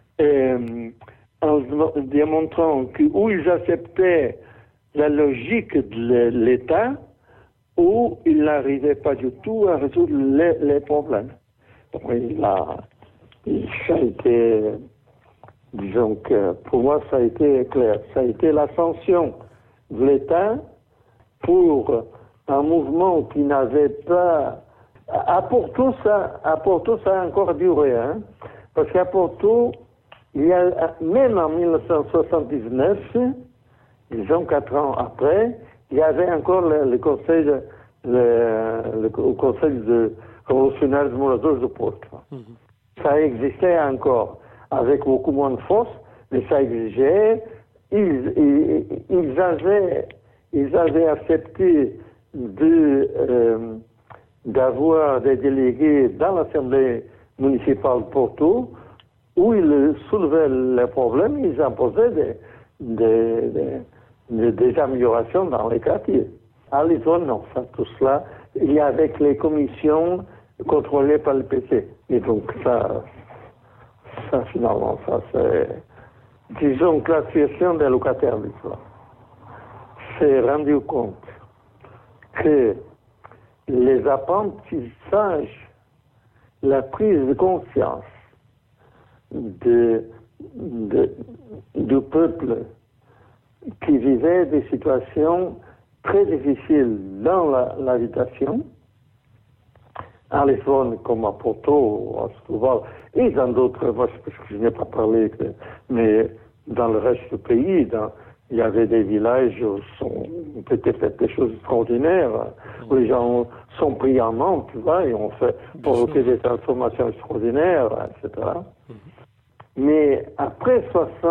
en démontrant où ils acceptaient la logique de l'État, où ils n'arrivaient pas du tout à résoudre les problèmes. Donc ça a été, disons que pour moi ça a été clair, ça a été l'ascension de l'État pour un mouvement qui n'avait pas... À Porto, ça a encore duré, hein, parce qu'à Porto, même en 1979, disons 4 ans après, il y avait encore le conseil révolutionnaire de Moradores de Porto. Ça existait encore, avec beaucoup moins de force, mais ça exigeait. Ils avaient accepté d'avoir des délégués dans l'Assemblée municipale de Porto, où ils soulevaient les problèmes, ils imposaient des améliorations dans les quartiers. À Lisbonne, non, tout cela, il y avait les commissions contrôlées par le PC. Et donc ça finalement, c'est... Disons que la situation des locataires d'Islam s'est rendu compte que les apprentissages, la prise de conscience du peuple qui vivait des situations très difficiles dans l'habitation à Lisbonne comme à Porto, à Setúbal, et dans d'autres, parce que je n'ai pas parlé, mais dans le reste du pays, il y avait des villages où on peut faire des choses extraordinaires, où les gens sont pris en main, tu vois, et on fait provoquer des transformations extraordinaires, etc. Mais après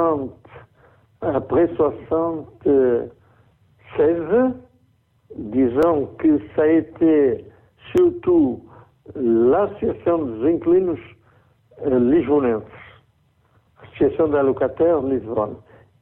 76, disons que ça a été surtout l'associação dos inquilinos lisbonenses, associação de locataires Lisbonne,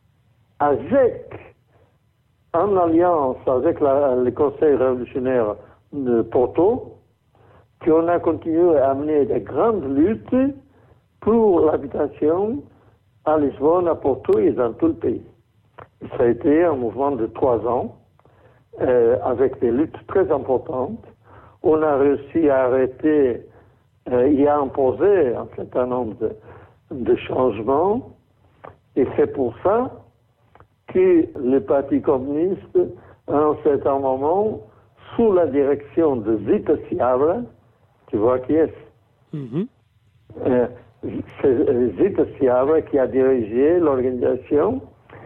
en alliance avec le Conseil révolutionnaire de Porto, qu'on a continué à mener des grandes luttes pour l'habitation à Lisbonne, à Porto et dans tout le pays. Ça a été un mouvement de 3 ans, avec des luttes très importantes. On a réussi à arrêter et à imposer un certain nombre de changements, et c'est pour ça que le Parti communiste, à un certain moment, sous la direction de Zita Seabra, tu vois qui est? C'est Zita Seabra qui a dirigé l'organisation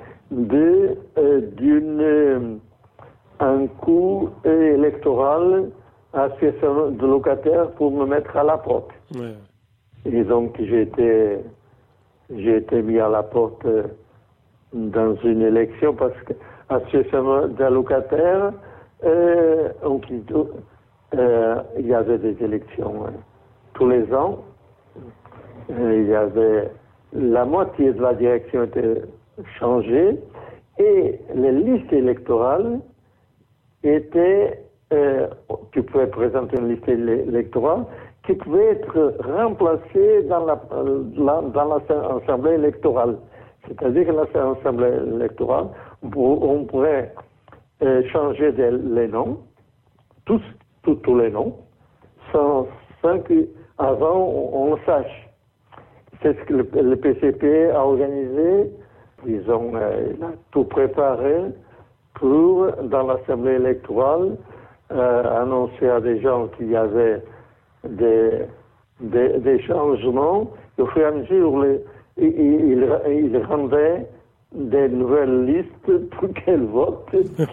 d'un coup électoral à l'association de locataires pour me mettre à la porte. Ouais. Et donc j'ai été mis à la porte dans une élection parce que l'association des locataires, il y avait des élections tous les ans. Il y avait la moitié de la direction était changée et les listes électorales étaient, tu pouvais présenter une liste électorale qui pouvait être remplacée dans l'assemblée électorale. C'est-à-dire que l'assemblée électorale, on pourrait changer les noms, tous les noms, sans qu'avant on le sache. C'est ce que le PCP a organisé. Il a tout préparé pour, dans l'assemblée électorale, annoncer à des gens qu'il y avait des changements. Au fur et à mesure, il rendait des nouvelles listes pour qu'elles votent.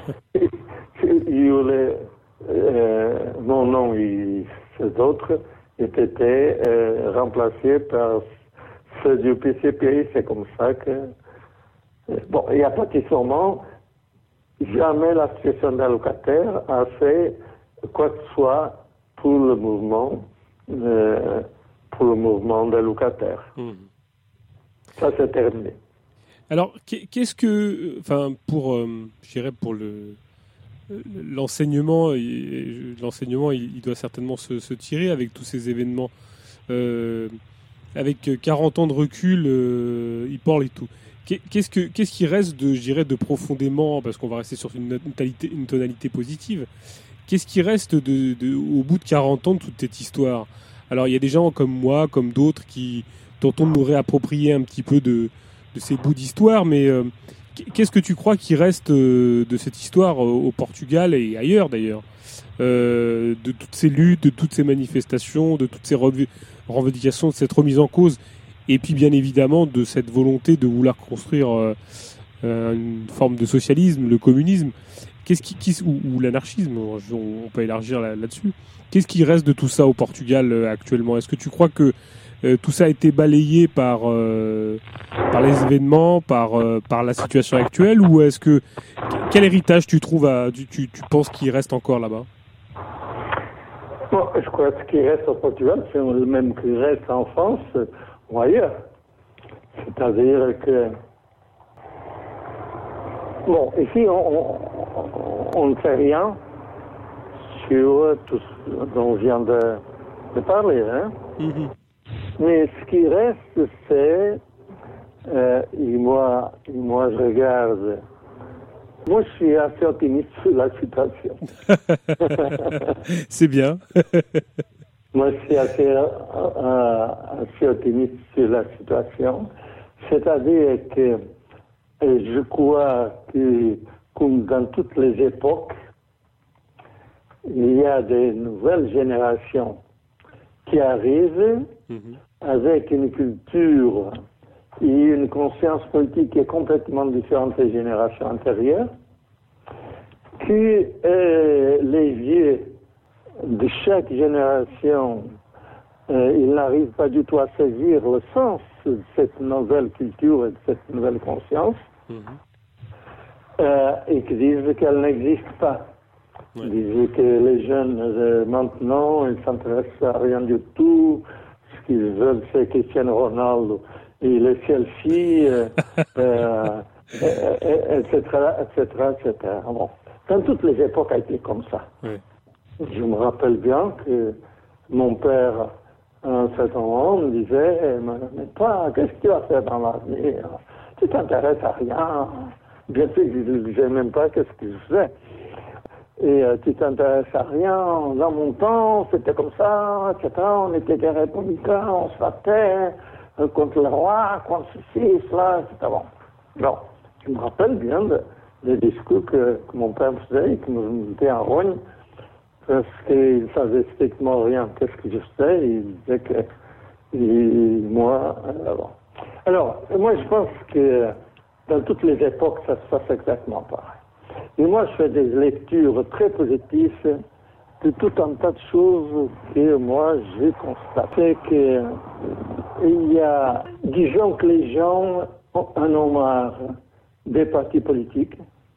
Mon nom et ces autres étaient remplacés par ceux du PCP. C'est comme ça que... Bon, et à partir de ce moment, jamais l'association des locataires a fait quoi que ce soit pour le mouvement des locataires. Ça, c'est terminé. Alors, qu'est-ce que, enfin, je dirais pour l'enseignement, il doit certainement se tirer avec tous ces événements. Avec 40 ans de recul, il parle et tout. Qu'est-ce qui reste de profondément, parce qu'on va rester sur une tonalité positive, qu'est-ce qui reste au bout de 40 ans de toute cette histoire? Alors, il y a des gens comme moi, comme d'autres, qui tentent de nous réapproprier un petit peu de ces bouts d'histoire, mais qu'est-ce que tu crois qui reste de cette histoire au Portugal et ailleurs d'ailleurs, de toutes ces luttes, de toutes ces manifestations, de toutes ces revendications, de cette remise en cause, et puis bien évidemment de cette volonté de vouloir construire une forme de socialisme, le communisme, ou l'anarchisme, on peut élargir là-dessus. Qu'est-ce qui reste de tout ça au Portugal actuellement? Est-ce que tu crois que tout ça a été balayé par les événements, par la situation actuelle, ou quel héritage tu trouves tu penses qu'il reste encore là-bas? Bon, je crois que ce qui reste au Portugal, c'est le même qui reste en France ou ailleurs. C'est-à-dire que bon, ici on ne fait rien sur tout ce dont on vient de parler, hein. Mais ce qui reste, c'est, et moi je regarde, moi je suis assez optimiste sur la situation. C'est bien. Moi je suis assez optimiste sur la situation. C'est-à-dire que je crois que, comme dans toutes les époques, il y a des nouvelles générations qui arrivent avec une culture et une conscience politique qui est complètement différente des générations antérieures, que les vieux de chaque génération, ils n'arrivent pas du tout à saisir le sens de cette nouvelle culture et de cette nouvelle conscience, et qui disent qu'elle n'existe pas. Ouais. Ils disent que les jeunes maintenant, ils ne s'intéressent à rien du tout. Ce qu'ils veulent, c'est Cristiano Ronaldo et les selfies, etc., etc. Bon. Dans toutes les époques, a été comme ça. Ouais. Je me rappelle bien que mon père, à un certain moment, me disait, mais toi, qu'est-ce que tu vas faire dans l'avenir? Tu t'intéresses à rien. Bien sûr, je ne disais même pas qu'est-ce que je faisais. Et tu t'intéresses à rien. Dans mon temps, c'était comme ça, etc. On était des républicains, on se battait contre le roi, contre ceci, cela, etc. Bon, je me rappelle bien des discours que mon père faisait et qui me mettaient en rogne parce qu'il ne savait strictement rien. Qu'est-ce que je faisais? Il disait que moi... bon. Alors, moi, je pense que dans toutes les époques, ça se passe exactement pareil. Et moi, je fais des lectures très positives de tout un tas de choses que moi, j'ai constaté qu'il y a, disons que les gens en ont marre des partis politiques,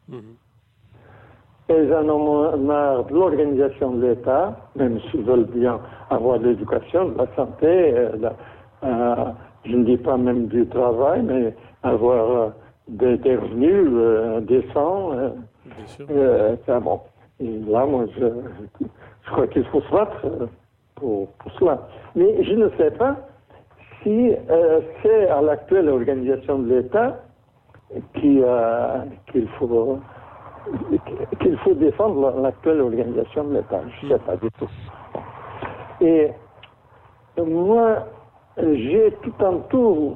ils en ont marre de l'organisation de l'État, même s'ils veulent bien avoir de l'éducation, de la santé, je ne dis pas même du travail, mais avoir des revenus décents. C'est bon. Et là, moi, je crois qu'il faut se battre pour cela. Mais je ne sais pas si c'est à l'actuelle organisation de l'État qu'il faut défendre l'actuelle organisation de l'État. Je ne sais pas du tout. Et moi, j'ai tout un tour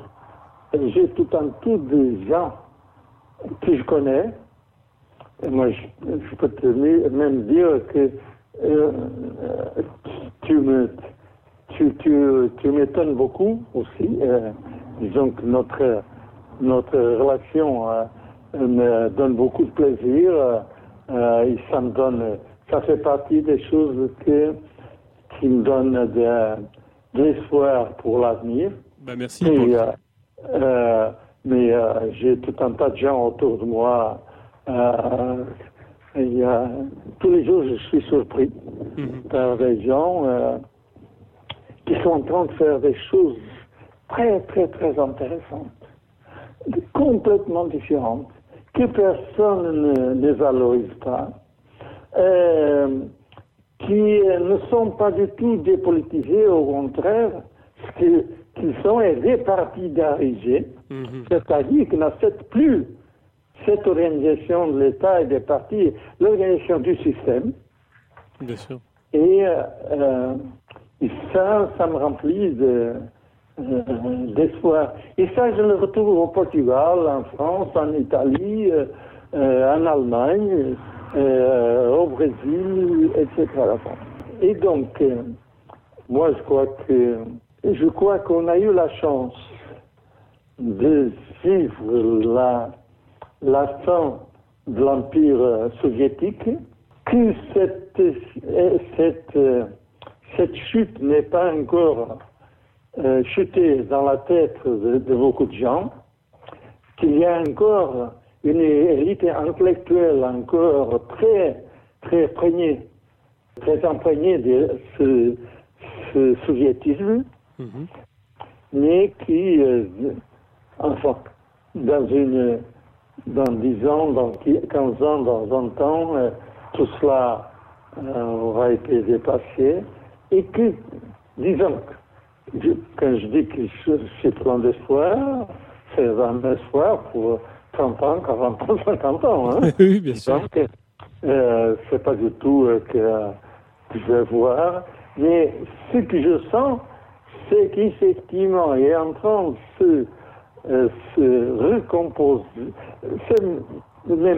de gens que je connais. Et moi, je peux te même dire que tu m'étonnes beaucoup aussi. Disons que notre relation me donne beaucoup de plaisir. Et ça fait partie des choses qui me donnent de l'espoir pour l'avenir. Ben merci. Mais j'ai tout un tas de gens autour de moi. Tous les jours, je suis surpris par des gens qui sont en train de faire des choses très, très, très intéressantes, complètement différentes, que personne ne valorise pas, qui ne sont pas du tout dépolitisés, au contraire, ce qu'ils sont départidarisés, c'est-à-dire qu'ils n'acceptent plus cette organisation de l'État et des partis, l'organisation du système. Bien sûr. Et ça me remplit d'espoir. Et ça, je le retrouve au Portugal, en France, en Italie, en Allemagne, au Brésil, etc. Et donc, moi, je crois qu'on a eu la chance de vivre la fin de l'Empire soviétique, que cette chute n'est pas encore chutée dans la tête de beaucoup de gens, qu'il y a encore une élite intellectuelle encore très, très imprégnée de ce soviétisme, mais qui, enfin, dans 10 ans, dans 15 ans, dans 20 ans, tout cela aura été dépassé. Et que, disons, quand je dis que je suis plein d'espoir, c'est un espoir pour 30 ans, 40 ans, 50 ans. Hein. Oui, bien sûr. Donc, c'est pas du tout que je vais voir. Mais ce que je sens, c'est qu'effectivement, il est en train de se recomposer.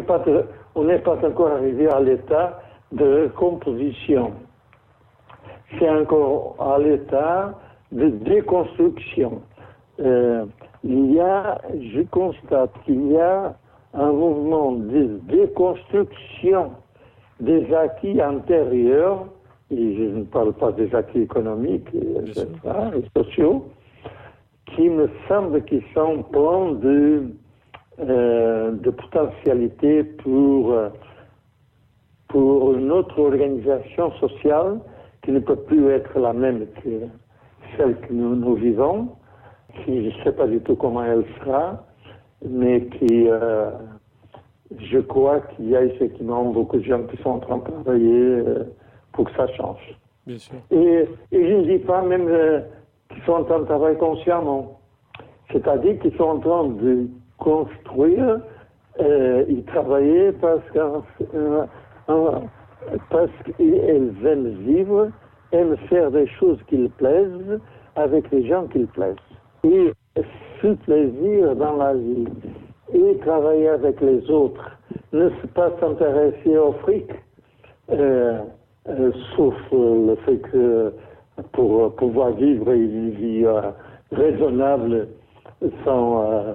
On n'est pas encore arrivé à l'état de recomposition. c'est encore à l'état de déconstruction. Je constate qu'il y a un mouvement de déconstruction des acquis antérieurs, et je ne parle pas des acquis économiques, etc., et sociaux, qui me semble qu'ils sont pleins de potentialité pour une autre organisation sociale qui ne peut plus être la même que celle que nous vivons, qui je ne sais pas du tout comment elle sera, mais qui, je crois qu'il y a effectivement beaucoup de gens qui sont en train de travailler pour que ça change. Bien sûr. Et je ne dis pas même qu'ils sont en train de travailler consciemment. C'est-à-dire qu'ils sont en train de construire et travailler parce qu'ils aiment vivre, aiment faire des choses qui leur plaisent avec les gens qui leur plaisent. Et ce plaisir dans la vie et travailler avec les autres, ne pas s'intéresser au fric, sauf le fait que pour pouvoir vivre une vie raisonnable sans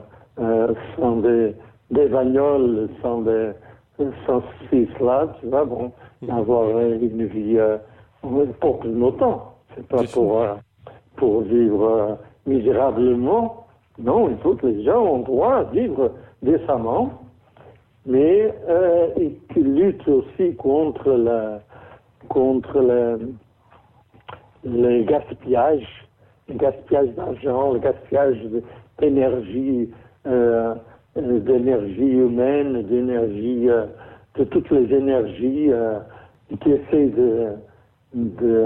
des bagnoles, sans cela, tu vois, bon, avoir une vie pour plus longtemps. C'est pas pour vivre misérablement. Non, il faut que les gens ont droit à vivre décemment, mais et qu'ils luttent aussi contre le gaspillage d'argent, le gaspillage d'énergie, d'énergie humaine, d'énergie, de toutes les énergies qui essaient de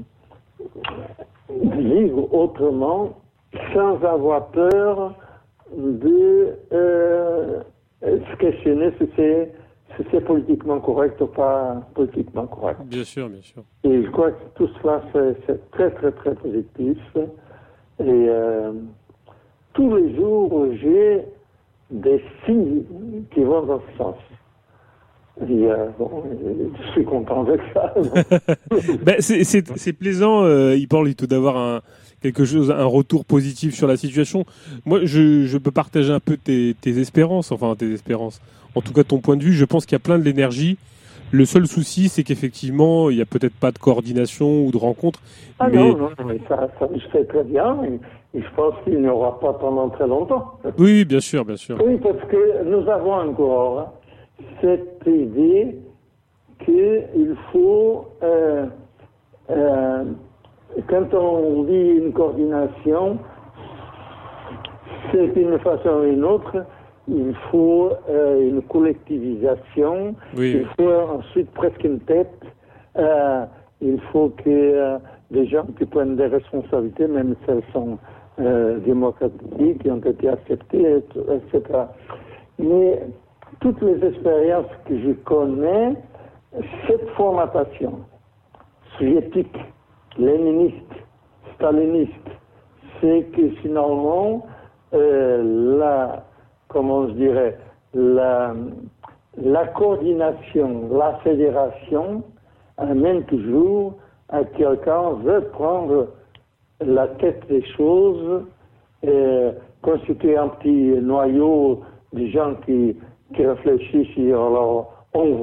vivre autrement sans avoir peur de se questionner si c'est politiquement correct ou pas politiquement correct. Bien sûr, bien sûr. Et je crois que tout cela, c'est très, très, très positif. Et tous les jours, j'ai des signes qui vont dans ce sens. Et je suis content avec ça. C'est plaisant, Hippolyte, d'avoir un retour positif sur la situation. Moi, je peux partager un peu tes espérances, en tout cas ton point de vue. Je pense qu'il y a plein de l'énergie. Le seul souci, c'est qu'effectivement, il n'y a peut-être pas de coordination ou de rencontre. Non, mais ça je sais très bien. Et je pense qu'il n'y aura pas pendant très longtemps. Oui, bien sûr, bien sûr. Oui, parce que nous avons encore cette idée qu'il faut, quand on dit une coordination, c'est d'une façon ou d'une autre, il faut une collectivisation, oui. Il faut ensuite presque une tête, il faut que des gens qui prennent des responsabilités, même si elles sont démocratiques, qui ont été acceptées, etc. Mais toutes les expériences que je connais, cette formatation soviétique, léniniste, staliniste, c'est que finalement, la coordination, la fédération amène toujours à quelqu'un qui veut prendre la tête des choses, constituer un petit noyau de gens qui réfléchissent, et alors on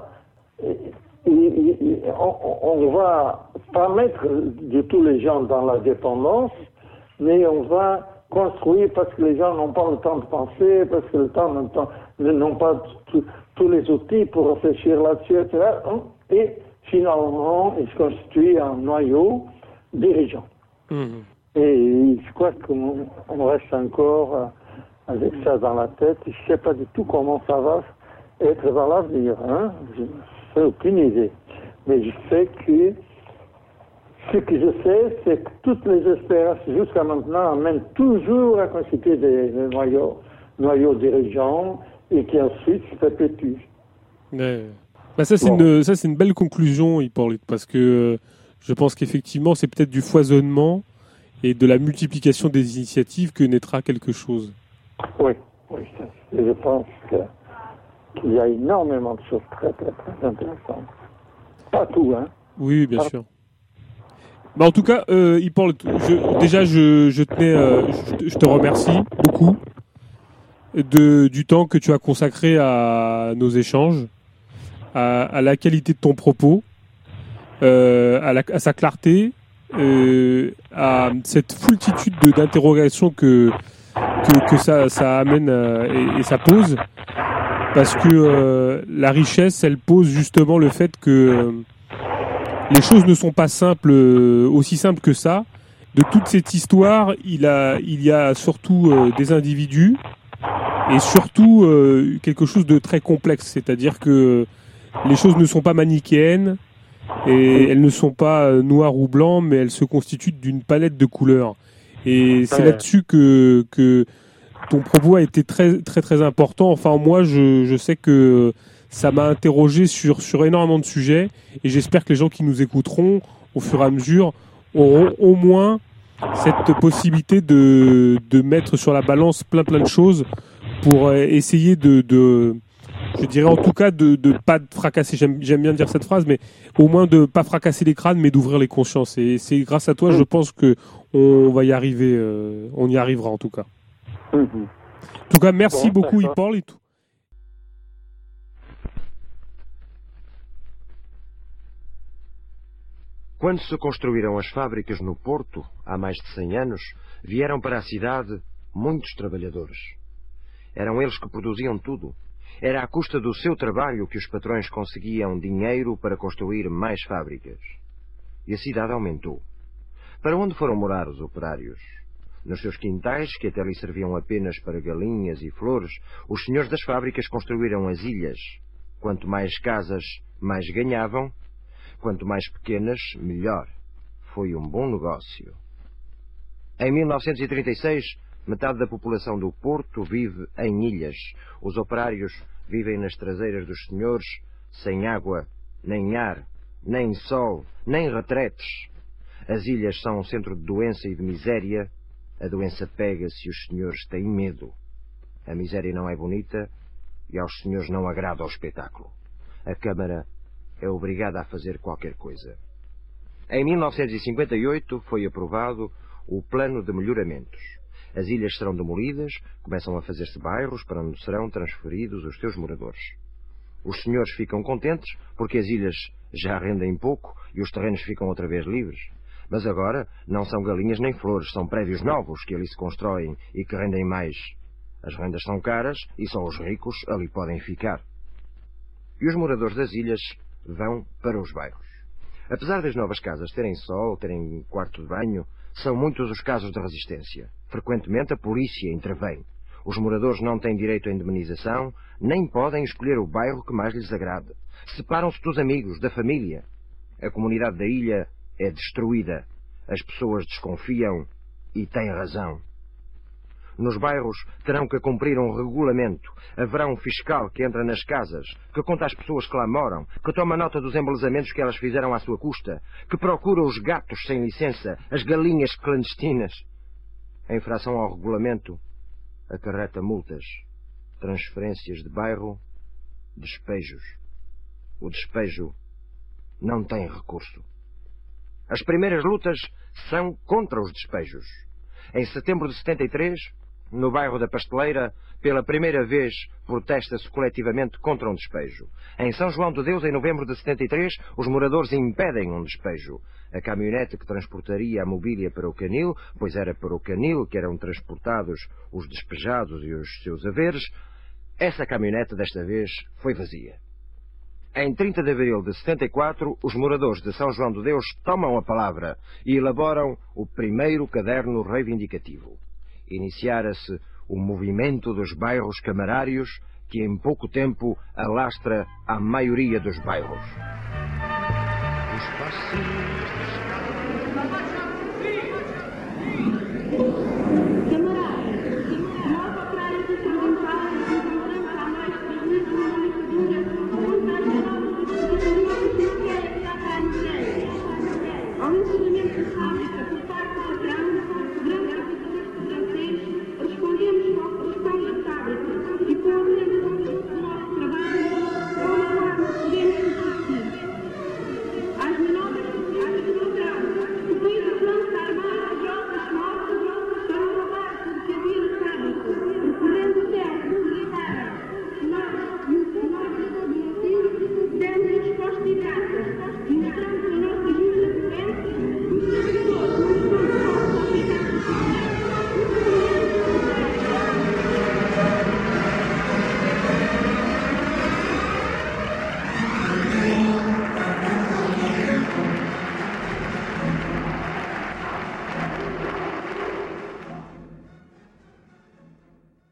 va pas mettre de tous les gens dans la dépendance, mais on va construire parce que les gens n'ont pas le temps de penser, parce que n'ont pas tous les outils pour réfléchir là-dessus, etc. Et finalement, il se constitue un noyau dirigeant. Mmh. Et je crois qu'on reste encore avec ça dans la tête. Je ne sais pas du tout comment ça va être dans l'avenir. Je n'ai aucune idée. Mais je sais que ce que je sais, c'est que toutes les expériences jusqu'à maintenant amènent toujours à constituer des noyaux dirigeants et qui ensuite se perpétuent. Ça, c'est une belle conclusion, Hippolyte, parce que je pense qu'effectivement, c'est peut-être du foisonnement et de la multiplication des initiatives que naîtra quelque chose. Oui. Je pense qu'il y a énormément de choses très, très, très intéressantes. Pas tout, Oui, bien sûr. Bah en tout cas, Hippolyte, je te remercie beaucoup du temps que tu as consacré à nos échanges, à la qualité de ton propos, à sa clarté, à cette foultitude d'interrogations que ça amène et ça pose, parce que la richesse, elle pose justement le fait que les choses ne sont pas simples, aussi simples que ça. De toute cette histoire, il y a surtout des individus et surtout quelque chose de très complexe. C'est-à-dire que les choses ne sont pas manichéennes et elles ne sont pas noires ou blancs, mais elles se constituent d'une palette de couleurs. Et c'est là-dessus que ton propos a été très très très important. Enfin, moi, je sais que ça m'a interrogé sur énormément de sujets et j'espère que les gens qui nous écouteront au fur et à mesure auront au moins cette possibilité de mettre sur la balance plein de choses pour essayer je dirais en tout cas de pas fracasser, j'aime bien dire cette phrase, mais au moins de pas fracasser les crânes, mais d'ouvrir les consciences. Et c'est grâce à toi, je pense que on va y arriver, on y arrivera en tout cas. En tout cas, merci beaucoup, Hippolyte. Quando se construíram as fábricas no Porto, há mais de 100 anos, vieram para a cidade muitos trabalhadores. Eram eles que produziam tudo. Era à custa do seu trabalho que os patrões conseguiam dinheiro para construir mais fábricas. E a cidade aumentou. Para onde foram morar os operários? Nos seus quintais, que até lhe serviam apenas para galinhas e flores, os senhores das fábricas construíram as ilhas. Quanto mais casas, mais ganhavam. Quanto mais pequenas, melhor. Foi um bom negócio. Em 1936, metade da população do Porto vive em ilhas. Os operários vivem nas traseiras dos senhores, sem água, nem ar, nem sol, nem retretes. As ilhas são um centro de doença e de miséria. A doença pega se os senhores têm medo. A miséria não é bonita e aos senhores não agrada o espetáculo. A Câmara é obrigada a fazer qualquer coisa. Em 1958 foi aprovado o Plano de Melhoramentos. As ilhas serão demolidas, começam a fazer-se bairros para onde serão transferidos os seus moradores. Os senhores ficam contentes porque as ilhas já rendem pouco e os terrenos ficam outra vez livres. Mas agora não são galinhas nem flores, são prédios novos que ali se constroem e que rendem mais. As rendas são caras e só os ricos ali podem ficar. E os moradores das ilhas vão para os bairros. Apesar das novas casas terem sol, terem quarto de banho, são muitos os casos de resistência. Frequentemente a polícia intervém. Os moradores não têm direito à indemnização, nem podem escolher o bairro que mais lhes agrade. Separam-se dos amigos, da família. A comunidade da ilha é destruída. As pessoas desconfiam e têm razão. Nos bairros terão que cumprir um regulamento. Haverá um fiscal que entra nas casas, que conta às pessoas que lá moram, que toma nota dos embelezamentos que elas fizeram à sua custa, que procura os gatos sem licença, as galinhas clandestinas. A infração ao regulamento acarreta multas, transferências de bairro, despejos. O despejo não tem recurso. As primeiras lutas são contra os despejos. Em setembro de 73, no bairro da Pasteleira, pela primeira vez protesta-se coletivamente contra um despejo. Em São João de Deus, em novembro de 73, os moradores impedem um despejo. A caminhonete que transportaria a mobília para o canil, pois era para o canil que eram transportados os despejados e os seus haveres, essa caminhonete desta vez foi vazia. Em 30 de abril de 74, os moradores de São João de Deus tomam a palavra e elaboram o primeiro caderno reivindicativo. Iniciara-se o movimento dos bairros camarários, que em pouco tempo alastra a maioria dos bairros. Os passinhos